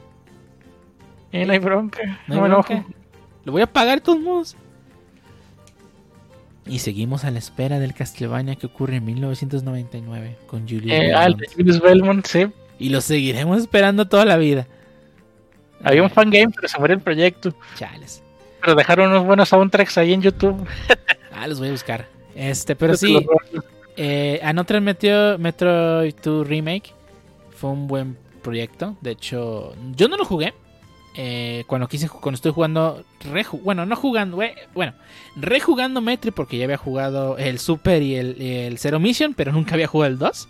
No hay bronca. No hay bronca. Lo voy a pagar de todos modos. Y seguimos a la espera del Castlevania que ocurre en 1999 con Julius Belmont. Julius Belmont, sí. Y lo seguiremos esperando toda la vida. Había un fangame, pero se murió el proyecto. Chales. Pero dejaron unos buenos soundtracks ahí en YouTube. Los voy a buscar. Pero sí. Another Metroid 2 Remake fue un buen proyecto. De hecho, yo no lo jugué. Cuando estoy jugando, rejugando Metroid, porque ya había jugado el Super y el Zero Mission, pero nunca había jugado el 2.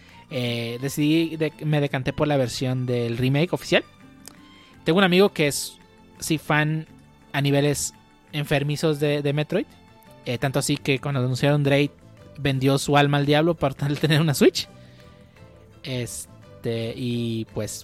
Me decanté por la versión del remake oficial. Tengo un amigo que es fan a niveles enfermizos de Metroid. Tanto así que cuando anunciaron Dread vendió su alma al diablo para tener una Switch. Y pues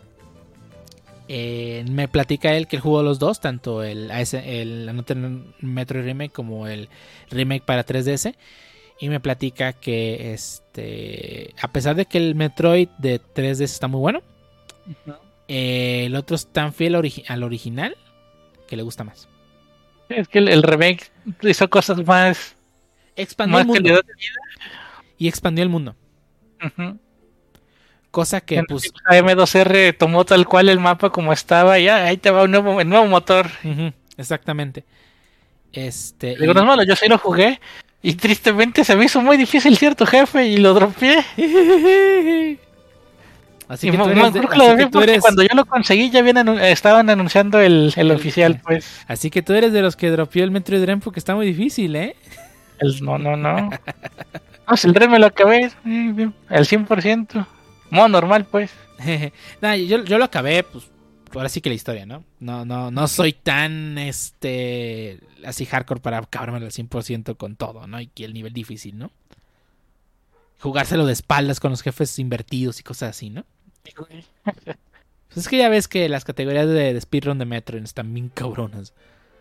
me platica él que él jugó los dos, tanto el Another Metroid Remake como el remake para 3DS. Y me platica que a pesar de que el Metroid de 3DS está muy bueno, el otro es tan fiel al original que le gusta más. Es que el remake hizo cosas más... Expandió el mundo. Y expandió el mundo. Cosa que pues M2R tomó tal cual el mapa como estaba y ahí te va el nuevo motor. Exactamente. Digo, no es malo, yo sí lo jugué y tristemente se me hizo muy difícil cierto jefe y lo dropeé. Así que tú eres cuando yo lo conseguí ya estaban anunciando el oficial, pues. Así que tú eres de los que dropeó el Metroid Dread porque está muy difícil, ¿eh? No. No, si el Dread me lo acabé al 100%. Modo normal, pues. Yo lo acabé, pues, ahora sí que la historia, ¿no? No soy tan, así hardcore para acabármelo al 100% con todo, ¿no? Y el nivel difícil, ¿no? Jugárselo de espaldas con los jefes invertidos y cosas así, ¿no? Pues es que ya ves que las categorías de speedrun de Metroid están bien cabronas.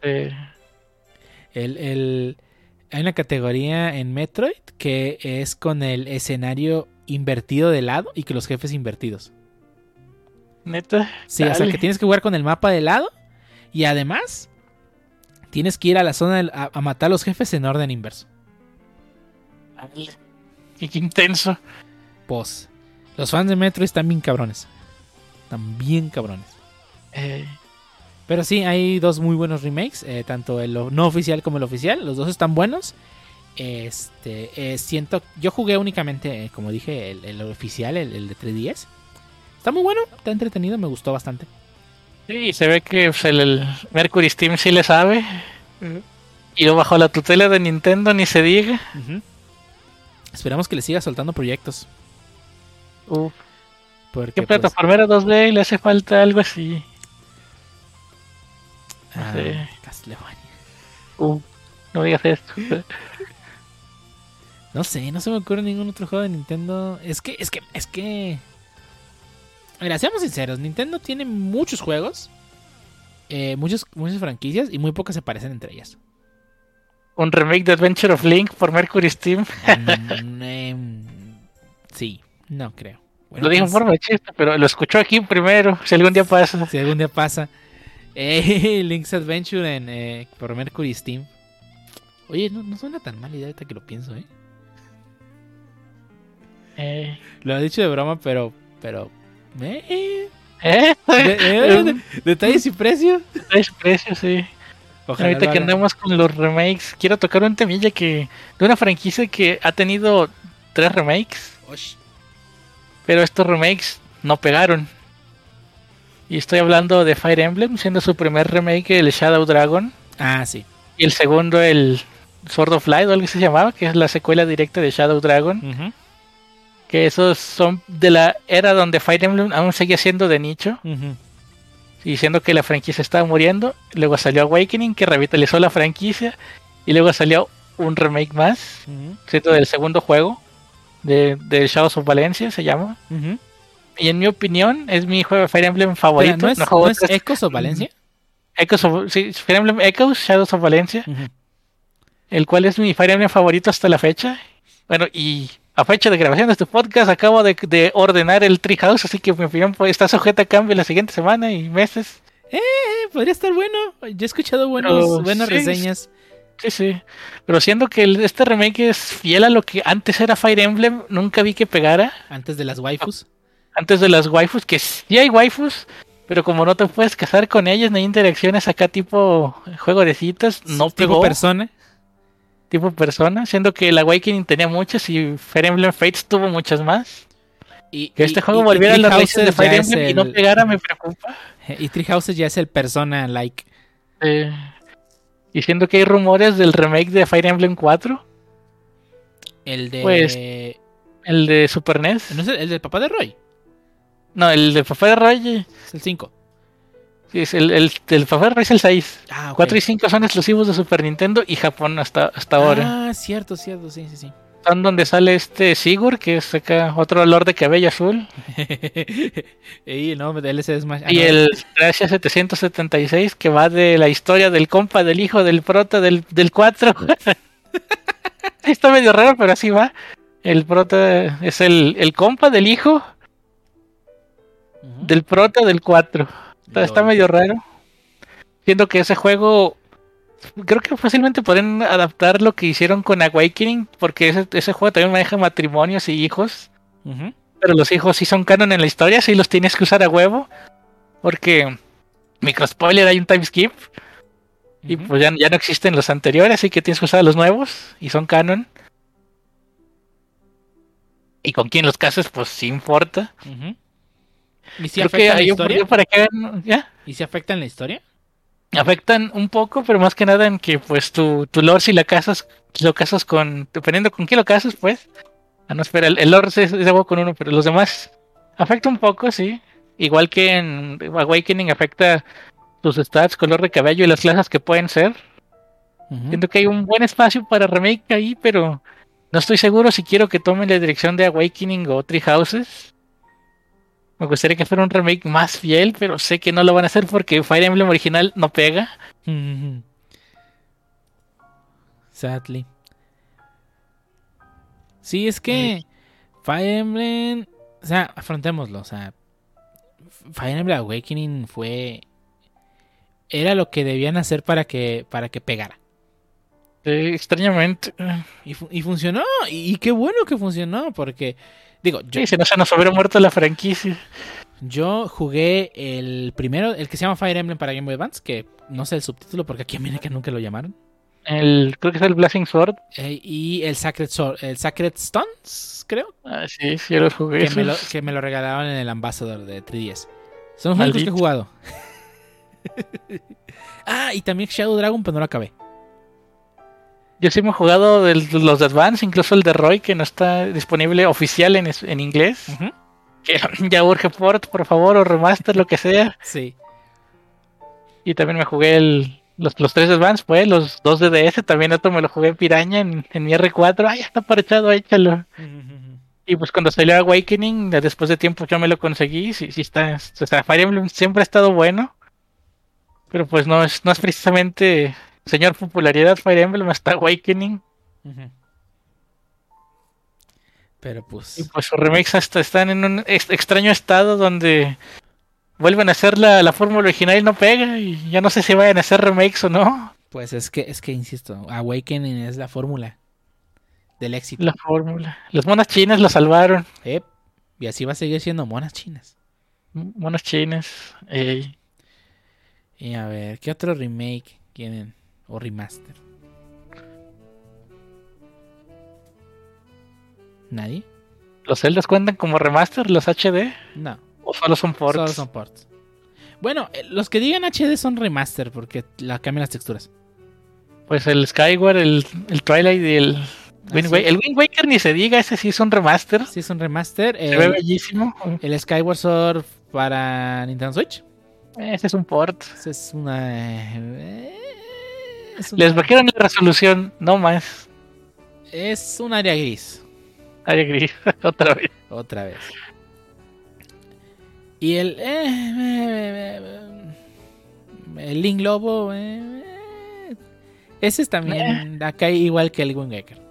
Hay una categoría en Metroid que es con el escenario invertido de lado y que los jefes invertidos. ¿Neta? Sí, dale. O sea que tienes que jugar con el mapa de lado y además tienes que ir a la zona a matar a los jefes en orden inverso. Dale. Qué intenso. Pues los fans de Metroid están bien cabrones. Están bien cabrones. Pero sí, hay dos muy buenos remakes, tanto el no oficial como el oficial. Los dos están buenos. Siento, yo jugué únicamente, como dije, el oficial, el de 3DS. Está muy bueno, está entretenido, me gustó bastante. Sí, se ve que pues, el Mercury Steam sí le sabe. Y lo bajo la tutela de Nintendo, ni se diga. Esperamos que le siga soltando proyectos. Porque, ¿qué plataformera 2D le hace falta algo así? Castlevania. No digas esto. No sé, no se me ocurre ningún otro juego de Nintendo. Es que. Mira, seamos sinceros, Nintendo tiene muchos juegos, muchas franquicias y muy pocas se parecen entre ellas. Un remake de Adventure of Link por Mercury Steam. Sí, no creo. Bueno, lo dije en forma de chiste, pero lo escuchó aquí primero. Si algún día pasa. Si algún día pasa. Link's Adventure por Mercury Steam. Oye, no suena tan mala idea ahorita que lo pienso, Lo he dicho de broma, pero detalles y precios. Detalles y precios, sí. Ojalá ahorita que andamos con los remakes, quiero tocar un temilla de una franquicia que ha tenido 3 remakes. Osh. Pero estos remakes no pegaron. Y estoy hablando de Fire Emblem, siendo su primer remake el Shadow Dragon. Ah, sí. Y el segundo el Sword of Light, o algo que se llamaba, que es la secuela directa de Shadow Dragon. Que esos son de la era donde Fire Emblem aún seguía siendo de nicho. Y siendo que la franquicia estaba muriendo. Luego salió Awakening, que revitalizó la franquicia. Y luego salió un remake más, ¿cierto? Del segundo juego de Shadows of Valencia se llama. Y en mi opinión es mi juego de Fire Emblem favorito. ¿No es Echoes of Valencia? Sí, Fire Emblem Echoes, Shadows of Valencia. El cual es mi Fire Emblem favorito hasta la fecha. Bueno, y a fecha de grabación de este podcast acabo de ordenar el Treehouse, así que mi opinión está sujeta a cambio la siguiente semana y meses. Podría estar bueno. Yo he escuchado buenas reseñas. Sí. Pero siendo que este remake es fiel a lo que antes era Fire Emblem, nunca vi que pegara. Antes de las waifus. Antes de las waifus, que sí hay waifus, pero como no te puedes casar con ellas, no hay interacciones acá tipo juego de citas, no pegó. Tipo persona, siendo que el Awakening tenía muchas y Fire Emblem Fates tuvo muchas más. Que este juego volviera a las raíces de Fire Emblem y no pegara me preocupa. Y Treehouses ya es el persona-like. Y siendo que hay rumores del remake de Fire Emblem 4. El de... Pues, el de Super NES. ¿No es el del papá de Roy? No, el de papá de Roy es el 5. Sí, es el papá de Roy es el 6. Ah, okay. 4 y 5 son exclusivos de Super Nintendo y Japón hasta ahora. Ah, cierto, sí. Son donde sale Sigurd, que es acá otro Lord de cabello azul. Y no, de DLC es más... Y el Gracia 776, que va de la historia del compa, del hijo, del prota, del 4. Está medio raro, pero así va. El prota es el compa del hijo del prota del 4. Está medio raro. Siento que ese juego... Creo que fácilmente pueden adaptar lo que hicieron con Awakening, porque ese juego también maneja matrimonios y hijos. Pero los hijos sí son canon en la historia, sí los tienes que usar a huevo. Porque, microspoiler, hay un time skip. Y pues ya no existen los anteriores, así que tienes que usar a los nuevos y son canon. Y con quien los cases, pues sí importa. ¿Y si afectan la historia? Para que ¿ya? ¿Y si afectan la historia? Afectan un poco, pero más que nada en que pues tu lore si lo casas con... Dependiendo con quién lo casas, pues. Ah, no, espera, el lore es de huevo con uno, pero los demás afecta un poco, sí. Igual que en Awakening afecta tus stats, color de cabello y las clases que pueden ser. Siento que hay un buen espacio para remake ahí, pero no estoy seguro si quiero que tomen la dirección de Awakening o Treehouses. Me gustaría que fuera un remake más fiel, pero sé que no lo van a hacer porque Fire Emblem original no pega. Sadly. Sí, es que Fire Emblem... O sea, afrontémoslo. O sea, Fire Emblem Awakening era lo que debían hacer para que pegara. Extrañamente. Y funcionó. Y qué bueno que funcionó, porque... Digo, sí, se nos hubiera muerto la franquicia. Yo jugué el primero, el que se llama Fire Emblem para Game Boy Advance, que no sé el subtítulo porque aquí en América nunca lo llamaron. Creo que es el Blazing Sword. Y el Sacred Sword, el Sacred Stones, creo. Sí, yo lo jugué. Que me lo regalaron en el Ambassador de 3DS. Son los únicos que he jugado. Y también Shadow Dragon, pero no lo acabé. Yo sí me he jugado los de Advance, incluso el de Roy, que no está disponible oficial en inglés. Uh-huh. Que ya urge port, por favor, o remaster, lo que sea. Sí. Y también me jugué los 3 de Advance, pues, los 2 de DS. También otro me lo jugué en Piraña en mi R4. Ya está parchado, échalo. Uh-huh. Y pues cuando salió Awakening, después de tiempo yo me lo conseguí. Sí está. O sea, Fire Emblem siempre ha estado bueno. Pero pues no es precisamente señor popularidad Fire Emblem hasta Awakening. Uh-huh. Pero pues... Y pues sus remakes hasta están en un extraño estado donde vuelven a hacer la fórmula original y no pega. Y ya no sé si vayan a hacer remakes o no. Pues es que insisto, Awakening es la fórmula del éxito. La fórmula. Las monas chinas la salvaron. Y así va a seguir siendo monas chinas. Monas chinas. Y a ver, ¿qué otro remake tienen? O remaster. ¿Nadie? ¿Los Zeldas cuentan como remaster, los HD? No. ¿O solo son ports? Solo son ports. Bueno, los que digan HD son remaster porque cambian las texturas. Pues el Skyward, el Twilight y el Wind Waker. El Wind Waker ni se diga, ese sí es un remaster. Sí, es un remaster. Se ve bellísimo. El Skyward Sword para Nintendo Switch. Ese es un port. Ese es una... Les bajaron la resolución, no más. Es un área gris. Área gris, otra vez. Otra vez. Y el Link Lobo. Ese es también acá igual que el Wind Waker.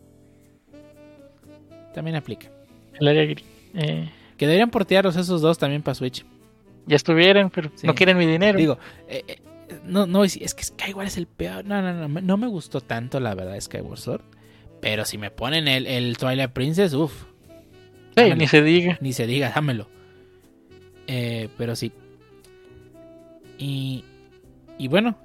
También aplica. El área gris. Que deberían portearlos esos dos también para Switch. Ya estuvieran, pero sí. No quieren mi dinero. Digo, no, es que Skyward es el peor. No me gustó tanto, la verdad, Skyward Sword. Pero si me ponen el Twilight Princess, uff. Sí, ni se diga. Ni se diga, dámelo. Pero sí. Y bueno,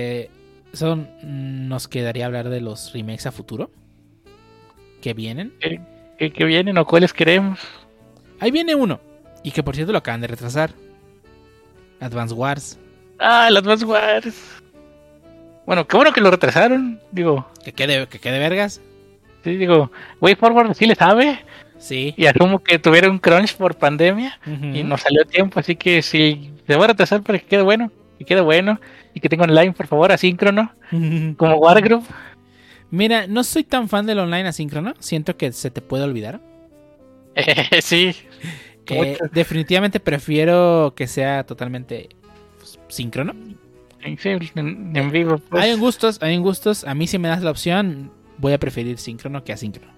nos quedaría hablar de los remakes a futuro. Que vienen. ¿Qué vienen o cuáles queremos? Ahí viene uno. Y que por cierto lo acaban de retrasar. Advance Wars. El Advance Wars. Bueno, qué bueno que lo retrasaron. Digo. Que quede vergas. Sí, digo. Way Forward sí le sabe. Sí. Y asumo que tuvieron un crunch por pandemia. Uh-huh. Y no salió tiempo. Así que sí, se va a retrasar para que quede bueno. Y quede bueno. Y que tenga online, por favor, asíncrono. Uh-huh. Como Wargroup. Mira, no soy tan fan del online asíncrono. Siento que se te puede olvidar. Sí. Definitivamente prefiero que sea totalmente síncrono. Sí, en vivo. Pues. Hay gustos. A mí si me das la opción, voy a preferir síncrono que asíncrono.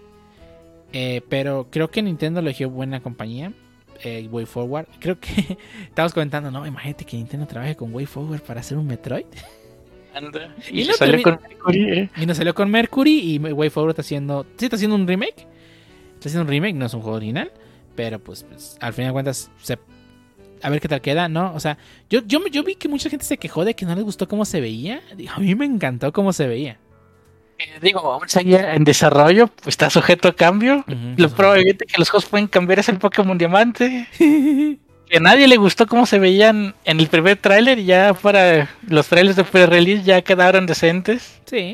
Pero creo que Nintendo eligió buena compañía. Way Forward. Creo que estábamos comentando, no, imagínate que Nintendo trabaje con Way Forward para hacer un Metroid. Anda. Y no salió con Mercury. Y no salió con Mercury. Y Way Forward está haciendo un remake. Está haciendo un remake, no es un juego original. Pero pues al final de cuentas, a ver qué tal queda, ¿no? O sea, yo vi que mucha gente se quejó de que no les gustó cómo se veía. A mí me encantó cómo se veía. Digo, aún seguía en desarrollo, pues está sujeto a cambio. Uh-huh, lo probablemente que los juegos pueden cambiar es el Pokémon Diamante. Que a nadie le gustó cómo se veían en el primer tráiler y ya para los trailers de pre-release ya quedaron decentes. Sí,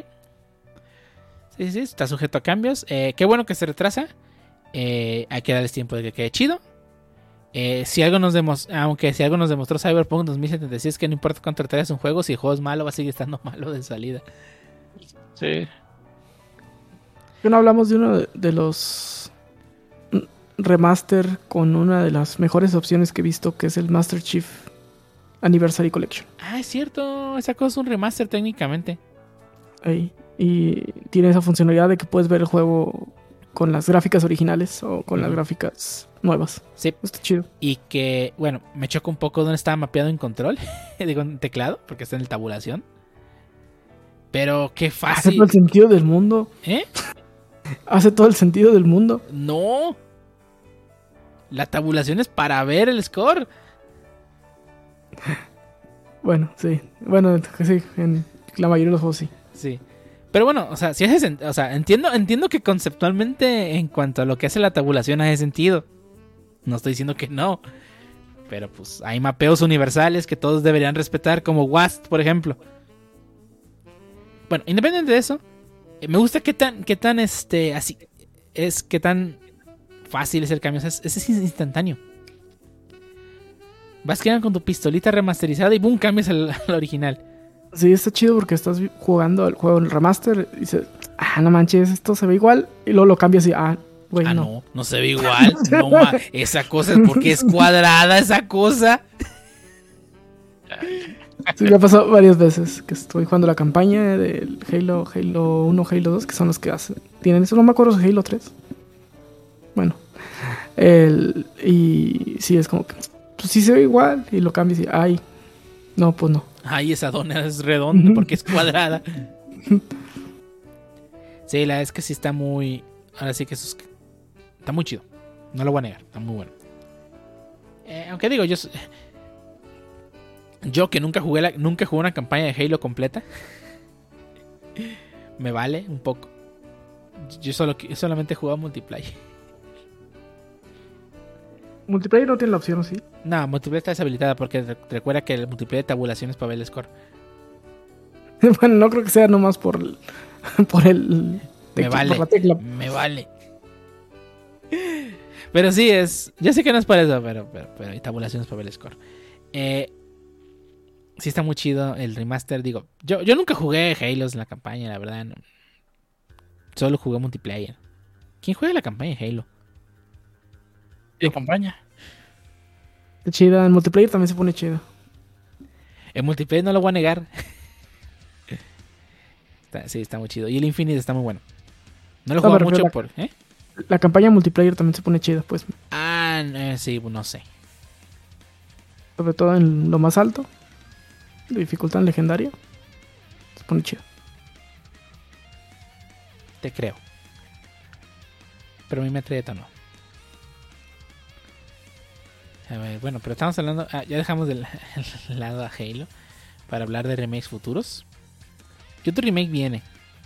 está sujeto a cambios. Qué bueno que se retrasa. Hay que darles tiempo de que quede chido. Si algo nos demostró Cyberpunk 2076 es que no importa cuánto retrases un juego, si el juego es malo va a seguir estando malo de salida. Sí. ¿No hablamos de uno de los remaster con una de las mejores opciones que he visto, que es el Master Chief Anniversary Collection? Es cierto, esa cosa es un remaster técnicamente. Ahí. Y tiene esa funcionalidad de que puedes ver el juego con las gráficas originales o con las gráficas nuevas. Sí. Está chido. Y que, bueno, me choca un poco donde estaba mapeado en control. Digo, en teclado, porque está en el tabulación. Pero qué fácil. Hace todo el sentido del mundo. ¿Eh? Hace todo el sentido del mundo. No. La tabulación es para ver el score. Bueno, sí. Bueno, sí, en la mayoría de los juegos sí. Sí. Pero bueno, o sea, sí hace o sea, entiendo que conceptualmente en cuanto a lo que hace la tabulación hace sentido. No estoy diciendo que no. Pero pues hay mapeos universales que todos deberían respetar, como WASD, por ejemplo. Bueno, independiente de eso, me gusta qué tan así es, qué tan fácil es el cambio. O sea, es instantáneo. Vas quedando con tu pistolita remasterizada y boom, cambias al original. Sí, está chido porque estás jugando el juego en remaster y dices, no manches, esto se ve igual. Y luego lo cambias y, güey, no se ve igual. No, esa cosa es porque es cuadrada esa cosa. Sí, me ha pasado varias veces que estoy jugando la campaña del Halo 1, Halo 2, que son los que tienen eso. No me acuerdo si Halo 3. Bueno. Y sí, es como que, pues sí se ve igual. Y lo cambias y, no, pues no. Esa dona es redonda porque es cuadrada. Sí, la es que sí está muy... Ahora sí que eso está muy chido. No lo voy a negar, está muy bueno. Aunque digo, yo que nunca jugué una campaña de Halo completa, me vale un poco. Yo solamente he jugado multiplayer. ¿Multiplayer no tiene la opción, sí? No, multiplayer está deshabilitada porque recuerda que el multiplayer de tabulación es para ver el score. Bueno, no creo que sea nomás por el me vale, por la tecla. Me vale. Pero sí es... Yo sé que no es para eso, pero hay tabulaciones para ver el score. Sí está muy chido el remaster. Digo, yo nunca jugué Halo en la campaña, la verdad. No. Solo jugué multiplayer. ¿Quién juega la campaña de Halo? ¿De campaña? Está chida. En multiplayer también se pone chido. En multiplayer no lo voy a negar. Sí, está muy chido. Y el Infinite está muy bueno. No lo juego mucho por... La campaña multiplayer también se pone chida, pues. Sí, no sé. Sobre todo en lo más alto. De dificultad en legendaria. Se pone chido. Te creo. Pero a mí me atreve no. A ver, bueno, pero estamos hablando... ya dejamos del lado a Halo para hablar de remakes futuros. ¿Qué otro remake viene?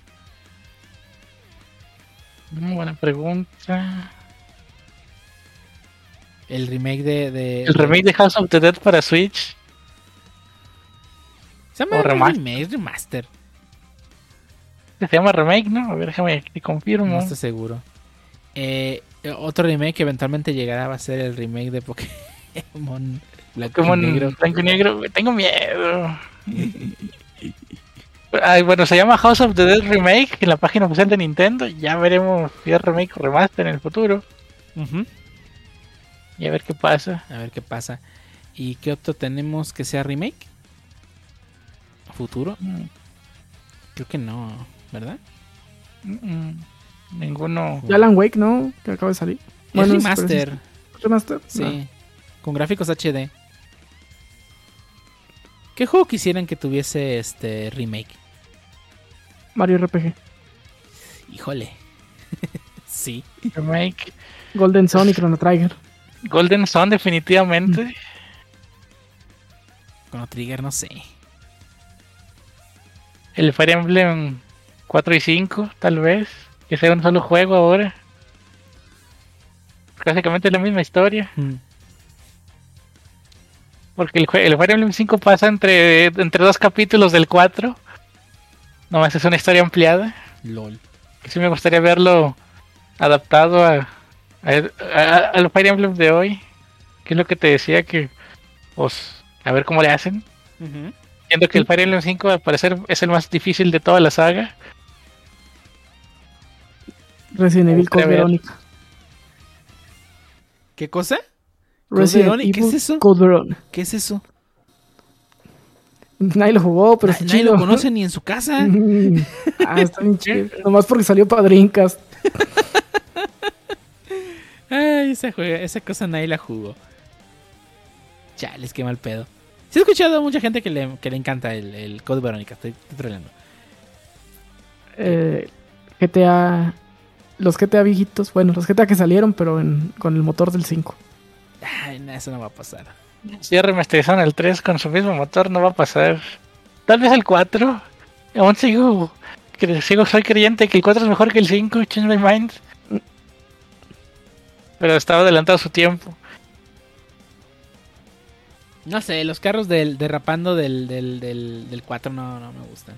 Buena pregunta. El remake de... El remake de House of the Dead para Switch. Se llama remaster. Se llama remake, ¿no? A ver, déjame que confirmo. No estoy seguro. Otro remake que eventualmente llegará va a ser el remake de Pokémon Blanco y Negro. Tengo miedo. Bueno, se llama House of the Dead Remake en la página oficial de Nintendo. Ya veremos si es remake o remaster en el futuro. Y a ver qué pasa. ¿Y qué otro tenemos que sea remake? ¿Futuro? Creo que no, ¿verdad? Ninguno. Y Alan Wake, ¿no? Que acaba de salir. Es remaster. ¿Remaster? Sí. Con gráficos HD. ¿Qué juego quisieran que tuviese remake? Mario RPG. Híjole. Sí. Remake. Golden Sun y Chrono Trigger. Golden Sun, definitivamente. Chrono Trigger, no sé. El Fire Emblem 4 y 5, tal vez. Que sea un solo juego ahora. Básicamente es la misma historia. Porque el Fire Emblem 5 pasa entre dos capítulos del 4. Nomás es una historia ampliada. LOL. Sí me gustaría verlo adaptado al Fire Emblem de hoy. Que es lo que te decía que... Pues, a ver cómo le hacen. Siento que el Fire Emblem 5 al parecer es el más difícil de toda la saga. Resident Evil Code Verónica. ¿Qué cosa? Resident Evil, ¿qué es eso? Code Verónica. ¿Qué es eso? Nadie lo jugó, pero es nadie chido. lo conoce ni en su casa. Está bien chido. Nomás porque salió para Dreamcast. Ay, esa cosa nadie la jugó. Chales, qué mal pedo. Sí he escuchado a mucha gente que le encanta el Code Verónica. Estoy troleando. GTA... Los GTA viejitos. Bueno, los GTA que salieron, pero con el motor del 5. Ay, no, eso no va a pasar. Si ya remasterizaron el 3 con su mismo motor, no va a pasar. Tal vez el 4. Aún soy creyente que el 4 es mejor que el 5. Change my mind. Pero estaba adelantado su tiempo. No sé, los carros derrapando del 4 no me gustan.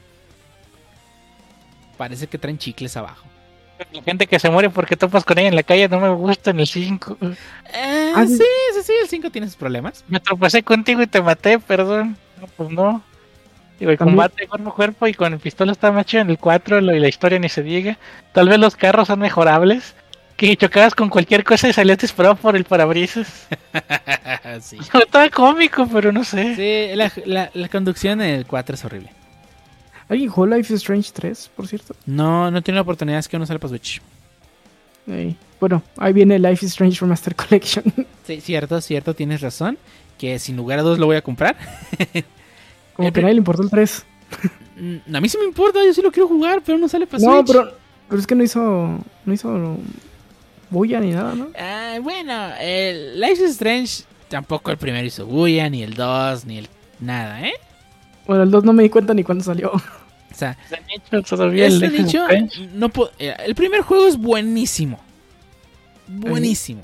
Parece que traen chicles abajo. La gente que se muere porque topas con ella en la calle no me gusta en el 5. Sí, el 5 tiene sus problemas. Me tropecé contigo y te maté, perdón. No, pues no. Digo, el combate cuerpo a cuerpo y con el pistola está más chido en el 4 y la historia ni se diga. Tal vez los carros son mejorables. Que chocabas con cualquier cosa y salías disparado por el parabrisas. Sí. Estaba cómico, pero no sé. Sí, la conducción en el 4 es horrible. ¿Alguien jugó Life is Strange 3, por cierto? No tiene la oportunidad, es que uno sale para Switch. Bueno, ahí viene Life is Strange Remaster Collection. Sí, cierto, tienes razón. Que sin lugar a dudas lo voy a comprar. Como que a nadie le importó el 3. A mí sí me importa, yo sí lo quiero jugar, pero no sale para Switch. No, pero es que no hizo bulla ni nada, ¿no? Bueno, el Life is Strange tampoco el primero hizo bulla, ni el 2, ni el nada, ¿eh? Bueno, el 2 no me di cuenta ni cuándo salió. O sea, todavía el primer juego es buenísimo. Buenísimo.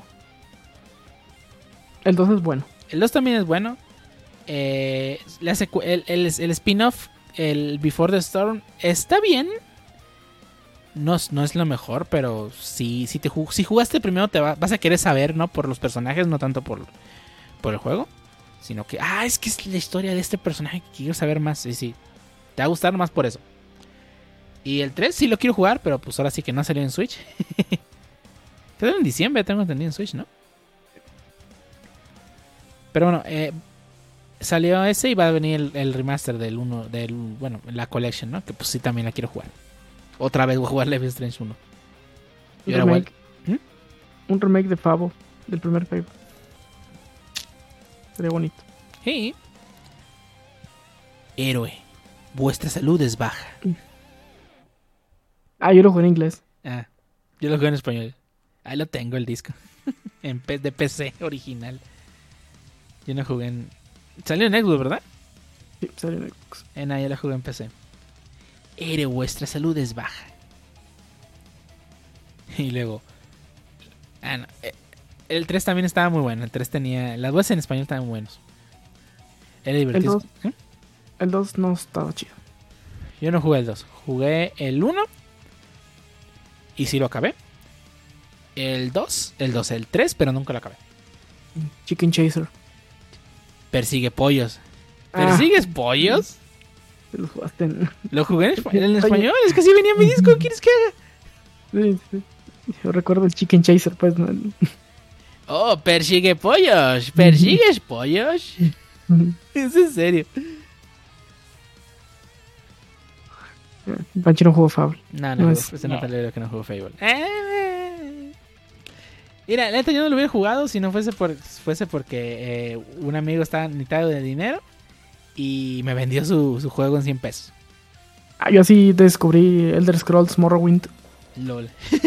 El 2 es bueno. El 2 también es bueno. El spin-off, el Before the Storm, está bien. No es lo mejor, pero si jugaste el primero vas a querer saber, ¿no? Por los personajes, no tanto por el juego. Sino que, es que es la historia de este personaje que quiero saber más. Sí, te va a gustar más por eso. Y el 3 sí lo quiero jugar, pero pues ahora sí que no salió en Switch. Salió en diciembre, tengo entendido, en Switch, ¿no? Pero bueno, salió ese y va a venir el remaster del 1, bueno, la collection, ¿no? Que pues sí también la quiero jugar. Otra vez voy a jugar Life is Strange 1. Un remake de Fable, del primer Fable. Sería bonito. Sí. Héroe, vuestra salud es baja. Yo lo jugué en inglés. Yo lo jugué en español. Ahí lo tengo el disco. De PC original. Yo no jugué en... Salió en Xbox, ¿verdad? Sí, salió en Xbox. Yo la jugué en PC. Héroe, vuestra salud es baja. Y luego... no. El 3 también estaba muy bueno. El 3 tenía... Las voces en español estaban muy buenos. Era divertido. El 2 no estaba chido. Yo no jugué el 2. Jugué el 1. Y sí lo acabé. El 3, pero nunca lo acabé. Chicken Chaser. Persigue pollos. ¿Persigues pollos? Lo jugaste en... Lo jugué en español. Es que así venía mi disco. ¿Quieres que haga? Sí. Yo recuerdo el Chicken Chaser, pues. ¿No? Persigue pollos. ¿Persigues pollos? Es en serio. Pancho no jugó Fable. No se nota que no jugó Fable. Mira, neta, yo no lo hubiera jugado si no fuese porque un amigo estaba necesitado de dinero y me vendió su juego en 100 pesos. Yo así descubrí Elder Scrolls Morrowind. LOL.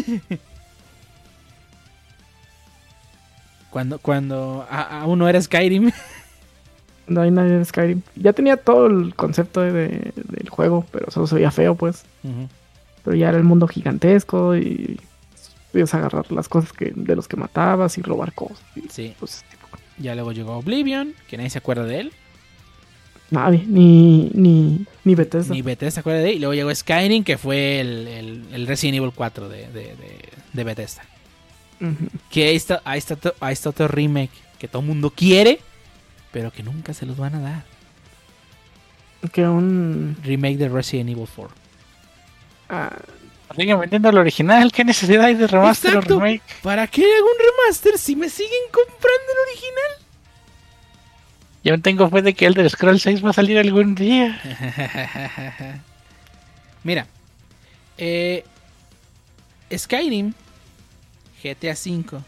Cuando aún no era Skyrim. No hay nadie en Skyrim. Ya tenía todo el concepto del juego, pero solo se veía feo, pues. Uh-huh. Pero ya era el mundo gigantesco y podías agarrar las cosas de los que matabas y robar cosas. Sí. Pues, ya luego llegó Oblivion, que nadie se acuerda de él. Nadie, ni Bethesda. Ni Bethesda se acuerda de él. Y luego llegó Skyrim, que fue el Resident Evil 4 de Bethesda. Uh-huh. Que ahí está otro remake que todo el mundo quiere, pero que nunca se los van a dar. Que un remake de Resident Evil 4. Siguen vendiendo el original. ¿Qué necesidad hay de remaster o remake? ¿Para qué hago un remaster si me siguen comprando el original? Yo tengo fe de que Elder Scrolls 6 va a salir algún día. Mira, Skyrim, GTA V,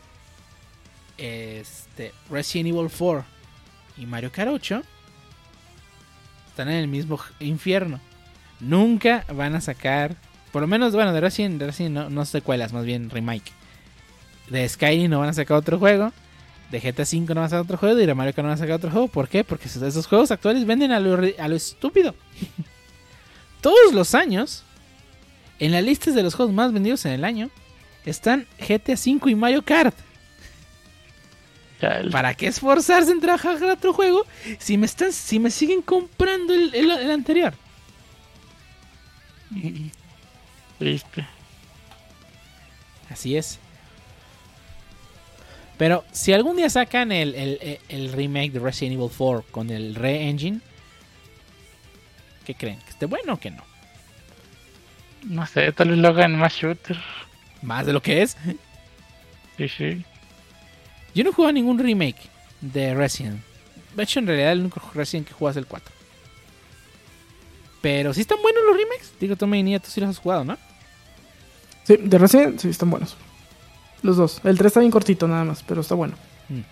Resident Evil 4 y Mario Kart 8 están en el mismo infierno. Nunca van a sacar, por lo menos, bueno, de Resident no secuelas, más bien remake. De Skyrim no van a sacar otro juego. De GTA V no van a sacar otro juego, de Mario Kart no van a sacar otro juego. ¿Por qué? Porque esos juegos actuales venden a lo estúpido. Todos los años, en las listas de los juegos más vendidos en el año, están GTA V y Mario Kart. ¿Para qué esforzarse en trabajar otro juego si me siguen comprando el anterior? Triste. Así es. Pero si algún día sacan el remake de Resident Evil 4 con el Re-Engine, ¿qué creen? ¿Que esté bueno o que no? No sé, tal vez lo hagan más shooter. ¿Más de lo que es? Sí. Yo no he jugado ningún remake de Resident. De hecho, en realidad el único Resident que juego es el 4. Pero sí están buenos los remakes. Digo, tú, Medinilla, tú sí los has jugado, ¿no? Sí, de Resident sí están buenos. Los dos. El 3 está bien cortito nada más, pero está bueno.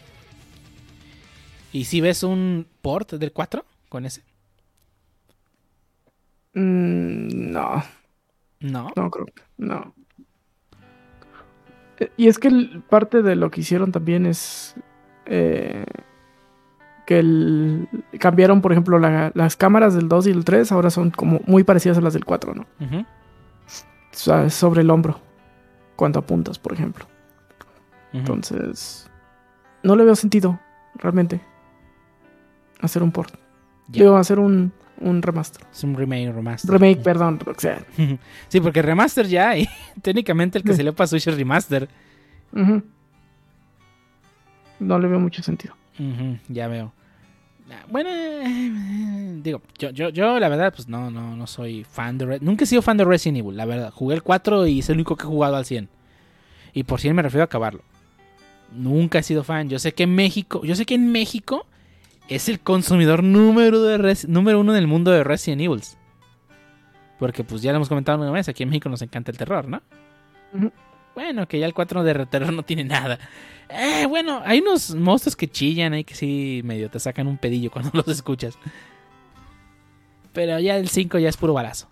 ¿Y si ves un port del 4 con ese? No. ¿No? No, creo que no. Y es que parte de lo que hicieron también es que cambiaron, por ejemplo, las cámaras del 2 y el 3 ahora son como muy parecidas a las del 4, ¿no? Uh-huh. O sea, es sobre el hombro cuando apuntas, por ejemplo. Uh-huh. Entonces, no le veo sentido, realmente, hacer un port. Yeah. Debo hacer un remaster. Es un remaster. Remake, perdón. O sea. Sí, porque remaster ya hay. Técnicamente el que se le para Switch es remaster. Uh-huh. No le veo mucho sentido. Uh-huh, ya veo. Bueno, digo, yo la verdad, pues no soy fan de nunca he sido fan de Resident Evil, la verdad. Jugué el 4 y es el único que he jugado al 100. Y por 100 me refiero a acabarlo. Nunca he sido fan. Yo sé que en México es el consumidor número uno del mundo de Resident Evil. Porque pues ya lo hemos comentado una vez, aquí en México nos encanta el terror, ¿no? Uh-huh. Bueno, que ya el 4 de terror no tiene nada. Bueno, hay unos monstruos que chillan ahí que sí medio te sacan un pedillo cuando los escuchas. Pero ya el 5 ya es puro balazo.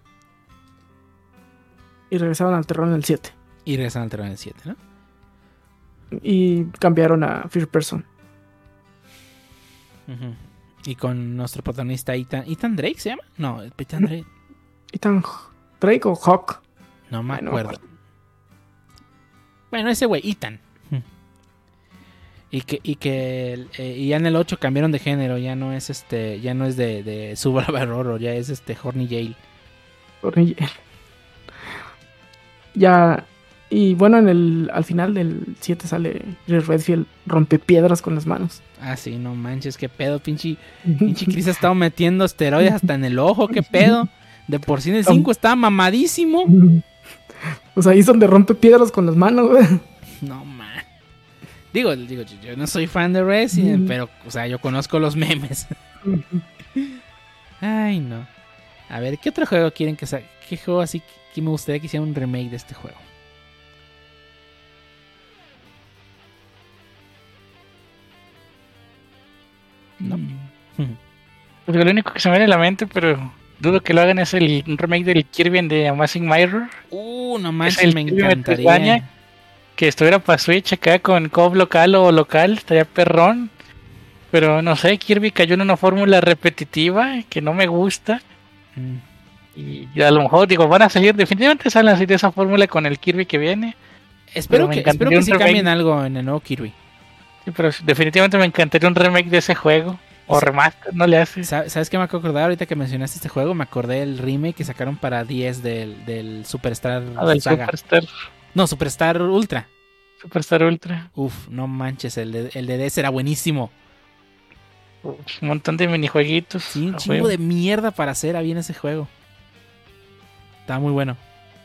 Y regresaron al terror en el 7. Y regresan al terror en el 7, ¿no? Y cambiaron a First Person. Uh-huh. Y con nuestro protagonista Ethan Drake, ¿se llama? No, Ethan Drake. ¿Ethan Drake o Hawk? No me acuerdo. Bueno, ese güey, Ethan. Y ya en el 8 cambiaron de género, ya no es de Suburban Horror, ya es Horny Yale. Horny Yale. Ya. Y bueno, al final del 7 sale Redfield rompe piedras con las manos. Ah, sí, no manches, qué pedo, pinche Chris ha estado metiendo esteroides hasta en el ojo, qué pedo. De por sí en el 5 estaba mamadísimo. Pues ahí es donde rompe piedras con las manos, güey. No, man. Digo, yo no soy fan de Resident, pero, o sea, yo conozco los memes. Ay, no. A ver, ¿qué otro juego quieren que saque? ¿Qué juego así que me gustaría que hiciera un remake de este juego? No. Pues lo único que se me viene a la mente, pero dudo que lo hagan, es un remake del Kirby de Amazing Mirror. No manches, me encantaría. Metroidvania, que estuviera para Switch acá con co-op local o local, estaría perrón. Pero no sé, Kirby cayó en una fórmula repetitiva que no me gusta. Y a lo mejor, digo, definitivamente salen a salir de esa fórmula con el Kirby que viene. Espero que sí cambien algo en el nuevo Kirby. Sí, pero definitivamente me encantaría un remake de ese juego. O remaster, no le hace. ¿Sabes qué me acabo de acordar ahorita que mencionaste este juego? Me acordé del remake que sacaron para 10 del Superstar Saga. Superstar. No, Superstar Ultra. Superstar Ultra. Uf, no manches, el de DS era buenísimo. Un montón de minijueguitos. Sí, un chingo de mierda para hacer había en ese juego. Estaba muy bueno.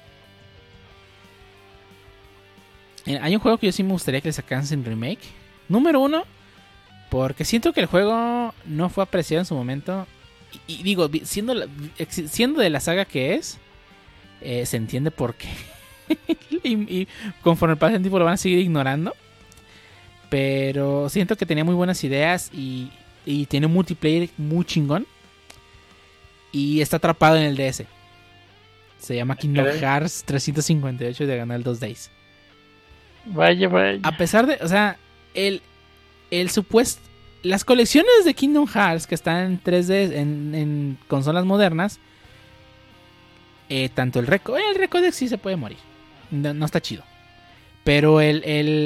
Hay un juego que yo sí me gustaría que le sacaran en remake. Número 1, porque siento que el juego no fue apreciado en su momento. Y digo, siendo de la saga que es, se entiende por qué. y conforme pasa el tiempo lo van a seguir ignorando. Pero siento que tenía muy buenas ideas y tiene un multiplayer muy chingón. Y está atrapado en el DS. Se llama Kingdom Hearts 358 de ganar el 2 Days. Vaya. A pesar de, o sea, las colecciones de Kingdom Hearts que están en 3D en consolas modernas, tanto el Recodex sí se puede morir, no está chido, pero el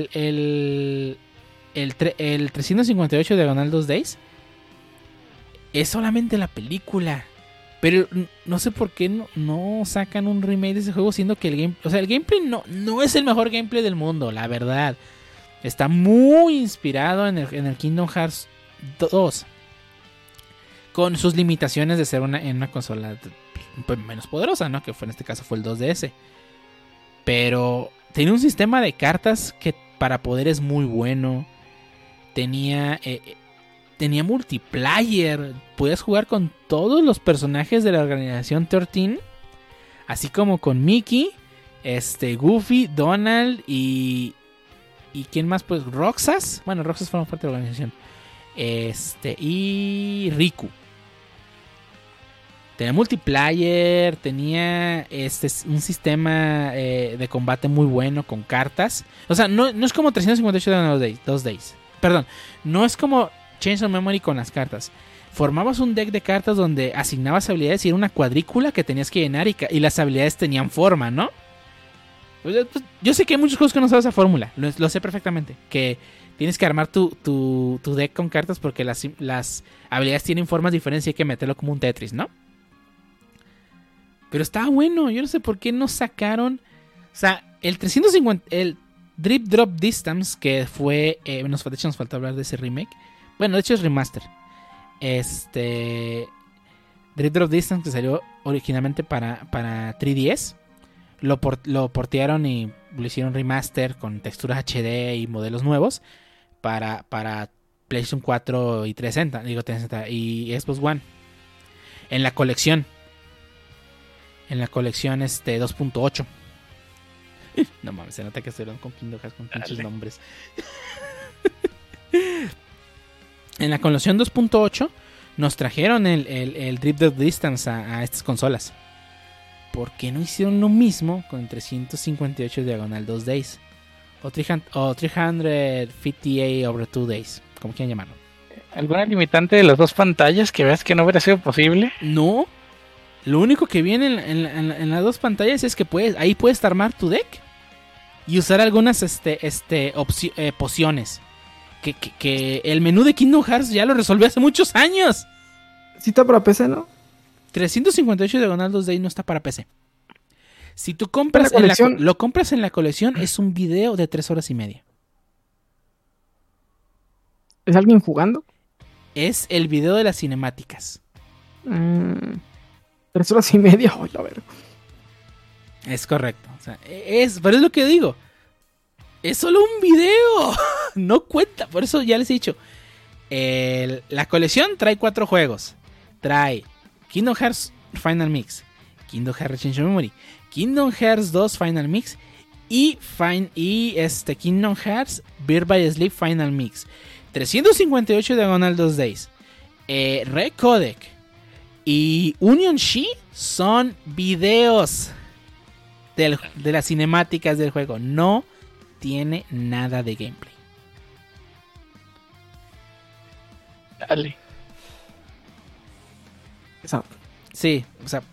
358 diagonal 2 Days es solamente la película. Pero no sé por qué no sacan un remake de ese juego, siendo que el gameplay no es el mejor gameplay del mundo, la verdad. Está muy inspirado en el Kingdom Hearts 2, con sus limitaciones de ser en una consola menos poderosa, ¿no? Que en este caso fue el 2DS. Pero tenía un sistema de cartas que para poder es muy bueno. Tenía multiplayer. Podías jugar con todos los personajes de la organización 13. Así como con Mickey, Goofy, Donald y ¿quién más? Pues Roxas. Bueno, Roxas forma parte de la organización. Y Riku. Tenía multiplayer. Tenía un sistema de combate muy bueno con cartas. O sea, no es como 358 de 2 Days. Perdón, no es como Chains of Memory con las cartas. Formabas un deck de cartas donde asignabas habilidades y era una cuadrícula que tenías que llenar y las habilidades tenían forma, ¿no? Pues, yo sé que hay muchos juegos que no saben esa fórmula, lo sé perfectamente. Que tienes que armar tu deck con cartas porque las habilidades tienen formas diferentes y hay que meterlo como un Tetris, ¿no? Pero estaba bueno, yo no sé por qué no sacaron. O sea, el Drip Drop Distance, que fue. De hecho, nos falta hablar de ese remake. Bueno, de hecho es remaster. Drip Drop Distance, que salió originalmente para 3DS. Lo portearon y lo hicieron remaster con texturas HD y modelos nuevos para PlayStation 4 y 360 y Xbox One. En la colección 2.8. No mames, se nota que se lo con Kingdom Hearts con pinches nombres. En la colección 2.8 nos trajeron el Drip Drop Distance a estas consolas. ¿Por qué no hicieron lo mismo con el 358 diagonal 2 Days? O 358 over 2 Days, como quieran llamarlo. ¿Alguna limitante de las dos pantallas que veas que no hubiera sido posible? No. Lo único que viene en las dos pantallas es que ahí puedes armar tu deck y usar algunas pociones. Que el menú de Kingdom Hearts ya lo resolvió hace muchos años. Sí está para PC, ¿no? 358 diagonal 2 Days no está para PC. Si tú compras lo compras en la colección, es un video de 3 horas y media. ¿Es alguien jugando? Es el video de las cinemáticas. 3 horas y media, a ver. Es correcto. O sea, pero es lo que digo. Es solo un video. No cuenta. Por eso ya les he dicho. La colección trae 4 juegos. Trae Kingdom Hearts Final Mix, Kingdom Hearts Change of Memory, Kingdom Hearts 2 Final Mix y Kingdom Hearts Birth by Sleep Final Mix. 358 diagonal 2 Days. Recodec y Union Shi son videos de las cinemáticas del juego. No tiene nada de gameplay. Dale. Exacto. Sí, o sea,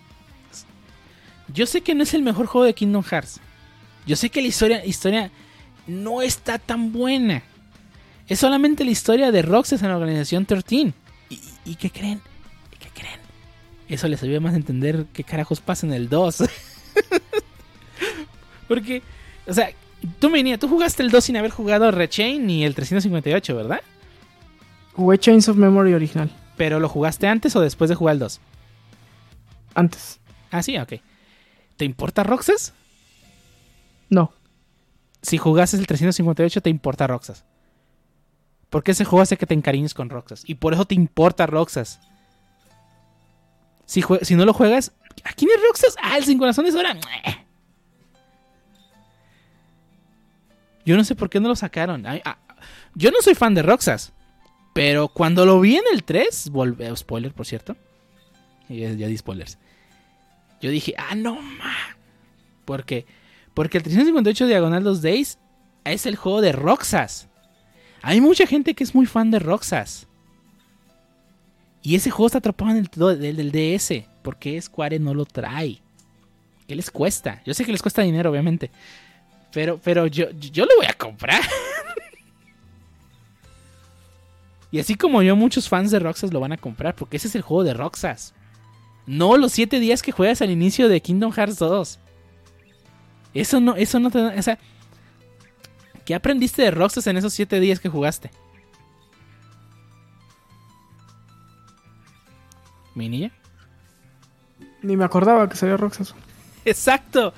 yo sé que no es el mejor juego de Kingdom Hearts. Yo sé que la historia no está tan buena. Es solamente la historia de Roxas en la organización 13. ¿Y qué creen? Eso les ayuda más a entender qué carajos pasa en el 2. Porque, o sea, tú jugaste el 2 sin haber jugado Rechain ni el 358, ¿verdad? Jugué Chains of Memory original. ¿Pero lo jugaste antes o después de jugar el 2? Antes. Ah, sí, ok. ¿Te importa Roxas? No. Si jugaste el 358, te importa Roxas. Porque ese juego hace que te encariñes con Roxas. Y por eso te importa Roxas. Si no lo juegas, ¿a quién es Roxas? Ah, el sin corazón es hora. Yo no sé por qué no lo sacaron. Yo no soy fan de Roxas. Pero cuando lo vi en el 3, spoiler, por cierto. Ya di spoilers. Yo dije, no, Porque el 358 diagonal 2 Days es el juego de Roxas. Hay mucha gente que es muy fan de Roxas. Y ese juego está atrapado en el DS. Porque Square no lo trae. ¿Qué les cuesta? Yo sé que les cuesta dinero, obviamente. Pero yo lo voy a comprar. Y así como yo, muchos fans de Roxas lo van a comprar. Porque ese es el juego de Roxas. No los 7 días que juegas al inicio de Kingdom Hearts 2. Eso no te da... O sea, ¿qué aprendiste de Roxas en esos 7 días que jugaste? ¿Mi niña? Ni me acordaba que salía Roxas. Exacto.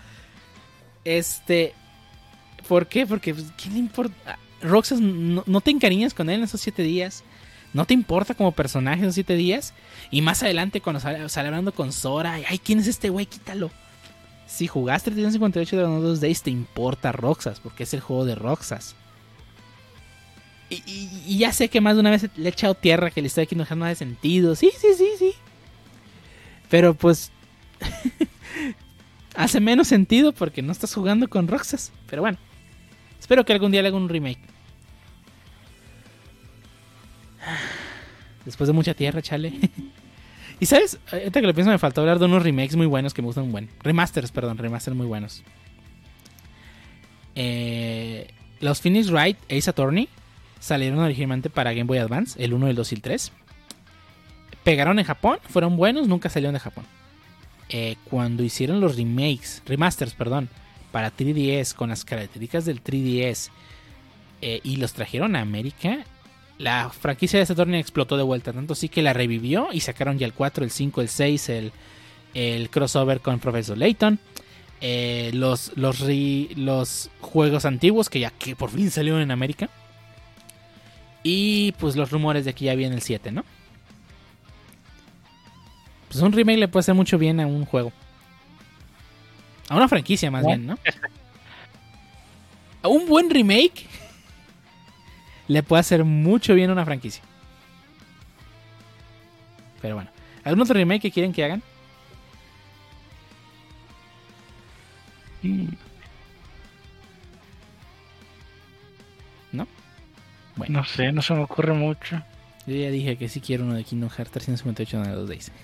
¿Por qué? Porque, ¿quién le importa? Roxas, no te encariñas con él en esos 7 días. No te importa como personaje en esos 7 días. Y más adelante, cuando sale hablando con Sora, ay, ¿quién es este güey? Quítalo. Si jugaste el 358 de los 2 Days, te importa Roxas, porque es el juego de Roxas. Y ya sé que más de una vez le he echado tierra que le estoy aquí no deja nada de sentido. Sí. Pero pues hace menos sentido porque no estás jugando con Roxas. Pero bueno, espero que algún día le haga un remake. Después de mucha tierra, chale. Y sabes, ahorita que lo pienso me faltó hablar de unos remakes muy buenos que me gustan buen. Remasters muy buenos. Los Phoenix Wright Ace Attorney salieron originalmente para Game Boy Advance, el 1, el 2 y el 3. Pegaron en Japón, fueron buenos, nunca salieron de Japón. Cuando hicieron los remasters, para 3DS con las características del 3DS y los trajeron a América, la franquicia de Ace Attorney explotó de vuelta, tanto sí que la revivió y sacaron ya el 4, el 5, el 6, el crossover con Professor Layton. Los juegos antiguos que por fin salieron en América. Y pues los rumores de que ya viene el 7, ¿no? Pues un remake le puede hacer mucho bien a un juego. A una franquicia más bien, ¿no? A un buen remake le puede hacer mucho bien a una franquicia. Pero bueno, ¿algún otro remake que quieren que hagan? ¿No? Bueno. No sé, no se me ocurre mucho. Yo ya dije que sí quiero uno de Kingdom Hearts 358 de los Days.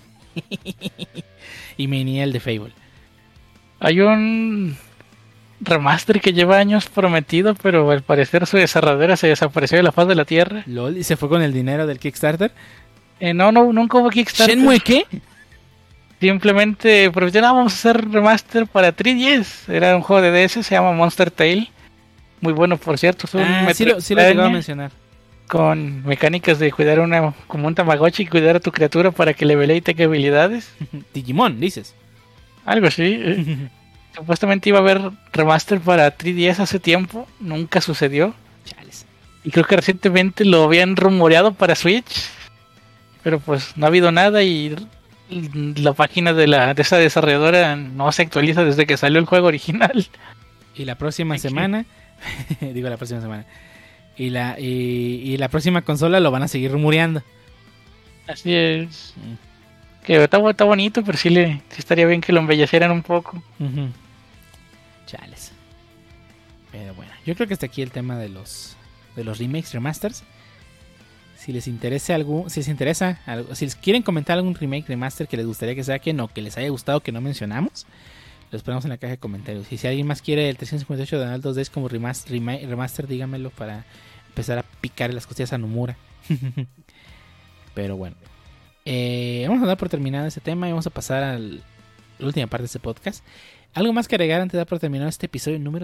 Y me ni el de Fable. Hay un remaster que lleva años prometido, pero al parecer su desarrolladora se desapareció de la faz de la tierra. LOL, ¿y se fue con el dinero del Kickstarter? No, nunca hubo Kickstarter. ¿Shenmue qué? Simplemente vamos a hacer remaster para 3DS. Era un juego de DS, se llama Monster Tale. Muy bueno, por cierto. Sí lo llegaba a mencionar. Con mecánicas de cuidar como un Tamagotchi y cuidar a tu criatura para que levele y tenga habilidades. Digimon, dices. Algo así. Supuestamente iba a haber remaster para 3DS hace tiempo. Nunca sucedió. Chales. Y creo que recientemente lo habían rumoreado para Switch. Pero pues no ha habido nada y la página de esa desarrolladora no se actualiza desde que salió el juego original. Y la próxima semana... digo la próxima semana. Y la próxima consola lo van a seguir rumoreando. Así es. Que está bonito, pero sí estaría bien que lo embellecieran un poco. Chales. Pero bueno, yo creo que hasta aquí el tema de los remakes, remasters. Si les interesa algo, si les quieren comentar algún remake, remaster que les gustaría que saquen o que les haya gustado que no mencionamos, lo esperamos en la caja de comentarios. Y si alguien más quiere el 358 de Donald 2Ds como remaster, dígamelo para empezar a picar las costillas a Nomura. Pero bueno, vamos a dar por terminado este tema y vamos a pasar a la última parte de este podcast. ¿Algo más que agregar antes de dar por terminado este episodio número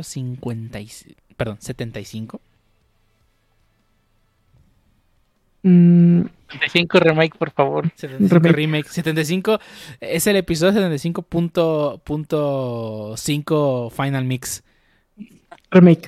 75? 75 remake, por favor. 75 remake. 75 es el episodio 75.5 Final Mix. Remake.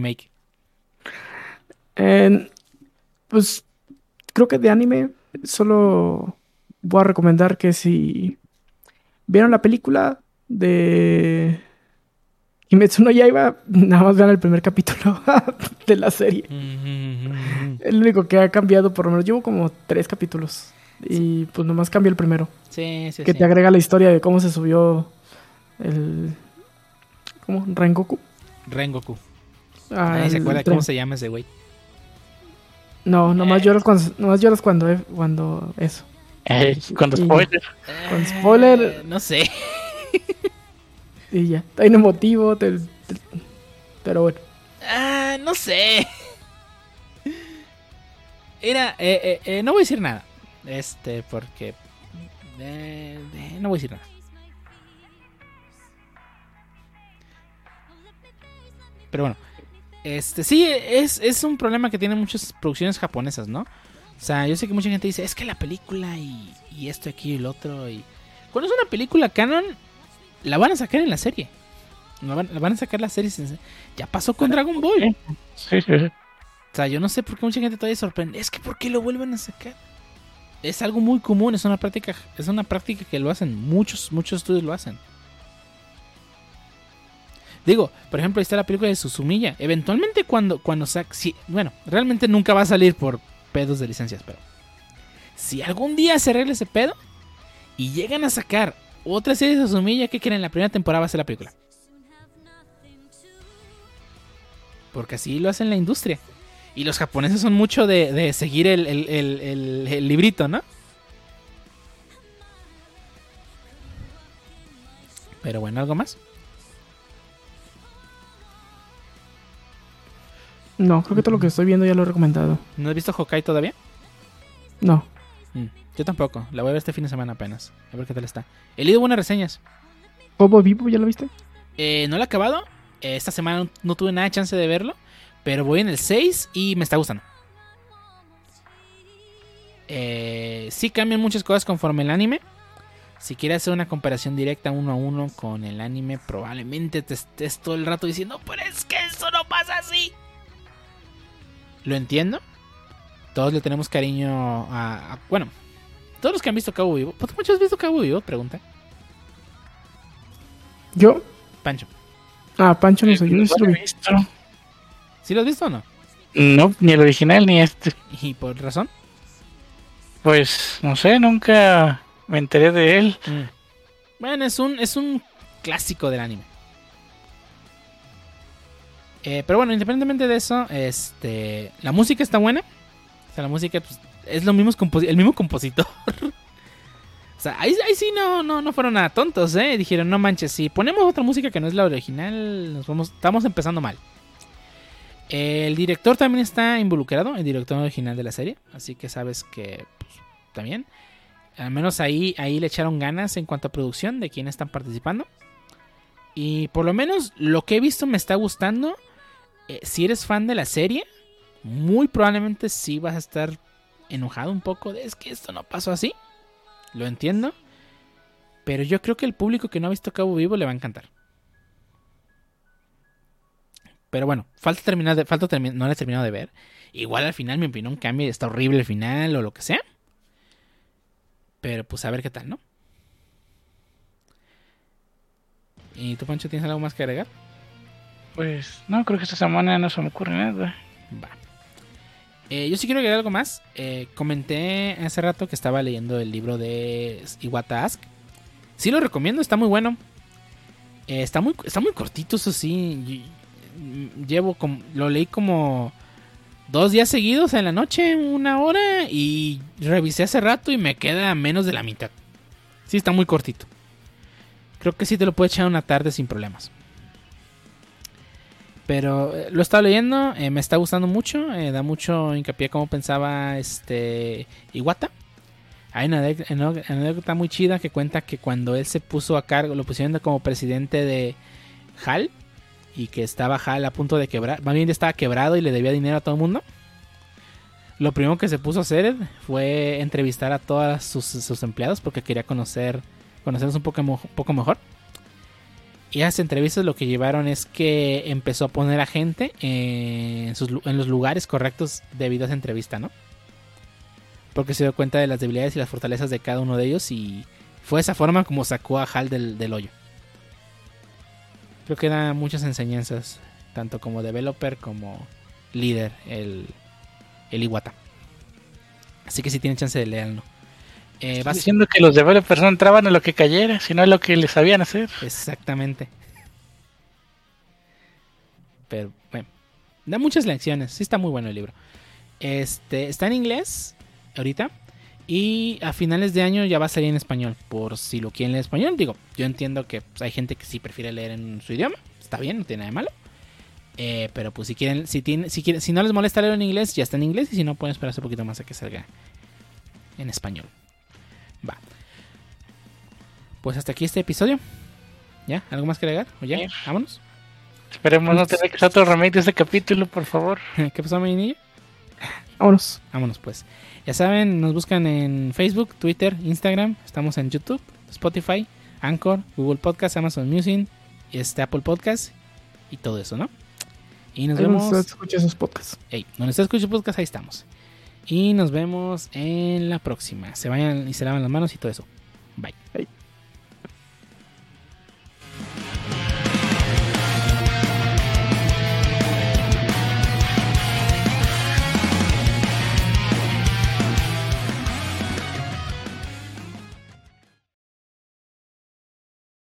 Pues creo que de anime solo voy a recomendar que si vieron la película de Kimetsu no Yaiba, nada más vean el primer capítulo de la serie. El único que ha cambiado, por lo menos llevo como 3 capítulos y pues nomás cambia el primero. Sí. Que te agrega la historia de cómo se subió ¿cómo? Rengoku. Nadie se acuerda cómo se llama ese güey. No, nomás lloras cuando eso. Con spoiler. Con spoiler. No sé. Y ya. Está bien emotivo. Pero bueno. No sé. No voy a decir nada. Porque. No voy a decir nada. Pero bueno. Sí, es un problema que tienen muchas producciones japonesas, ¿no? O sea, yo sé que mucha gente dice, es que la película y esto aquí y el otro. Y cuando es una película canon, la van a sacar en la serie. La van a sacar la serie. Ya pasó con Dragon Ball. Sí. O sea, yo no sé por qué mucha gente todavía sorprende. Es que ¿por qué lo vuelven a sacar? Es algo muy común, es una práctica que lo hacen. Muchos estudios lo hacen. Digo, por ejemplo, ahí está la película de Suzumiya. Eventualmente cuando bueno, realmente nunca va a salir por pedos de licencias, pero si algún día se arregla ese pedo y llegan a sacar otra serie de Suzumiya, ¿qué quieren? La primera temporada va a ser la película. Porque así lo hacen la industria. Y los japoneses son mucho de seguir el librito, ¿no? Pero bueno, ¿algo más? No, creo que todo lo que estoy viendo ya lo he recomendado. ¿No has visto Hawkeye todavía? No. Yo tampoco. La voy a ver este fin de semana apenas. A ver qué tal está. He leído buenas reseñas. ¿Bobo Vivo ya lo viste? No lo he acabado. Esta semana no tuve nada de chance de verlo. Pero voy en el 6 y me está gustando. Sí cambian muchas cosas conforme el anime. Si quieres hacer una comparación directa 1-1 con el anime, probablemente te estés todo el rato diciendo, pero es que eso no pasa así. Lo entiendo. Todos le tenemos cariño bueno, todos los que han visto Cabo Vivo. ¿Muchos has visto Cabo Vivo? Pregunta. ¿Yo? Pancho. Pancho no soy yo. No lo he visto. ¿Sí lo has visto o no? No, ni el original ni este. ¿Y por razón? Pues, no sé, nunca me enteré de él. Bueno, es un clásico del anime. Pero bueno, independientemente de eso, la música está buena. O sea, la música pues, es el mismo compositor. O sea, ahí sí no fueron nada tontos, ¿eh? Dijeron, no manches, si ponemos otra música que no es la original, estamos empezando mal. El director también está involucrado, el director original de la serie. Así que sabes que pues, también. Al menos ahí le echaron ganas en cuanto a producción de quienes están participando. Y por lo menos lo que he visto me está gustando. Si eres fan de la serie, muy probablemente sí vas a estar enojado un poco de es que esto no pasó así. Lo entiendo. Pero yo creo que el público que no ha visto Cabo Vivo le va a encantar. Pero bueno, no la he terminado de ver. Igual al final mi opinión cambia y está horrible el final o lo que sea. Pero pues a ver qué tal, ¿no? ¿Y tú, Pancho, tienes algo más que agregar? Pues no, creo que esta semana no se me ocurre nada. Va. Yo sí quiero agregar algo más. Comenté hace rato que estaba leyendo el libro de Iwata Ask. Sí lo recomiendo, está muy bueno. Está muy cortito, eso sí. Lo leí como 2 días seguidos en la noche, 1 hora. Y revisé hace rato y me queda menos de la mitad. Sí, está muy cortito. Creo que sí te lo puedes echar una tarde sin problemas. Pero lo he estado leyendo, me está gustando mucho. Da mucho hincapié a cómo pensaba Iwata. Hay una anécdota muy chida que cuenta que cuando él se puso a cargo, lo pusieron como presidente de HAL. Y que estaba HAL a punto de quebrar. Más bien ya estaba quebrado y le debía dinero a todo el mundo. Lo primero que se puso a hacer fue entrevistar a todos sus empleados. Porque quería conocerlos un poco mejor. Y esas entrevistas lo que llevaron es que empezó a poner a gente en los lugares correctos debido a esa entrevista, ¿no? Porque se dio cuenta de las debilidades y las fortalezas de cada uno de ellos. Y fue esa forma como sacó a HAL del hoyo. Creo que da muchas enseñanzas, tanto como developer como líder, el Iwata. Así que si tienen chance de leerlo. Vas diciendo que los developers no entraban a lo que cayera, sino a lo que les sabían hacer. Exactamente. Pero bueno, da muchas lecciones. Sí está muy bueno el libro. Está en inglés ahorita. Y a finales de año ya va a salir en español. Por si lo quieren leer en español. Digo, yo entiendo que pues, hay gente que sí prefiere leer en su idioma. Está bien, no tiene nada de malo. Pero pues si quieren, si no les molesta leerlo en inglés, ya está en inglés. Y si no, pueden esperarse un poquito más a que salga en español. Va. Pues hasta aquí este episodio. ¿Ya? ¿Algo más que agregar? ¿O ya? ¿Vámonos? Esperemos no tener que hacer otro remake de ese capítulo, por favor. ¿Qué pasó, mi niño? Vámonos Pues. Ya saben, nos buscan en Facebook, Twitter, Instagram. Estamos en YouTube, Spotify, Anchor, Google Podcast, Amazon Music, Apple Podcast y todo eso, ¿no? Y nos vemos. Donde escucha esos podcasts. Donde está escuchando podcast, ahí estamos. Y nos vemos en la próxima. Se vayan y se lavan las manos y todo eso. Bye.